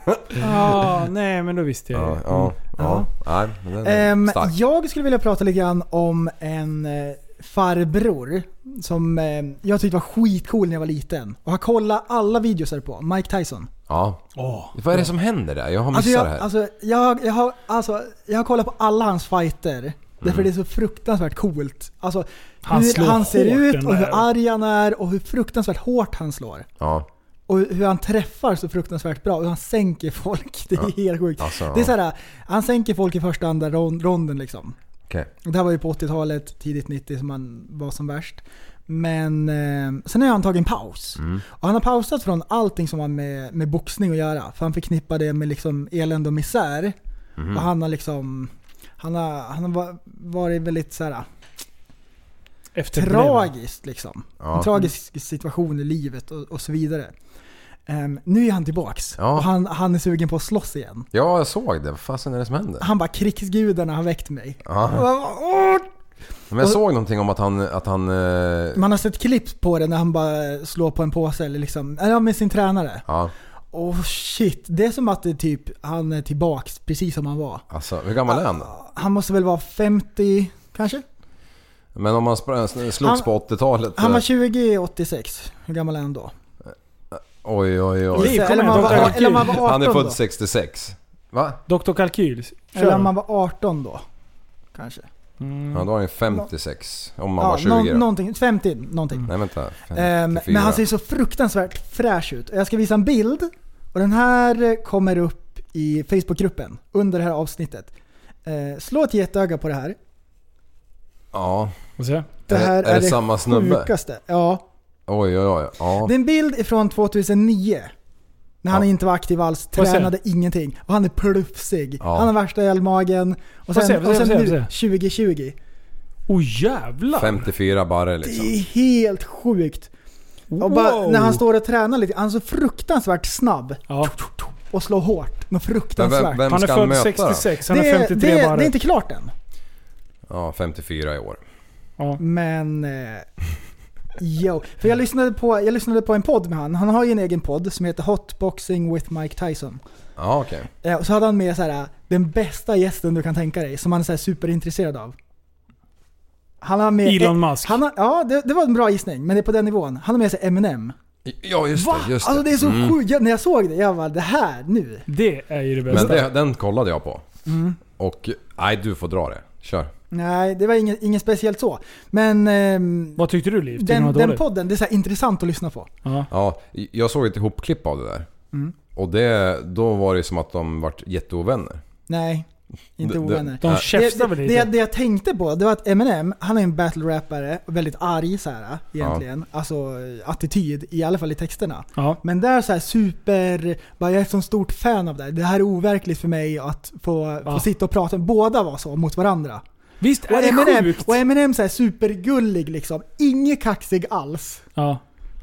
Ja, ah, nej men då visste jag. Ja, ja, ja. ja. Nej, men den är um, stark. Jag skulle vilja prata lite grann om en eh, farbror som eh, jag tyckte var skitcool när jag var liten. Och har kollat alla videosar på. Mike Tyson. Ja. Oh, vad är det som händer där? Jag har missat alltså jag, det här. Alltså jag, jag, har, alltså, jag har kollat på alla hans fighter. Mm. Därför det är så fruktansvärt coolt. Alltså han hur han ser ut och hur där. arg han är och hur fruktansvärt hårt han slår. Ja. Och hur han träffar så fruktansvärt bra. Och hur han sänker folk. Det är ja. helt sjukt. Alltså, det är så här, han sänker folk i första andra ronden liksom. Okay. Det här var ju på åttiotalet, tidigt nittio som han var som värst. Men eh, sen har han tagit en paus. Mm. Och han har pausat från allting som har med, med boxning att göra. För han förknippar det med liksom elände och misär. Mm. Och han har liksom han har, han har varit väldigt så här tragiskt liksom. Ja. En tragisk situation i livet och, och så vidare. Um, nu är han tillbaks. Ja. Och han, han är sugen på att slåss igen. Ja, jag såg det. Vad fasen är det som händer? Han bara, krigsgudarna har väckt mig. Ja. Men jag och, såg någonting om att han... Att han uh... Man har sett klipp på det när han bara slår på en påse eller liksom, eller med sin tränare. Ja. Oh shit, det är som att det typ, han är tillbaks precis som han var. Alltså, hur gammal är han då? Han måste väl vara femtio kanske? Men om man slogs han, på åttiotalet... Han var tjugo åttiosex. Hur gammal är han då? Oj, oj, oj. Eller, eller, man var, eller man var arton. Han är född då. sextiosex. Va? doktor Kalkyl. Kör. Eller om man var arton då. Kanske. Mm. Ja, då var han femtiosex. Om man ja, var tjugo. Nå- någonting, femtio, någonting. Nej, vänta. Um, men han ser så fruktansvärt fräsch ut. Jag ska visa en bild. Och den här kommer upp i Facebookgruppen under det här avsnittet. Uh, slå ett jätteöga på det här. Ja. Vad säger det här är, är, är det, det samma snubbe? Sjukaste. Ja. Oj, oj, oj. Ja. Det är en bild från tjugohundraniio. När han ja. inte var aktiv alls, tränade ingenting. Och han är plufsig. Ja. Han har värsta elmagen. Och sen, se, och sen se, nu, tjugo tjugo. Oh jävlar! femtiofyra bara liksom. Det är helt sjukt. Wow. Och bara, när han står och tränar lite, han är så fruktansvärt snabb. Ja. Och slår hårt. Något fruktansvärt. Vem, vem han är född sextiosex, han är femtiotre det, bara. Det är inte klart än. Ja, femtiofyra i år. Ja. Men... Eh, jo, för jag lyssnade, på, jag lyssnade på en podd med han. Han har ju en egen podd som heter Hotboxing with Mike Tyson. Ja, okej. Okay. Och så hade han med så här, den bästa gästen du kan tänka dig, som han är så här superintresserad av. Han har med Elon Musk. Han har, ja, det, det var en bra gissning, men det är på den nivån. Han har med sig Eminem. Ja, just Va? det, just det. Alltså det är så mm. sjukt. När jag såg det, jag bara, det här nu. Det är ju det bästa. Men det, den kollade jag på. Mm. Och, nej, du får dra det. Kör. Nej, det var inget, inget speciellt så. Men... Ehm, vad tyckte du, Liv? Den, den podden, det är så här intressant att lyssna på. Uh-huh. Ja, jag såg ett ihopklipp av det där. Mm. Och det, då var det som att de vart jätteovänner. Nej, inte ovänner. De käftar väl lite. Det, det, det jag tänkte på, det var att Eminem, han är en battle-rappare, väldigt arg så här, egentligen. Ja. Alltså attityd, i alla fall i texterna. Ja. Men där så här super, bara jag är ett så stort fan av det. Det här är overkligt för mig att få, ja. få sitta och prata. Båda var så mot varandra. Visst är och det Eminem, sjukt? Och Eminem så här supergullig liksom. Inget kaxig alls. Ja.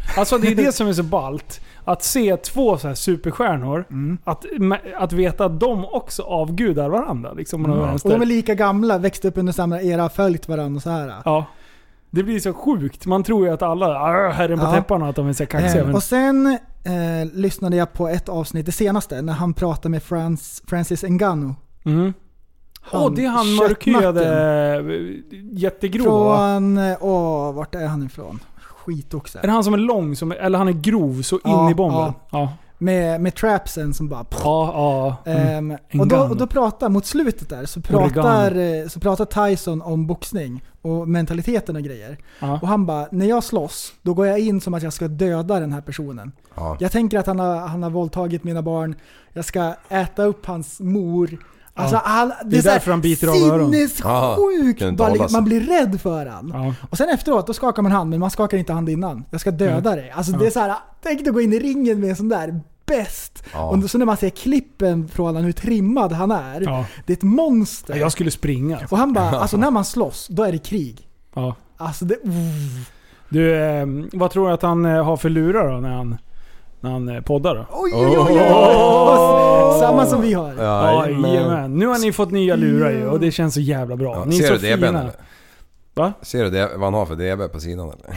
Alltså det är det som är så ballt. Att se två så här superstjärnor, mm. att, att veta att de också avgudar varandra. Liksom, mm. Och de är lika gamla, växte upp under samma era, följt varandra och så här. Ja. Det blir så sjukt. Man tror ju att alla är herren på ja. täpparna, att de är så kaxiga. Eh, men... Och sen eh, lyssnade jag på ett avsnitt, det senaste, när han pratade med Frans, Francis Ngannou. Mm. Åh, oh, det är han mörkhyade jättegrov. Från, åh, vart är han ifrån? Skit också. Är det han som är lång, som, eller han är grov så ja, in i bomben? Ja. ja. Med, med trapsen som bara... Ja, ja. Mm. Um, och, då, och då pratar, mot slutet där, så pratar, så pratar Tyson om boxning och mentaliteten och grejer. Ja. Och han bara, när jag slåss, då går jag in som att jag ska döda den här personen. Ja. Jag tänker att han har, han har våldtagit mina barn. Jag ska äta upp hans mor. Alltså, ja. all, det, det är, är därför han biter av öron. Sinnessjukt. Ja, man blir rädd för han. Ja. Och sen efteråt, då skakar man hand, men man skakar inte hand innan. Jag ska döda mm. dig. Alltså ja. det är så här, tänk att gå in i ringen med en sån där bäst. Ja. Och så när man ser klippen från han, hur trimmad han är. Ja. Det är ett monster. Jag skulle springa. Och han bara, alltså när man slåss, då är det krig. Ja. Alltså det... Du, eh, vad tror du att han eh, har för lurar då när han... När han poddar då? Oj, oj, oj, oj. Oh. Samma som vi har. Ja, ja, nu har ni fått nya lurar ju, och det känns så jävla bra. Ja, ni ser är du så D B fina. Va? Ser du det, vad han har för D B på sidan eller?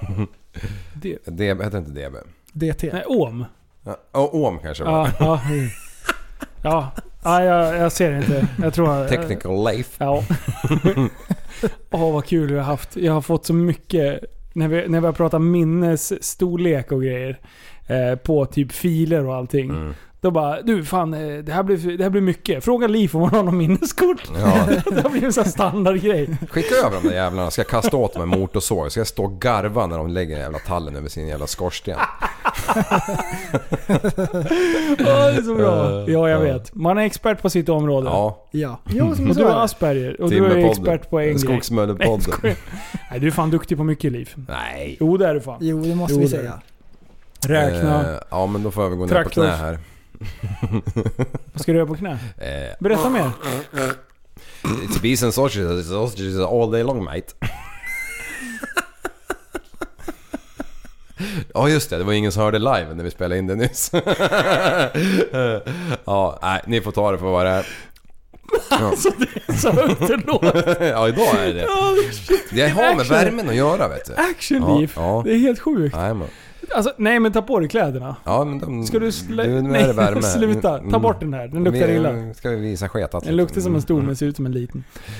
D- D B heter inte D B. D T. Nej, Ohm. Ja, oh, Ohm kanske var. Ja, ja. Ja, ja jag, jag ser det inte. Jag tror Technical life. Ja. Åh, oh, vad kul vi har haft. Jag har fått så mycket när vi när vi har pratat minnesstorlek och grejer. Eh, på typ filer och allting. Mm. Då bara, du fan, det här blir, det här blir mycket. Fråga Liv om hon har någon minneskort. Ja. Det blir en sån standardgrej. Skicka över de där jävlarna. Ska jag kasta åt dem med motorsåg? Ska jag stå och garva när de lägger en jävla tallen över sin jävla skorsten? Ja, det är så bra. Ja, jag vet. Man är expert på sitt område. Ja. Ja. Jo, och du har Asperger. Och du är expert på en grej. Skogsmöllepodden. Nej, du är fan duktig på mycket, Liv. Nej. Jo, det är du fan. Jo, det måste jo, vi säga. Räkna. Eh, ja, men då får vi gå ner på knä här. Vad ska du göra på knä? Eh, Berätta mer. It's bees and sausages, sausages all day long, mate. Ja, just det. Det var ingen som hörde live när vi spelade in det nyss. Ja, nej, ni får ta det för vad det är. Ja. Alltså det är så högt det låter. Ja, idag är det. Det har med värmen att göra, vet du. Actionliv. Ja, ja. Det är helt sjukt. Nej, men. Alltså, nej, men ta på dig kläderna. Ja, men de, ska du slä... du, nej, värme. Sluta. Ta bort den här. Den luktar vi, illa. Ska vi visa sketat? Den luktar som en stor, men ser ut som en liten.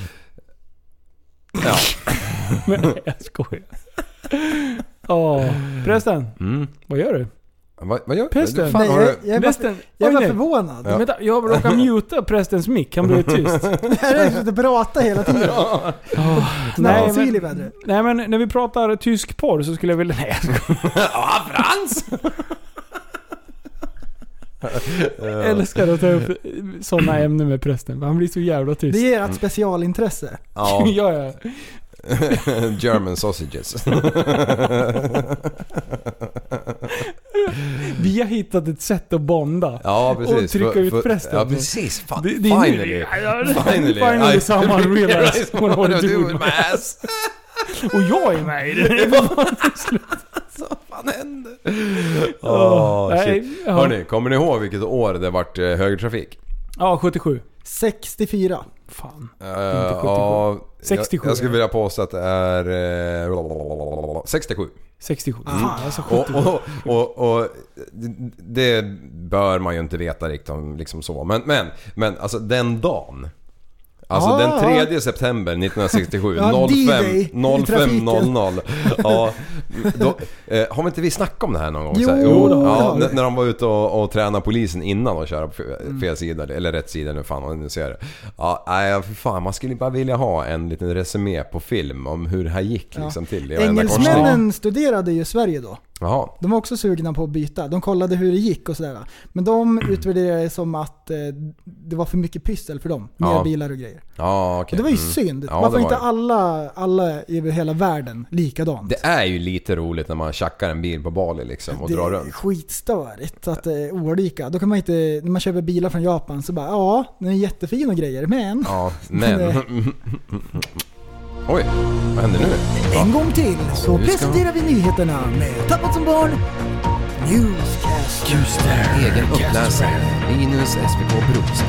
Ja. Men nej, jag skojar. Åh, prästen. Mm. Vad gör du? Vad, vad gör prästen? du? Fan, nej, har jag, du... jag, prästen, jag var förvånad. Ja. Vänta, jag råkar muta prästens mick. Han blir tyst. Det här är att prata hela tiden. Ja. Oh, nej, men, nej, men när vi pratar tysk porr så skulle jag vilja... Nej, jag skojar. Ja, Frans! Jag älskar att ta upp sådana ämnen med prästen. Han blir så jävla tyst. Det är ett specialintresse. Ja, ja, ja. German sausages. Vi har hittat ett sätt att bonda. Ja, precis. Och trycka för, ut för, prästen. Ja, precis. Fan, det, det finally. Finally. Finally someone realized what I do with my ass. Och jag är med i det. Vad fan hände? Åh, oh, shit. Ja. Hörrni, kommer ni ihåg vilket år det vart eh, högertrafik? Ja, sjuttiosju. sextiofyra. Fan. Uh, ja, sextiosju. Jag, jag skulle vilja påstå att det är eh, sextiosju. sextiosju. Mm. Ah, alltså och, och, och, och det bör man ju inte veta riktigt om liksom så. Men, men, men alltså den dagen. Alltså ah, den tredje september nittonhundrasextiosju ja, noll fem noll noll. Ja, då, eh, har vi inte vi snackat om det här någon gång? Jo, så här, jo då, ja, när, när de var ute och, och tränade polisen innan och köra på fel mm. sida eller rätt sida, nu fan vad nu ser det. Ja, nej, för fan, man skulle bara vilja ha en liten resumé på film om hur det här gick liksom ja. till. Engelsmännen studerade ju Sverige då. Jaha. De var också sugna på att byta. De kollade hur det gick och sådär. Men de utvärderade det som att eh, det var för mycket pyssel för dem. Mer ja. bilar och grejer. Ja, okay. Och det var ju mm. synd. Ja, man får inte det. alla, alla i hela världen likadant. Det är ju lite roligt när man tjackar en bil på Bali liksom och det drar runt. Det är skitstörigt att det är olika. Då kan man inte, när man köper bilar från Japan så bara, ja, den är jättefin och grejer, men... Ja, men... Oj, vad händer nu? En gång till så Nu ska- presenterar vi nyheterna med Tappat som barn Newscast. Just det, egen uppläsare. Linus S P K Brostedt.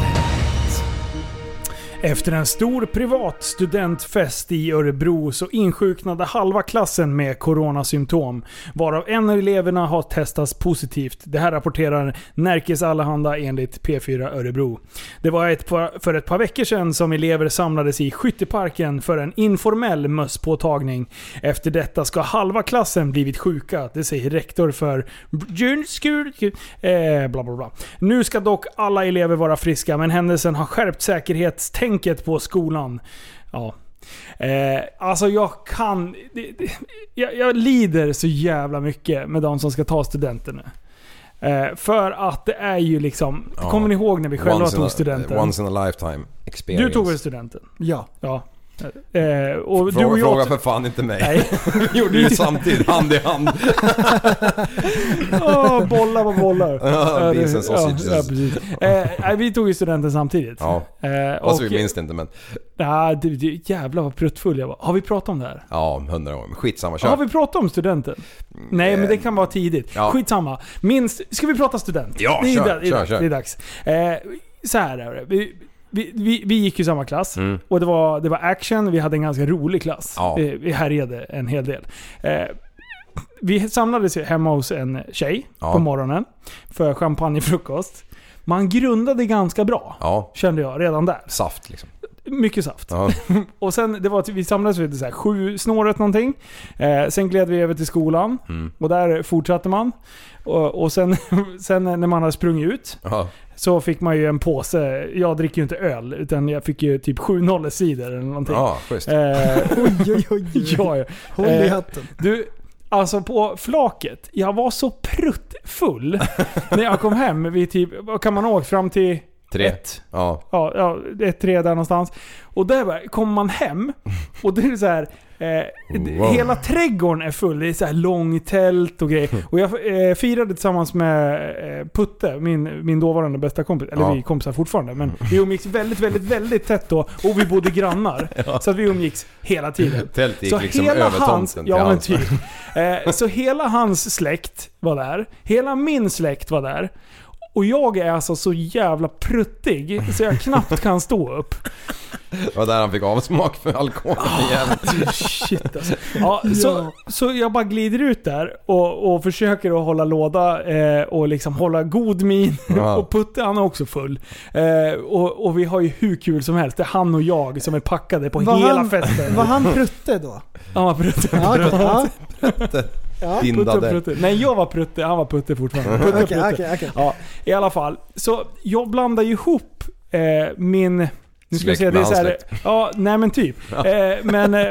Efter en stor privat studentfest i Örebro så insjuknade halva klassen med coronasymptom, varav en av eleverna har testats positivt. Det här rapporterar Närkes Allehanda enligt P fyra Örebro. Det var ett par, för ett par veckor sedan som elever samlades i Skytteparken för en informell mösspåtagning. Efter detta ska halva klassen blivit sjuka, det säger rektor för Björnskul, eh, bla bla bla. Nu ska dock alla elever vara friska, men händelsen har skärpt säkerhetstänket på skolan. Ja. Eh, alltså jag kan... Det, det, jag, jag lider så jävla mycket med de som ska ta studenten nu. Eh, för att det är ju liksom... Ja. Kommer ni ihåg när vi själva Once in tog a- studenten? Once in a lifetime experience. Du tog väl studenten? Ja. Ja. Eh, och Fråga, du och jag... fråga för fan inte mig. Nej. Vi gjorde ju samtidigt, hand i hand. Åh, bollar på bollar. Ja, beans and ja, sausages. ja, precis. Eh, nej, vi tog ju studenten samtidigt. Ja. Eh, Fast och- vi minns det inte, men... Nej, det, det, jävlar vad pruttfull jag var. Har vi pratat om det här? Ja, hundra gånger. Skitsamma, kör. Har vi pratat om studenten? Nej, men det kan vara tidigt. Ja. Skitsamma. Minst, ska vi prata student? Ja, det är, kör, da- det är kör, dags. kör. Det är dags. Eh, så här är det. Vi, vi, vi, vi gick ju samma klass. Mm. Och det var, det var action. Vi hade en ganska rolig klass. Ja. Vi, vi härjade en hel del. Eh, vi samlades hemma hos en tjej Ja. på morgonen för champagnefrukost. Man grundade ganska bra, Ja, kände jag redan där. saft liksom. Mycket saft. Ja. Och sen, det var att vi samlades vid så här sju snåret någonting. Eh, sen gled vi över till skolan. Mm. Och där fortsatte man. Och, och sen, sen när man hade sprungit ut Ja. så fick man ju en påse. Jag dricker ju inte öl, utan jag fick ju typ sju noll-sidor eller någonting. Ja, schysst. Eh, Oj, oj, oj. ja, ja. Håll i Eh, hatten. Du, alltså på flaket, jag var så pruttfull när jag kom hem vid typ, vad kan man ha åkt fram till? Tre. Ett. Ja. Ja, ja, ett tre där någonstans. Och där bara, kommer man hem och det är så här. Eh, d- Wow. Hela trädgården är full. Det är så här långtält och grejer. Och jag eh, firade tillsammans med eh, Putte, min, min dåvarande bästa kompis. Eller Ja. vi är kompisar fortfarande. Men vi umgicks väldigt, väldigt, väldigt tätt då. Och vi bodde grannar. Ja. Så att vi umgicks hela tiden. Tält gick Så liksom hela över hans, tomten till ja, men hans. typ. eh, Så hela hans släkt var där. Hela min släkt var där. Och jag är alltså så jävla pruttig så jag knappt kan stå upp. Det var där han fick avsmak för alkohol. Oh, shit alltså. Ja, så, så jag bara glider ut där och, och försöker att hålla låda eh, och liksom hålla god min. Ja. Och Putte, han är också full. Eh, och, och vi har ju hur kul som helst. Det är han och jag som är packade på Var hela han, festen. var han prutte då? Han var Prutte. Ja, okej, ja. Prutte. Ja. Dindade. Putte, Prutte. Nej, jag var Prutte. Han var Putte fortfarande. Putte, Okej, Prutte. okej, okej. Ja, i alla fall. Så jag blandar ju ihop eh, min... Nu ska vi Släkt se, det är med så här, hans släkt. ja, nej men typ. Ja. Eh, men eh,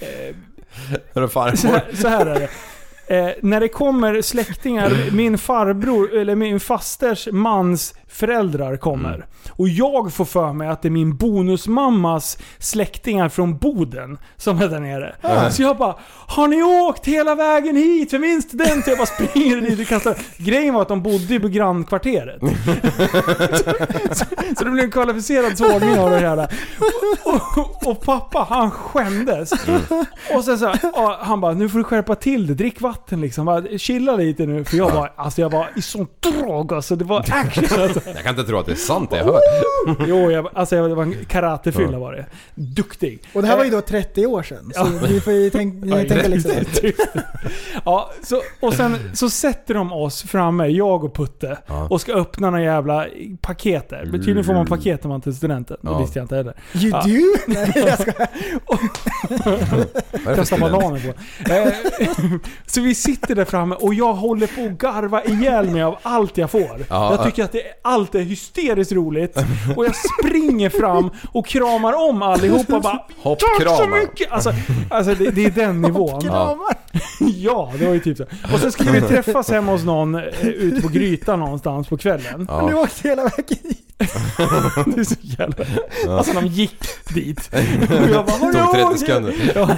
Hörru farmor. så här, så här är det. Eh, när det kommer släktingar, min farbror eller min fasters mans föräldrar kommer. Mm. Och jag får för mig att det är min bonusmammas släktingar från Boden som är där nere. Mm. Så jag bara, har ni åkt hela vägen hit för min student? Jag bara springer dit och kastar. Grejen var att de bodde i grannkvarteret. så, så, så det blev en kvalificerad sågning av det hela. Och, och, och pappa, han skämdes. Mm. Och sen så, och han bara, nu får du skärpa till det, drick vatten liksom. Bara, chilla lite nu. För jag var, alltså jag var i sån drag alltså. Det var action alltså. Jag kan inte tro att det är sant det jag hör. Jo, jag, alltså jag var en karatefylla var det. Duktig. Och det här var ju då trettio år sedan. Så Ja. ni får ju tänk, ni tänka liksom. Ja, så, och sen så sätter de oss framme, jag och Putte, Ja. och ska öppna några jävla paket där. Men tydligen får man paket när man till studenten. Det Ja. visste jag inte heller. You Ja. do? Nej, jag ska... Vad är det för Kasta student? bananer på. Eh, så vi sitter där framme och jag håller på att garva ihjäl mig av allt jag får. Ja. Jag tycker att det, allt är hysteriskt roligt. Och jag springer fram och kramar om allihopa och bara Tack så Hoppkramar. mycket! Alltså, alltså det, det är den nivån. Kramar. Ja, det var ju typ så. Och sen skulle vi träffas hemma hos någon eh, ute på Grytan någonstans på kvällen. Ja. Nu Ja. åkte hela vägen hit. Det är så jävla... Alltså de gick dit. Och jag bara, har Tog du trettio åkt? sekunder. Ja.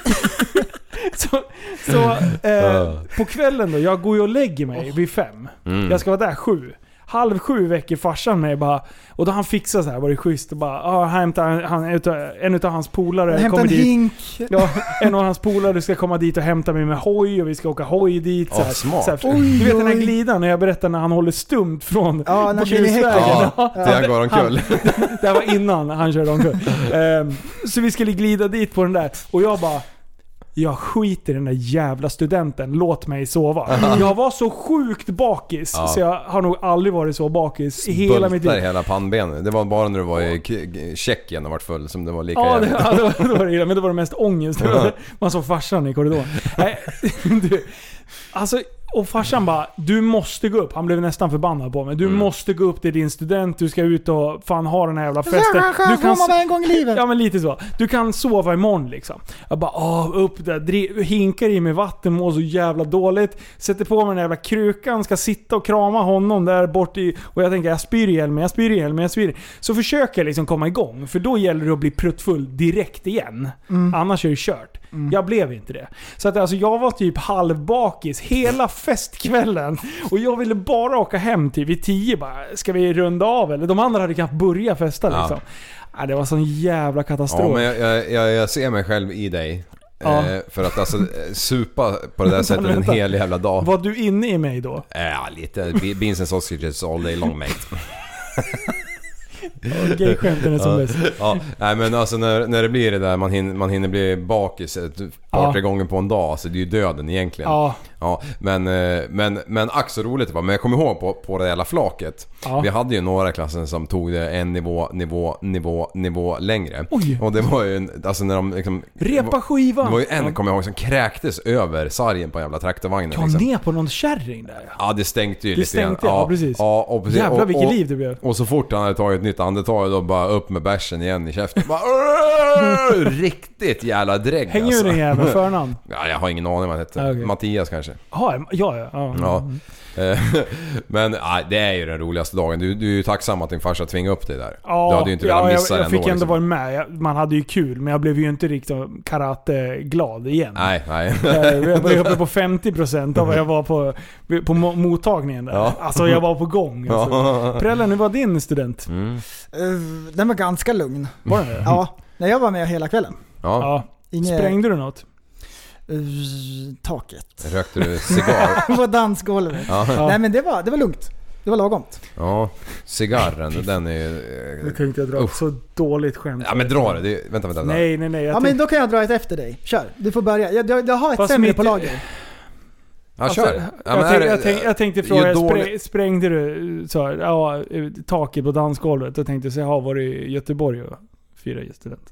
Så, så eh, på kvällen då, jag går ju och lägger mig vid fem. Mm. Jag ska vara där sju. halv sju väcker farsan mig bara, och då han fixar så här, var det schysst och bara, ah, hämtar han, en utav hans polare hämta en dit. hink. Ja, en av hans polare ska komma dit och hämta mig med hoj och vi ska åka hoj dit så här, oh, smart. Så här, oj, du vet den här glidan när jag berättar när han håller stumt från ja, på grusvägen. Ja, ja. Det här går omkull. Det var innan han körde omkull. Um, så vi skulle glida dit på den där och jag bara, jag skiter i den där jävla studenten, låt mig sova. Jag var så sjukt bakis, ja. Så jag har nog aldrig varit så bakis i hela mitt liv. Hela pannbenet. Det var bara när du var i Tjeckien och varit full som det var lika ja, det, ja, det, var, det var det, men det var det mest ångest. Man såg farsan i korridoren. Nej, du, alltså, och farsan bara, du måste gå upp. Han blev nästan förbannad på mig. Du mm. måste gå upp till din student. Du ska ut och fan ha den här jävla festen. Du kan sova en gång i livet. Ja, men lite så. Du kan sova imorgon liksom. Jag bara, åh, upp där. Dri- hinkar i mig vatten, mår så jävla dåligt. Sätter på mig den jävla krukan. Ska sitta och krama honom där bort i. Och jag tänker, jag spyr ihjäl mig, jag spyr ihjäl mig, jag spyr. Så försöker jag liksom komma igång. För då gäller det att bli pruttfull direkt igen. Mm. Annars är det kört. Mm. Jag blev inte det. Så att alltså, jag var typ halvbakis hela festkvällen. Och jag ville bara åka hem till vid tio. Bara, ska vi runda av? Eller de andra hade knappt börja festa liksom. Ja. Ja, det var sån jävla katastrof. Ja, men jag, jag, jag ser mig själv i dig. Ja. Eh, för att alltså supa på det där sättet en hel jävla dag. Var du inne i mig då? Ja, lite. Beans and sausages all day long, mate. Gay-skämten är som bäst. Ja, nej men alltså när, när det blir det där man hinner, man hinner bli bakis ett par ja. tre gånger på en dag, så det är ju döden egentligen. Ja. Ja, men men men ack så roligt det var. Men jag kommer ihåg på på det jävla flaket. Ja. Vi hade ju några klassen som tog det en nivå nivå nivå nivå längre. Oj. Och det var ju alltså när de liksom repa skivan. Det var ju en ja. kommer jag ihåg som kräktes över sargen på en jävla traktorvagnen liksom. Liksom. Ner på någon kärring där. Ja, ja det stänkte ju det lite stänkte, grann. Ja, precis. Ja, och precis. Jävlar vilket och, och, liv det blev. Och så fort han hade tagit ett nytt andetag då bara upp med bärsen igen i käften. Bara, riktigt jävla drägg. Hänger alltså. du den jävla förnamn? Ja, jag har ingen aning vad han heter. Okay. Mattias kanske. Aha, ja, ja, ja. Ja. Men ja, det är ju den roligaste dagen. Du, du är ju tacksam att din farsa tvingade upp dig där. Ja, du hade ju inte velat ja, missa jag, jag den fick då, ändå liksom. vara med. Man hade ju kul, men jag blev ju inte riktigt karate-glad igen. Nej, nej. Jag var uppe på femtio procent av vad jag var på, på mottagningen där. Ja. Alltså jag var på gång. Alltså. Ja. Prellen, hur var din student? Mm. Uh, den var ganska lugn. Var den det? Ja, när jag var med hela kvällen. Ja. Ja. Inge... Sprängde du något? Uh, taket. Rökte du cigarr? På dansgolvet. Ja. Nej men det var, det var lugnt. Det var lagomt. Ja, cigarren, den är... Nu tänkte jag dra uh. så dåligt skämt. Ja men dra det, det vänta, vänta. Nej, nej, nej. Ja tänk... men då kan jag dra ett efter dig. Kör, du får börja. Jag, jag, jag har ett sämre på lager. Ja, alltså, kör. Ja, jag, men tänk, är, jag, tänk, jag tänkte fråga, spräng, sprängde du så här, ja, taket på dansgolvet? Jag tänkte säga, ja, var det i Göteborg och fyra studenter?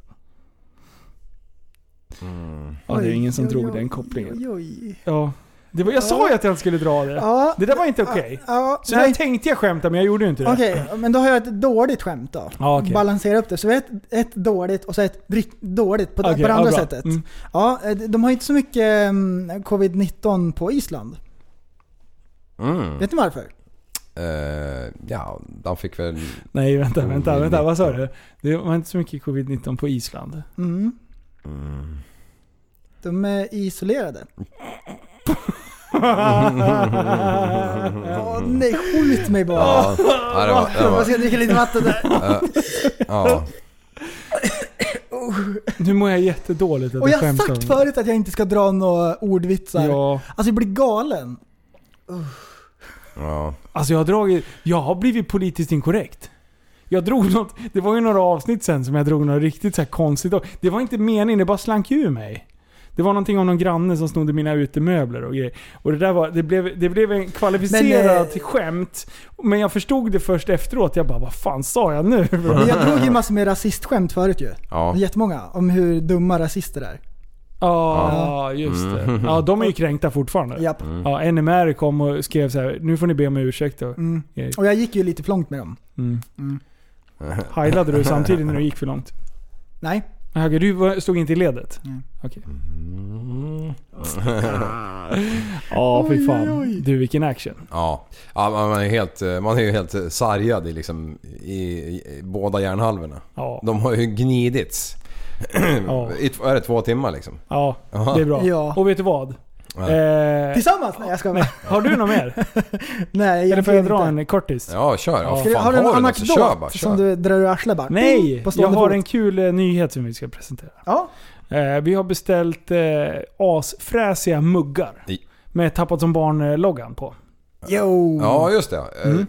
Mm. Ja, det är ingen som oj, drog oj, den kopplingen. Oj, oj. Ja. Det var, jag sa ju att jag skulle dra det. Ja. Det där var inte okej. Okay. Ja, så där tänkte jag skämta, men jag gjorde inte det. Okej, okay, men då har jag ett dåligt skämt då. Ja, okay. Balansera upp det. Så ett, ett dåligt och så ett dåligt på, okay, på det andra ja, sättet. Mm. Ja, de har inte så mycket covid nitton på Island. Mm. Vet du varför? Uh, ja, de fick väl... Nej, vänta, vänta, vänta. Vad sa du? Det var inte så mycket covid nitton på Island. Mm. Mm. De är isolerade. Åh nej, skjut mig bara. Ja, ja, det var, det var. Jag ska dricka lite vatten där. Uh, ja. Nu mår jag jättedåligt. Och jag har sagt förut att jag inte ska dra några ordvitsar. Ja. Alltså jag blir galen. Uh. Ja. Alltså jag har dragit, jag har blivit politiskt inkorrekt. Jag drog något, det var ju några avsnitt sen som jag drog något riktigt så här konstigt. Det var inte meningen, det bara slank ur mig. Det var någonting om någon granne som snodde mina utemöbler och grejer. Och det där var, det blev, det blev en kvalificerad men, skämt. Men jag förstod det först efteråt. Jag bara, vad fan sa jag nu? Men jag drog ju massor med rasistskämt förut ju. Ja. Jättemånga. Om hur dumma rasister är. Ja, ah, just det. Ja, de är ju kränkta fortfarande. Japp. Mm. Ja, N M R kom och skrev så här, nu får ni be om ursäkt. Och, mm. och jag gick ju lite för långt med dem. Mm. Mm. Heilade du samtidigt när du gick för långt? Nej. Okej, du stod inte i ledet? Mm. Okej. Ja, fy fan. Du, vilken action. Ja, ja man är helt man är ju helt sargad i liksom i, i båda hjärnhalvorna. Ja. De har ju gnidits. Ja. I, är det två timmar liksom? Ja, det är bra. Ja. Och vet du vad? Eh, Tillsammans? Nej, jag ska nej. Har du något mer? Nej, eller får jag dra inte. en kortis? Ja, kör. Ja. Ska du, Fan, har du en har du något anekdot så kör bara, kör. som du drar ur arslet bara? Nej, på jag har fot. en kul eh, nyhet som vi ska presentera. Ja. Eh, vi har beställt eh, asfräsiga muggar. I. Med Tappat som barn-loggan på. Jo. Ja, just det. Mm.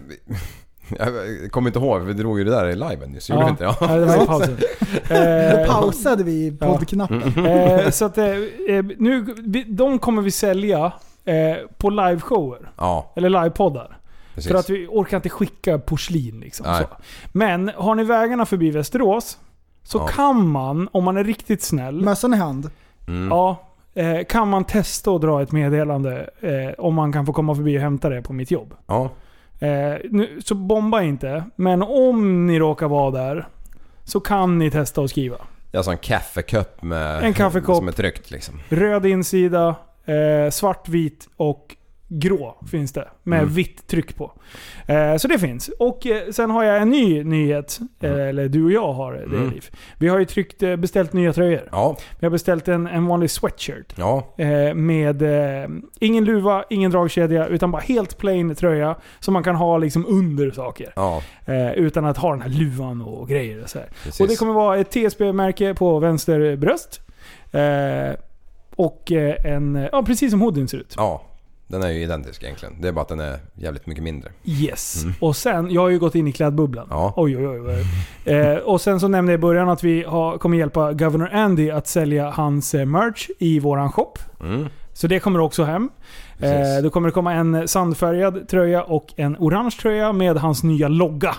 Jag kommer inte ihåg, vi drog ju det där i liven nyss. Gjorde Ja, vi inte? Ja. ja, det var i pausen. Då pausade vi poddknappen. Ja. Eh, så att eh, nu, vi, de kommer vi sälja eh, på liveshower. Ja. Eller livepoddar. Precis. För att vi orkar inte skicka porslin liksom. Nej. Så. Men har ni vägarna förbi Västerås så Ja. kan man, om man är riktigt snäll, Mössan i hand. Mm. ja, eh, kan man testa och dra ett meddelande eh, om man kan få komma förbi och hämta det på mitt jobb. Ja. Eh, nu, så bomba inte. Men om ni råkar vara där så kan ni testa och skriva. Jag sa en kaffekopp med En kaffekopp. som är tryckt liksom. Röd insida, eh, svart, vit och grå finns det. Med Mm. vitt tryck på. Eh, så det finns. Och eh, sen har jag en ny nyhet. Mm. Eh, eller du och jag har det, Mm. Liv. Vi har ju tryckt, eh, beställt nya tröjor. Ja. Vi har beställt en, en vanlig sweatshirt. Ja. Eh, med eh, ingen luva, ingen dragkedja, utan bara helt plain tröja som man kan ha liksom under saker. Ja. Eh, utan att ha den här luvan och grejer. Och, så här. Precis. Och det kommer vara ett T S B-märke på vänster bröst. Eh, och eh, en, ja precis som hoodien ser ut. Ja. Den är ju identisk egentligen. Det är bara att den är jävligt mycket mindre. Yes. Mm. Och sen, jag har ju gått in i klädbubblan. Ja. Oj, oj, oj. oj. Eh, och sen så nämnde jag i början att vi har, kommer hjälpa Governor Andy att sälja hans eh, merch i våran shop. Mm. Så det kommer också hem. Eh, då kommer det komma en sandfärgad tröja och en orange tröja med hans nya logga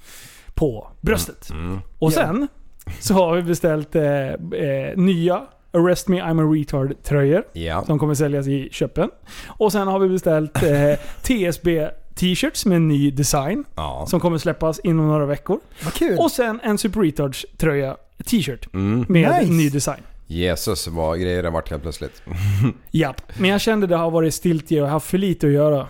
på bröstet. Mm. Mm. Och sen så har vi beställt eh, eh, nya Arrest Me I'm a Retard tröjor. Ja. Som kommer säljas i köpen. Och sen har vi beställt eh, T S B t-shirts med en ny design. Ja. Som kommer släppas inom några veckor. Vad kul. Och sen en Super Retards tröja, t-shirt. Mm. Med Nice. ny design. Jesus, vad grejer det vart helt plötsligt. Japp. Men jag kände det har varit stiltje och haft för lite att göra.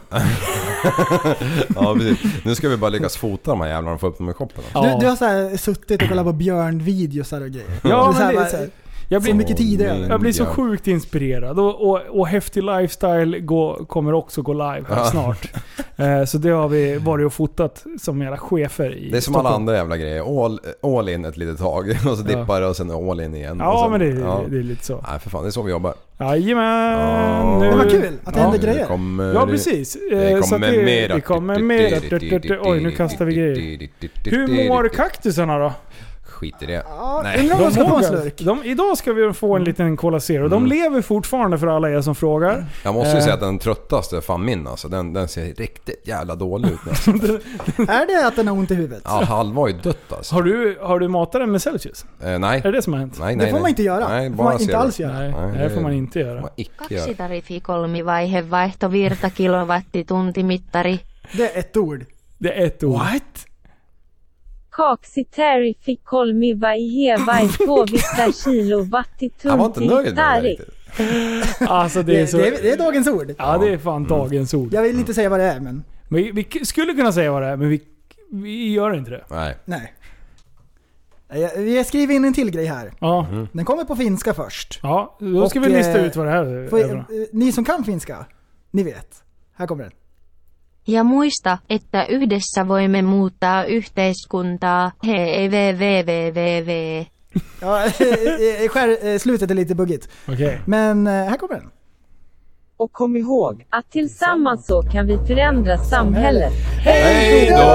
Ja, precis. Nu ska vi bara lyckas fota de här jävlarna och få upp dem i shoppen. Ja. Du, du har så här suttit och kollat på Björn-videos och grejer. Ja, det är så men här, det är bara, så här- så Jag blir, mycket tid över. jag blir så Ja. sjukt inspirerad. Och, och, och Häftig Lifestyle gå, kommer också gå live här Ja. snart. Eh, så det har vi varit och fotat som jävla chefer i Det är som Stockholm. alla andra jävla grejer. All, all in ett litet tag. Och så Ja. dippar det och sen all in igen. Ja, och sen, men det, ja. det är lite så. Nej, för fan. Det är så vi jobbar. Jajamän! Ja. Nu- Det var kul att det hände grejer. Kommer, Ja, precis. Eh, Det så att kommer det, mera. det kommer mera. Oj, nu kastar vi grejer. Hur mår kaktusarna då? Skit i det. Ja, Nej. undrar om de ska få en mår- slurk. de, idag ska vi få en liten Cola Zero. De Mm. lever fortfarande för alla er som frågar. Jag måste ju Eh. säga att den tröttaste är fan min alltså. Den, den ser riktigt jävla dålig ut nu. Är det att den har ont i huvudet? Ja, halva har ju dött alltså. Har du, har du matat den med Celsius? Eh, nej. Är det det som har hänt? Nej, nej, Det får nej. man inte göra. Nej, Det får bara man inte zero. alls göra. Nej, Nej, det får man det- inte göra. Man icke göra. Kaksitariffi kolmivaihe vaihtovirtakilowattitunti-mittari. Det är ett ord. Det är ett ord. What? Kaksitariffi kolmi vaihe vaihtovista Jag var inte nöjd med det kilowattitunti-mittari. riktigt. Alltså det Det, är så... det, är, det är dagens ord. Ja, det är fan dagens ord. Jag vill inte säga vad det är, men Men vi, vi skulle kunna säga vad det är, men vi, vi gör inte det. Nej. nej. Jag- Vi skriver in en till grej här. Ja, Den kommer på finska först. ja då ska Och, vi lista eh, ut vad det här är. För, för eh, något. ni som kan finska, ni vet. Här kommer den. Ja muista, että yhdessä voimme muuttaa yhteiskuntaa. Hei www. Ja, eh, eh, skär, eh, slutet är lite buggigt. Okej. Men eh, här kommer den. Och kom ihåg att tillsammans så kan vi förändra samhället. Hej då!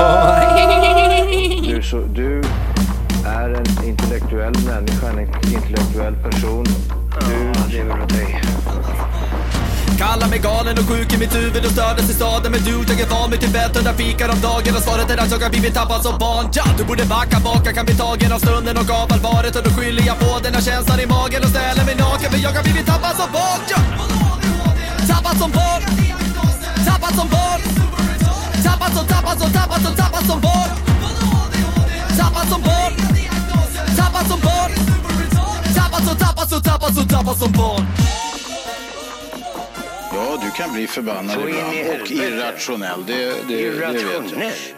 Du, så, du är en intellektuell människa, en intellektuell person. Du lever åt dig. Kallar mig galen och sjuk i mitt huvud och stördes i staden. Men du, jag är van vid Tibet och där fikar om dagen. Och svaret är att jag har blivit tappad som barn. Ja, du borde backa bak, jag kan bli tagen av stunden och av allvaret. Och då skyller jag på den här känslan i magen och ställer mig naken. För jag har blivit tappad som barn. Ja. Tappad som barn. Tappad som barn. Tappad som, tappad som, tappad som, tappad som barn. Tappad som barn. Tappad som barn. Tappad som, tappad som, tappad som, tappad som barn. Ja, du kan bli förbannad Så in i ibland och helvete. irrationell. Det, det, det vet jag. Irrationell.